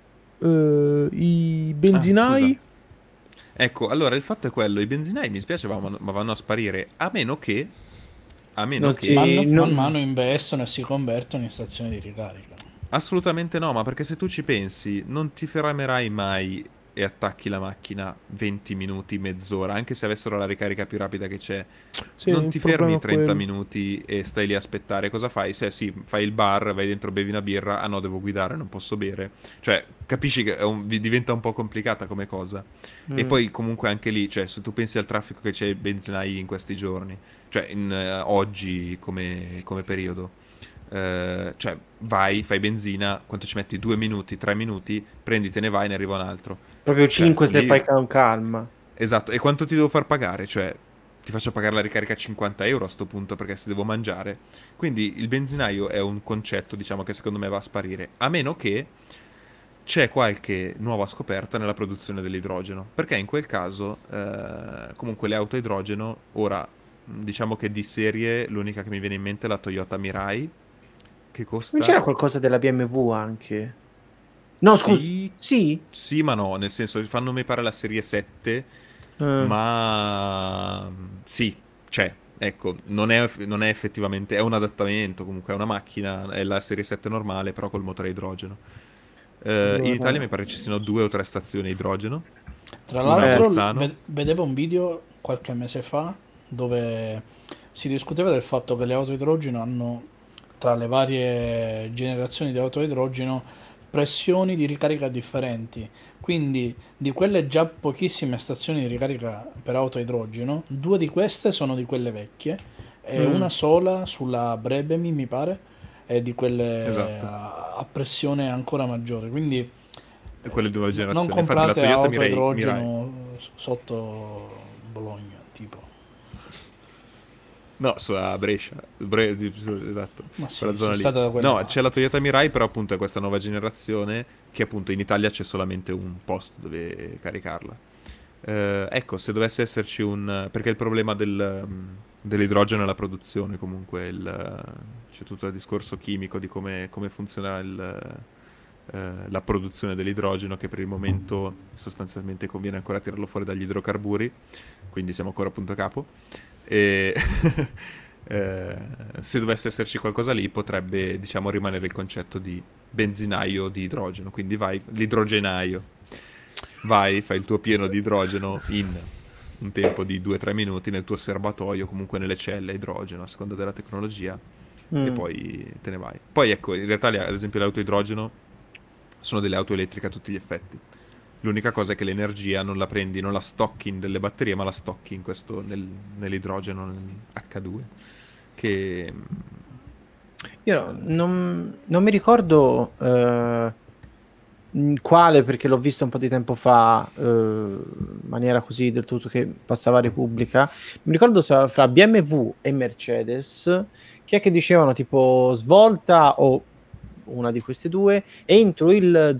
eh, i benzinai. Ah, scusa. Ecco, allora il fatto è quello, i benzinai mi spiace ma, ma vanno a sparire, a meno che, a meno Non che, ci- Man, non- man mano investono e si convertono in stazioni di ricarica. assolutamente no, ma perché se tu ci pensi, non ti fermerai mai e attacchi la macchina venti minuti, mezz'ora, anche se avessero la ricarica più rapida che c'è. Sì, Non il ti problema fermi è trenta quello. minuti e stai lì a aspettare. Cosa fai? Se sì, fai il bar, vai dentro, bevi una birra. Ah no, devo guidare, non posso bere. Cioè, capisci che è un- vi- diventa un po' complicata come cosa. E Mm. poi comunque anche lì, cioè, se tu pensi al traffico che c'è ai benzinai in questi giorni, cioè in, eh, oggi come, come periodo, eh, cioè vai, fai benzina, quanto ci metti? Due minuti, tre minuti, prendi, te ne vai, ne arriva un altro. Proprio Cioè, cinque se lì- fai con calma. Esatto, e quanto ti devo far pagare? Cioè, ti faccio pagare la ricarica a cinquanta euro a sto punto perché se devo mangiare. Quindi il benzinaio è un concetto, diciamo, che secondo me va a sparire, a meno che c'è qualche nuova scoperta nella produzione dell'idrogeno, perché in quel caso, eh, comunque le auto a idrogeno, ora, mh, diciamo che di serie l'unica che mi viene in mente è la Toyota Mirai, che costa... Non c'era qualcosa della B M W anche? No, scusa. Sì, Sì? sì, ma no, nel senso, fanno mi pare la serie sette, Eh, ma sì, c'è. Ecco, non è, non è effettivamente, è un adattamento, comunque è una macchina, è la serie sette normale, però col motore a idrogeno. Eh, in Italia mi pare ci siano due o tre stazioni a idrogeno, Tra una a l'altro, Bolzano. ve- vedevo un video qualche mese fa dove si discuteva del fatto che le auto a idrogeno hanno, tra le varie generazioni di auto a idrogeno, pressioni di ricarica differenti. Quindi, di quelle già pochissime stazioni di ricarica per auto a idrogeno, due di queste sono di quelle vecchie e Mm. una sola sulla Brebemi, mi pare, è di quelle Esatto. a, a pressione ancora maggiore. Quindi E quelle di nuova non generazione. Infatti la comprate Toyota auto a Mirai, Mirai. idrogeno sotto Bologna, tipo. No, su- a Brescia, Bre- sì, su- esatto, Ma sì, quella zona sei lì. stata da quelle No, parti. c'è la Toyota Mirai, però appunto è questa nuova generazione che appunto in Italia c'è solamente un posto dove caricarla. Eh, ecco, se dovesse esserci un... perché il problema del, mm, dell'idrogeno è la produzione, comunque il- c'è tutto il discorso chimico di come, come funziona il, eh, la produzione dell'idrogeno, che per il momento sostanzialmente conviene ancora tirarlo fuori dagli idrocarburi, quindi siamo ancora a punto a capo. E eh, se dovesse esserci qualcosa lì potrebbe, diciamo, rimanere il concetto di benzinaio di idrogeno, quindi vai, l'idrogenaio, vai, fai il tuo pieno di idrogeno in un tempo di due tre minuti nel tuo serbatoio, comunque nelle celle a idrogeno, a seconda della tecnologia, e mm. poi te ne vai. Poi ecco, in realtà le- ad esempio le auto a idrogeno sono delle auto elettriche a tutti gli effetti. L'unica cosa è che l'energia non la prendi, non la stocchi in delle batterie, ma la stocchi in questo, nel- nell'idrogeno, nel acca due. Che Io non, non mi ricordo eh, in quale, perché l'ho visto un po' di tempo fa, eh, in maniera così del tutto che passava a Repubblica. Mi ricordo se fra B M W e Mercedes, chi è che dicevano tipo svolta o una di queste due, entro il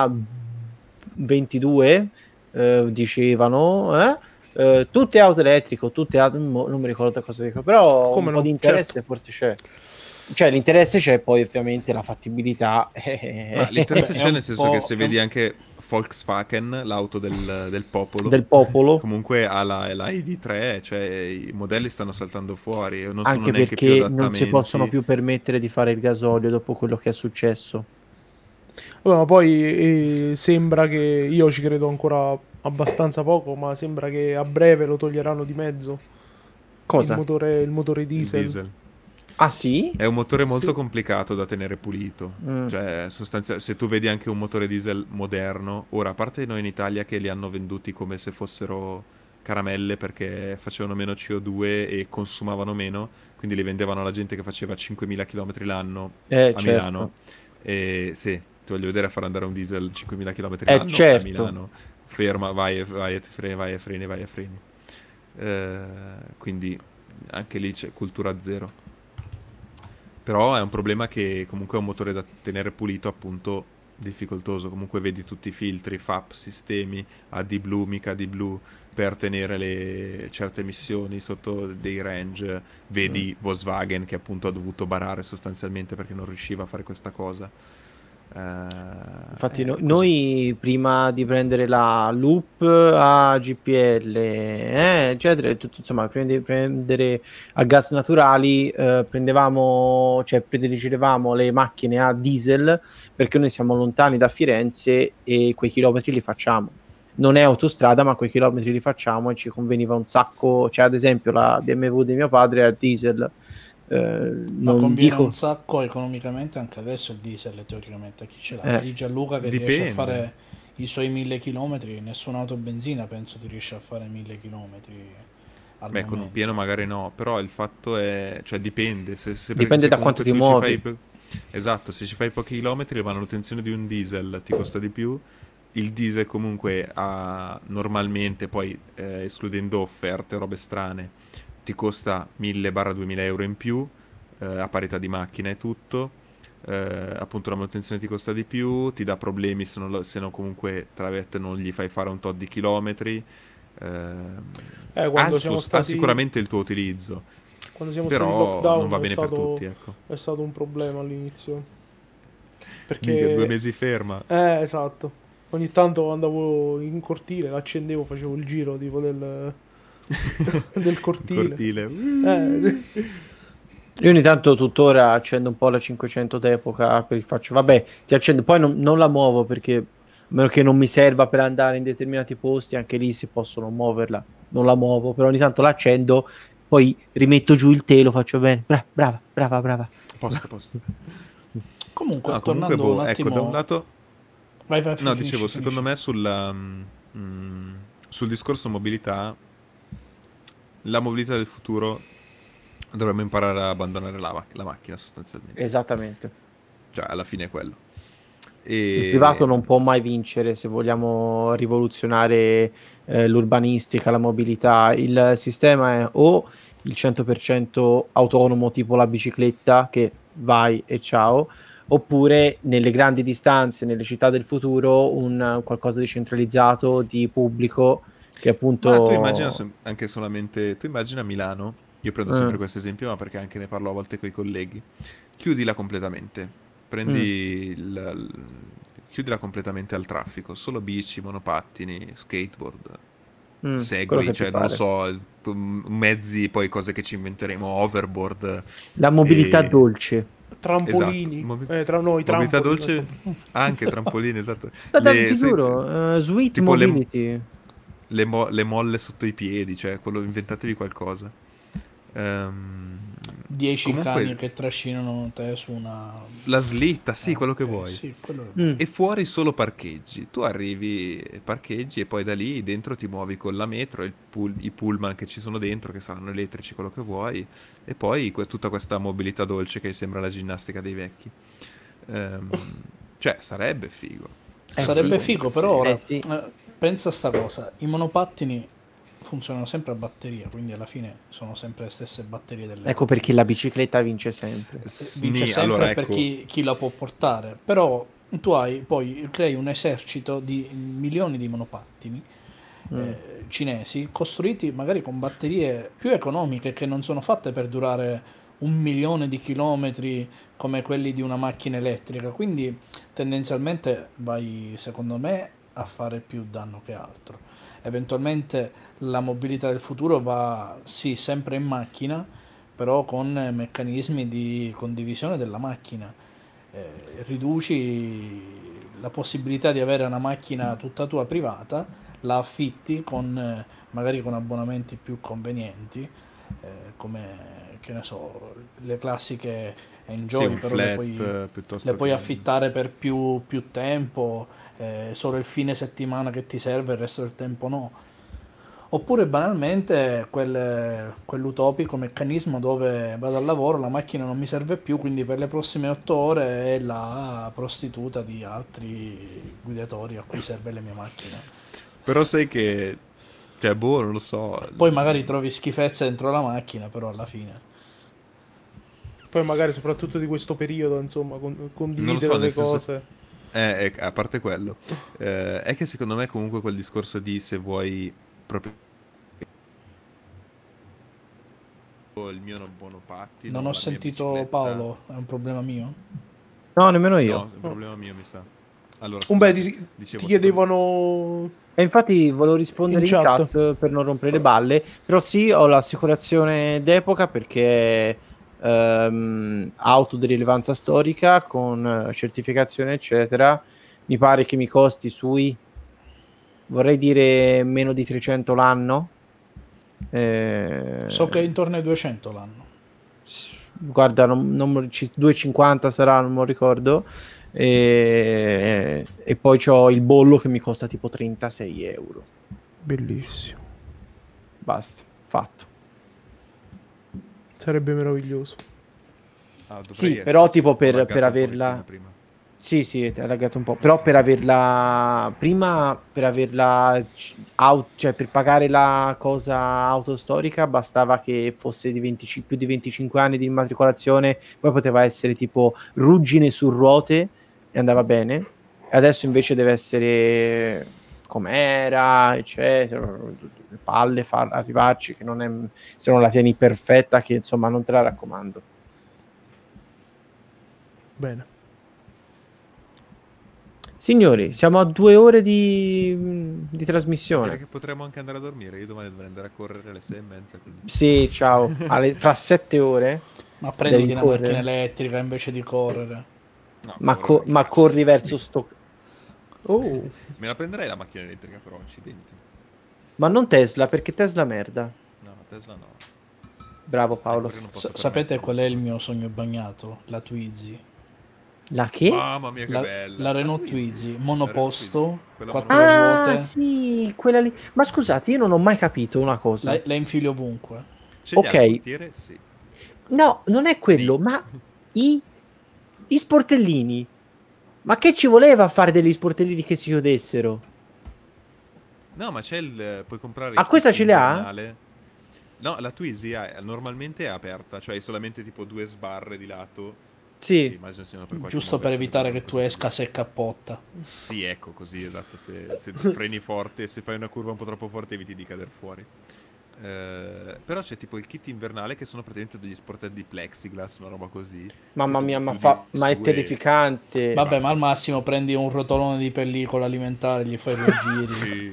duemilaventidue, eh, dicevano, eh, eh, tutte auto elettriche o tutte auto, non non mi ricordo cosa dico, però Come un po' no? di interesse Certo. forse c'è. Cioè l'interesse c'è, poi ovviamente la fattibilità Ma l'interesse Beh, è c'è un nel senso che po'- se è vedi un- anche Volkswagen, l'auto del, del popolo, del popolo, comunque ha la, la I D tre, cioè i modelli stanno saltando fuori, non sono anche neanche più perché non adattamenti. si possono più permettere di fare il gasolio dopo quello che è successo. Vabbè, ma poi eh, sembra che io ci credo ancora abbastanza poco, ma sembra che a breve lo toglieranno di mezzo. Il Cosa? motore, il motore Il diesel. diesel. Ah sì? È un motore molto Sì. complicato da tenere pulito. Mm. Cioè, sostanzialmente, se tu vedi anche un motore diesel moderno, ora, a parte noi in Italia che li hanno venduti come se fossero caramelle perché facevano meno C O due e consumavano meno, quindi li vendevano alla gente che faceva cinquemila chilometri l'anno Eh, a certo. Milano. E sì, ti voglio vedere a far andare un diesel cinquemila chilometri Eh, l'anno a certo. Milano. Ferma, vai e vai e ti freni, vai e freni, vai e freni. Eh, quindi anche lì c'è cultura zero. Però è un problema che comunque è un motore da tenere pulito, appunto, difficoltoso. Comunque vedi tutti i filtri, F A P, sistemi, A D Blue, mica A D Blue, per tenere le certe emissioni sotto dei range. Vedi Volkswagen che appunto ha dovuto barare sostanzialmente perché non riusciva a fare questa cosa. Eh, Infatti è no- così. noi prima di prendere la Loop a G P L, eh, eccetera, e tutto, insomma, prima di prendere a gas naturali, eh, prendevamo, cioè prediligevamo le macchine a diesel perché noi siamo lontani da Firenze e quei chilometri li facciamo. Non è autostrada, ma quei chilometri li facciamo e ci conveniva un sacco. Cioè, ad esempio, la B M W di mio padre è a diesel. Eh, Ma non conviene dico un sacco economicamente anche adesso il diesel, teoricamente. Chi ce l'ha? Eh. Di Gianluca che Dipende. riesce a fare i suoi mille chilometri, nessuna auto benzina penso ti riesce a fare mille chilometri al Beh, con un momento. pieno magari no, però il fatto è, cioè dipende, se, se, Dipende se da comunque quanto ti tu ci muovi. fai, po- esatto, se ci fai pochi chilometri la manutenzione di un diesel ti costa di più, il diesel comunque ha normalmente, poi eh, escludendo offerte, robe strane, ti costa mille duemila euro in più, eh, a parità di macchina e tutto. Eh, appunto la manutenzione ti costa di più, ti dà problemi se non, lo- se no comunque tra virgolette non gli fai fare un tot di chilometri. Ehm, Eh, ha, quando il siamo suo- ha stati, sicuramente il tuo utilizzo, quando siamo stati in però lockdown non va è bene per stato, tutti, ecco. è stato un problema all'inizio. Mica Perché... due mesi ferma. Eh, esatto. Ogni tanto andavo in cortile, l'accendevo, facevo il giro tipo del, del cortile. Cortile. Eh, sì. Io ogni tanto tuttora accendo un po' la cinquecento d'epoca per il faccio, vabbè, ti accendo, poi non, non la muovo perché a meno che non mi serva per andare in determinati posti, anche lì si possono muoverla, non la muovo, però ogni tanto la accendo, poi rimetto giù il telo, faccio bene, Bra- brava, brava, brava. Posto, posto. Comunque, Ah, comunque, tornando boh, un attimo... ecco, da un lato... Vai, vai, No, finisci, dicevo, finisci. secondo me sulla, mm, sul discorso mobilità, la mobilità del futuro dovremmo imparare a abbandonare la, mac- la macchina sostanzialmente. Esattamente. Cioè, alla fine è quello. Il E... privato non può mai vincere se vogliamo rivoluzionare eh, l'urbanistica, la mobilità. Il sistema è o il cento per cento autonomo tipo la bicicletta che vai e ciao, oppure nelle grandi distanze, nelle città del futuro, un qualcosa di centralizzato, di pubblico, che appunto... Ma tu immagina se- anche solamente, tu immagina Milano, io prendo sempre Eh. questo esempio, ma perché anche ne parlo a volte con i colleghi, chiudila completamente, prendi il, il- chiudila completamente al traffico, solo bici, monopattini, skateboard, Mm, quello segway, che ti cioè non lo pare. so, m- mezzi, poi cose che ci inventeremo, overboard, La mobilità e- dolce. Trampolini. Esatto, mobi- Eh, tra noi, mobilità trampoli, dolce, facciamo. anche trampolini, esatto. Ma dai, Le- ti sai- giuro, eh, Sweet tipo le- Mobility. le, mo- le molle sotto i piedi, cioè quello, inventatevi qualcosa. Ehm, dieci Comunque, cani che trascinano te su una... La slitta, sì, quello che Ok, vuoi. sì, quello che- Mm. E fuori solo parcheggi. Tu arrivi, parcheggi e poi da lì dentro ti muovi con la metro, il pull- i pullman che ci sono dentro, che saranno elettrici, quello che vuoi, e poi que- tutta questa mobilità dolce che sembra la ginnastica dei vecchi. Ehm, cioè, sarebbe figo. Eh Sarebbe sì. figo, però ora Eh sì. eh, pensa a sta cosa, i monopattini funzionano sempre a batteria, quindi alla fine sono sempre le stesse batterie delle Ecco perché la bicicletta vince sempre. S- vince ni- sempre allora, per ecco, chi, chi la può portare, però tu hai poi crei un esercito di milioni di monopattini Mm. eh, cinesi costruiti magari con batterie più economiche che non sono fatte per durare un milione di chilometri come quelli di una macchina elettrica, quindi tendenzialmente vai secondo me a fare più danno che altro. Eventualmente la mobilità del futuro va sì sempre in macchina, però con meccanismi di condivisione della macchina. Eh, riduci la possibilità di avere una macchina tutta tua privata, la affitti con eh, magari con abbonamenti più convenienti, eh, come che ne so, le classiche sì, Enjoy, un però le flat puoi, eh, piuttosto le puoi che... affittare per più, più tempo, eh, solo il fine settimana che ti serve, il resto del tempo no. Oppure banalmente quel- quell'utopico meccanismo dove vado al lavoro, la macchina non mi serve più, quindi per le prossime otto ore è la prostituta di altri guidatori a cui serve le mie macchine. Però sai che... Cioè, boh, non lo so. Poi magari trovi schifezze dentro la macchina, però alla fine. Poi magari soprattutto di questo periodo, insomma, con- Non lo condividere so, le nel senso... cose. Eh, eh, a parte quello, eh, è che secondo me comunque quel discorso di se vuoi proprio il mio monopattino, Non ho la mia sentito bicicletta... Paolo, è un problema mio? No, nemmeno io. No, è un problema mio, mi sa. Allora, Un beh, scusate, ti, dicevo, ti chiedevano E infatti volevo rispondere in in chat. chat per non rompere le balle, però sì, ho l'assicurazione d'epoca perché ehm, auto di rilevanza storica con eh, certificazione eccetera, mi pare che mi costi sui, vorrei dire meno di trecento l'anno. Eh, So che è intorno ai duecento l'anno. guarda, non, non, ci- duecentocinquanta sarà, non me lo ricordo. E, e poi c'ho il bollo che mi costa tipo trentasei euro. Bellissimo. Basta, fatto. Sarebbe meraviglioso. Ah, dovrei Sì, esserci. però tipo Ho per, laggato per un averla... pochettino prima. Sì, sì, ti ha laggato un po'. Però per averla... Prima, per averla... c- au- cioè, per pagare la cosa autostorica bastava che fosse di venticinque più di venticinque anni di immatricolazione, poi poteva essere tipo ruggine su ruote e andava bene. E adesso invece deve essere com'era, eccetera. Le palle far arrivarci, che non è... Se non la tieni perfetta, che insomma non te la raccomando. Bene. Signori, siamo a due ore di, di Direi trasmissione. che potremmo anche andare a dormire. Io domani dovrei andare a correre alle sei e mezza. Quindi... Sì, ciao. Alle- fra sette ore. Ma prenditi Devi una correre. macchina elettrica invece di correre. No, Ma, correre co- un ma cazzo. corri verso sto... Oh, Me la prenderei la macchina elettrica, però, accidenti. Ma non Tesla, perché Tesla merda. No, Tesla no. Bravo Ecco Paolo. perché non posso Sa- sapete permettermi, qual è il insomma. mio sogno bagnato? La Twizy. La che? Mamma mia, che La, bella. la Renault Twizy. Twizy, La monoposto, Renault Twizy. Quella quattro monoposto. Ah, ruote. sì, quella lì. Ma scusate, io non ho mai capito una cosa. La, la infili ovunque. Scegliamo Ok. il portiere? Sì. No, non è quello, Sì. ma i, i sportellini. Ma che ci voleva fare degli sportellini che si chiudessero? No, ma c'è il... Puoi comprare Ah, il questa kit ce le ha? invernale. No, la Twizy è- normalmente è aperta, cioè hai solamente tipo due sbarre di lato. Che Sì. immagino siano per qualche Giusto per motivazione evitare per che tu così esca via. se cappotta. Sì, ecco, così, esatto. Se, se freni forte, se fai una curva un po' troppo forte, eviti di cadere fuori. Eh, però c'è tipo il kit invernale che sono praticamente degli sportelli di plexiglass, una roba così. Mamma che tu mia, ma, chiudi fa... ma è su e- terrificante. Vabbè, basta. ma al massimo prendi un rotolone di pellicola alimentare, gli fai due giri.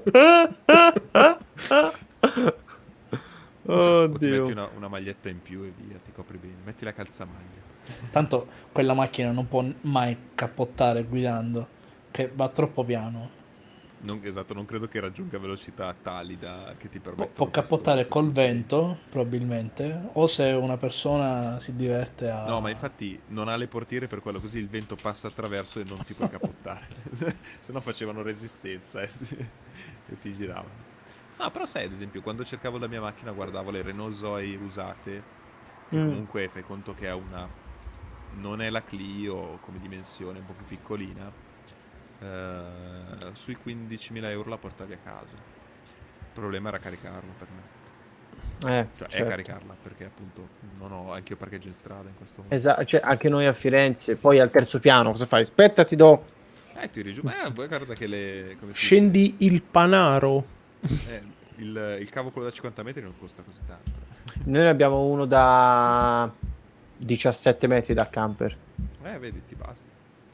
Sì. O ti metti Oddio. una, una maglietta in più e via, ti copri bene. Metti la calzamaglia. Tanto quella macchina non può mai cappottare guidando, che va troppo piano. Non, esatto, non credo che raggiunga velocità tali da che ti Può, permettono può questo- capottare questo col giro. vento, probabilmente, o se una persona si diverte a... No, ma infatti non ha le portiere per quello, così il vento passa attraverso e non ti puoi capottare. Se no facevano resistenza eh, sì, e ti giravano. No, però sai, ad esempio, quando cercavo la mia macchina guardavo le Renault Zoe usate, che Mm. comunque fai conto che è una... non è la Clio come dimensione, un po' più piccolina. Eh, sui quindicimila euro la portavi a casa. Il problema era caricarla per me. Eh, Cioè, è certo. caricarla, perché appunto non ho anche io parcheggio in strada in questo momento. Esatto, cioè, anche noi a Firenze, poi al terzo piano, cosa fai? Aspetta, ti do. Eh, tiri giù. Eh, poi guarda che le... come si Scendi il Panaro. dice? Eh, il, il cavo quello da cinquanta metri non costa così tanto. Noi ne abbiamo uno da diciassette metri da camper. Eh, vedi, ti basta.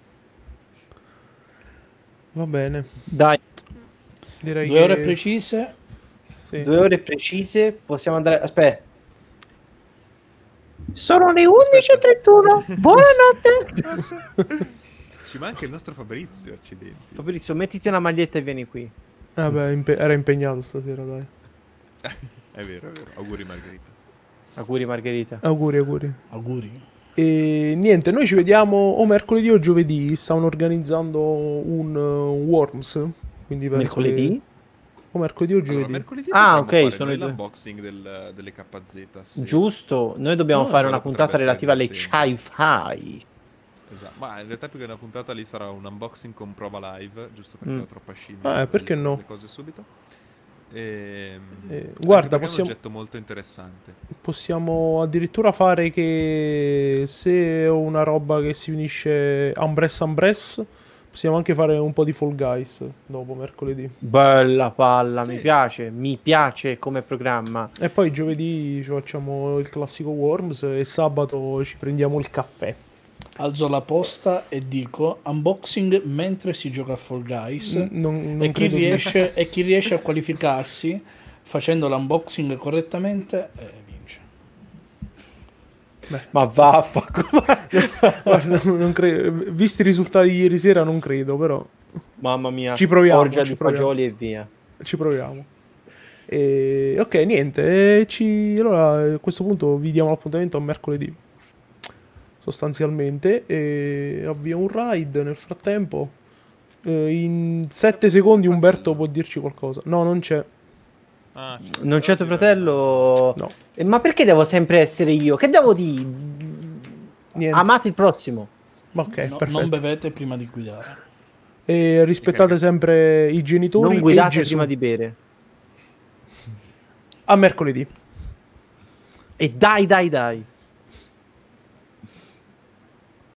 Va bene. Dai, Direi Due che... ore precise. Sì. due ore precise, possiamo andare... Aspetta. Sono le undici e trentuno. Buonanotte. Ci manca il nostro Fabrizio, accidenti. Fabrizio, mettiti una maglietta e vieni qui. Vabbè, impe- era impegnato stasera, dai. È vero, è vero. Auguri Margherita. Auguri Margherita. Auguri, auguri. Auguri. E niente, noi ci vediamo o mercoledì o giovedì. Stavano organizzando un uh, Worms. Quindi penso Mercoledì? che- O mercoledì o Allora, giovedì. mercoledì Ah, potremmo ok, fare sono noi i due. l'unboxing del- delle K Z. Sì. Giusto, noi dobbiamo No, fare quello una puntata potrebbe relativa alle essere Chi-Fi. Esatto. Ma in realtà più che una puntata lì sarà un unboxing con prova live, giusto perché Mm. ho troppa scimmia. Ah, per perché dire no? Le cose subito. E, Eh, anche guarda, perché possiamo- è un oggetto molto interessante. Possiamo addirittura fare che se è una roba che si unisce Ambress Ambress, possiamo anche fare un po' di Fall Guys dopo mercoledì. Bella palla, mi Sì. piace, mi piace come programma. E poi giovedì ci facciamo il classico Worms e sabato ci prendiamo il caffè. Alzo la posta e dico unboxing mentre si gioca a Fall Guys. N- non- non e, chi credo di- riesce, e chi riesce a qualificarsi facendo l'unboxing correttamente eh, vince. Ma vaffanculo. Guarda, non cre- Visti i risultati di ieri sera non credo, però Mamma mia. Ci proviamo, Orgia ci di proviamo. fagioli e via. ci proviamo. E... Ok, niente. e Ci... Allora a questo punto vi diamo l'appuntamento a mercoledì. Sostanzialmente. E avvia un ride nel frattempo. Eh, in sette secondi Umberto può dirci qualcosa. No, non c'è. Ah, Non c'è tuo fratello? No. Eh, ma perché devo sempre essere io? Che devo dire? Niente. Amate il prossimo. Ok, No, perfetto. non bevete prima di guidare. E rispettate Ok. sempre i genitori Non e guidate Gesù. prima di bere. A mercoledì. E dai, dai, dai.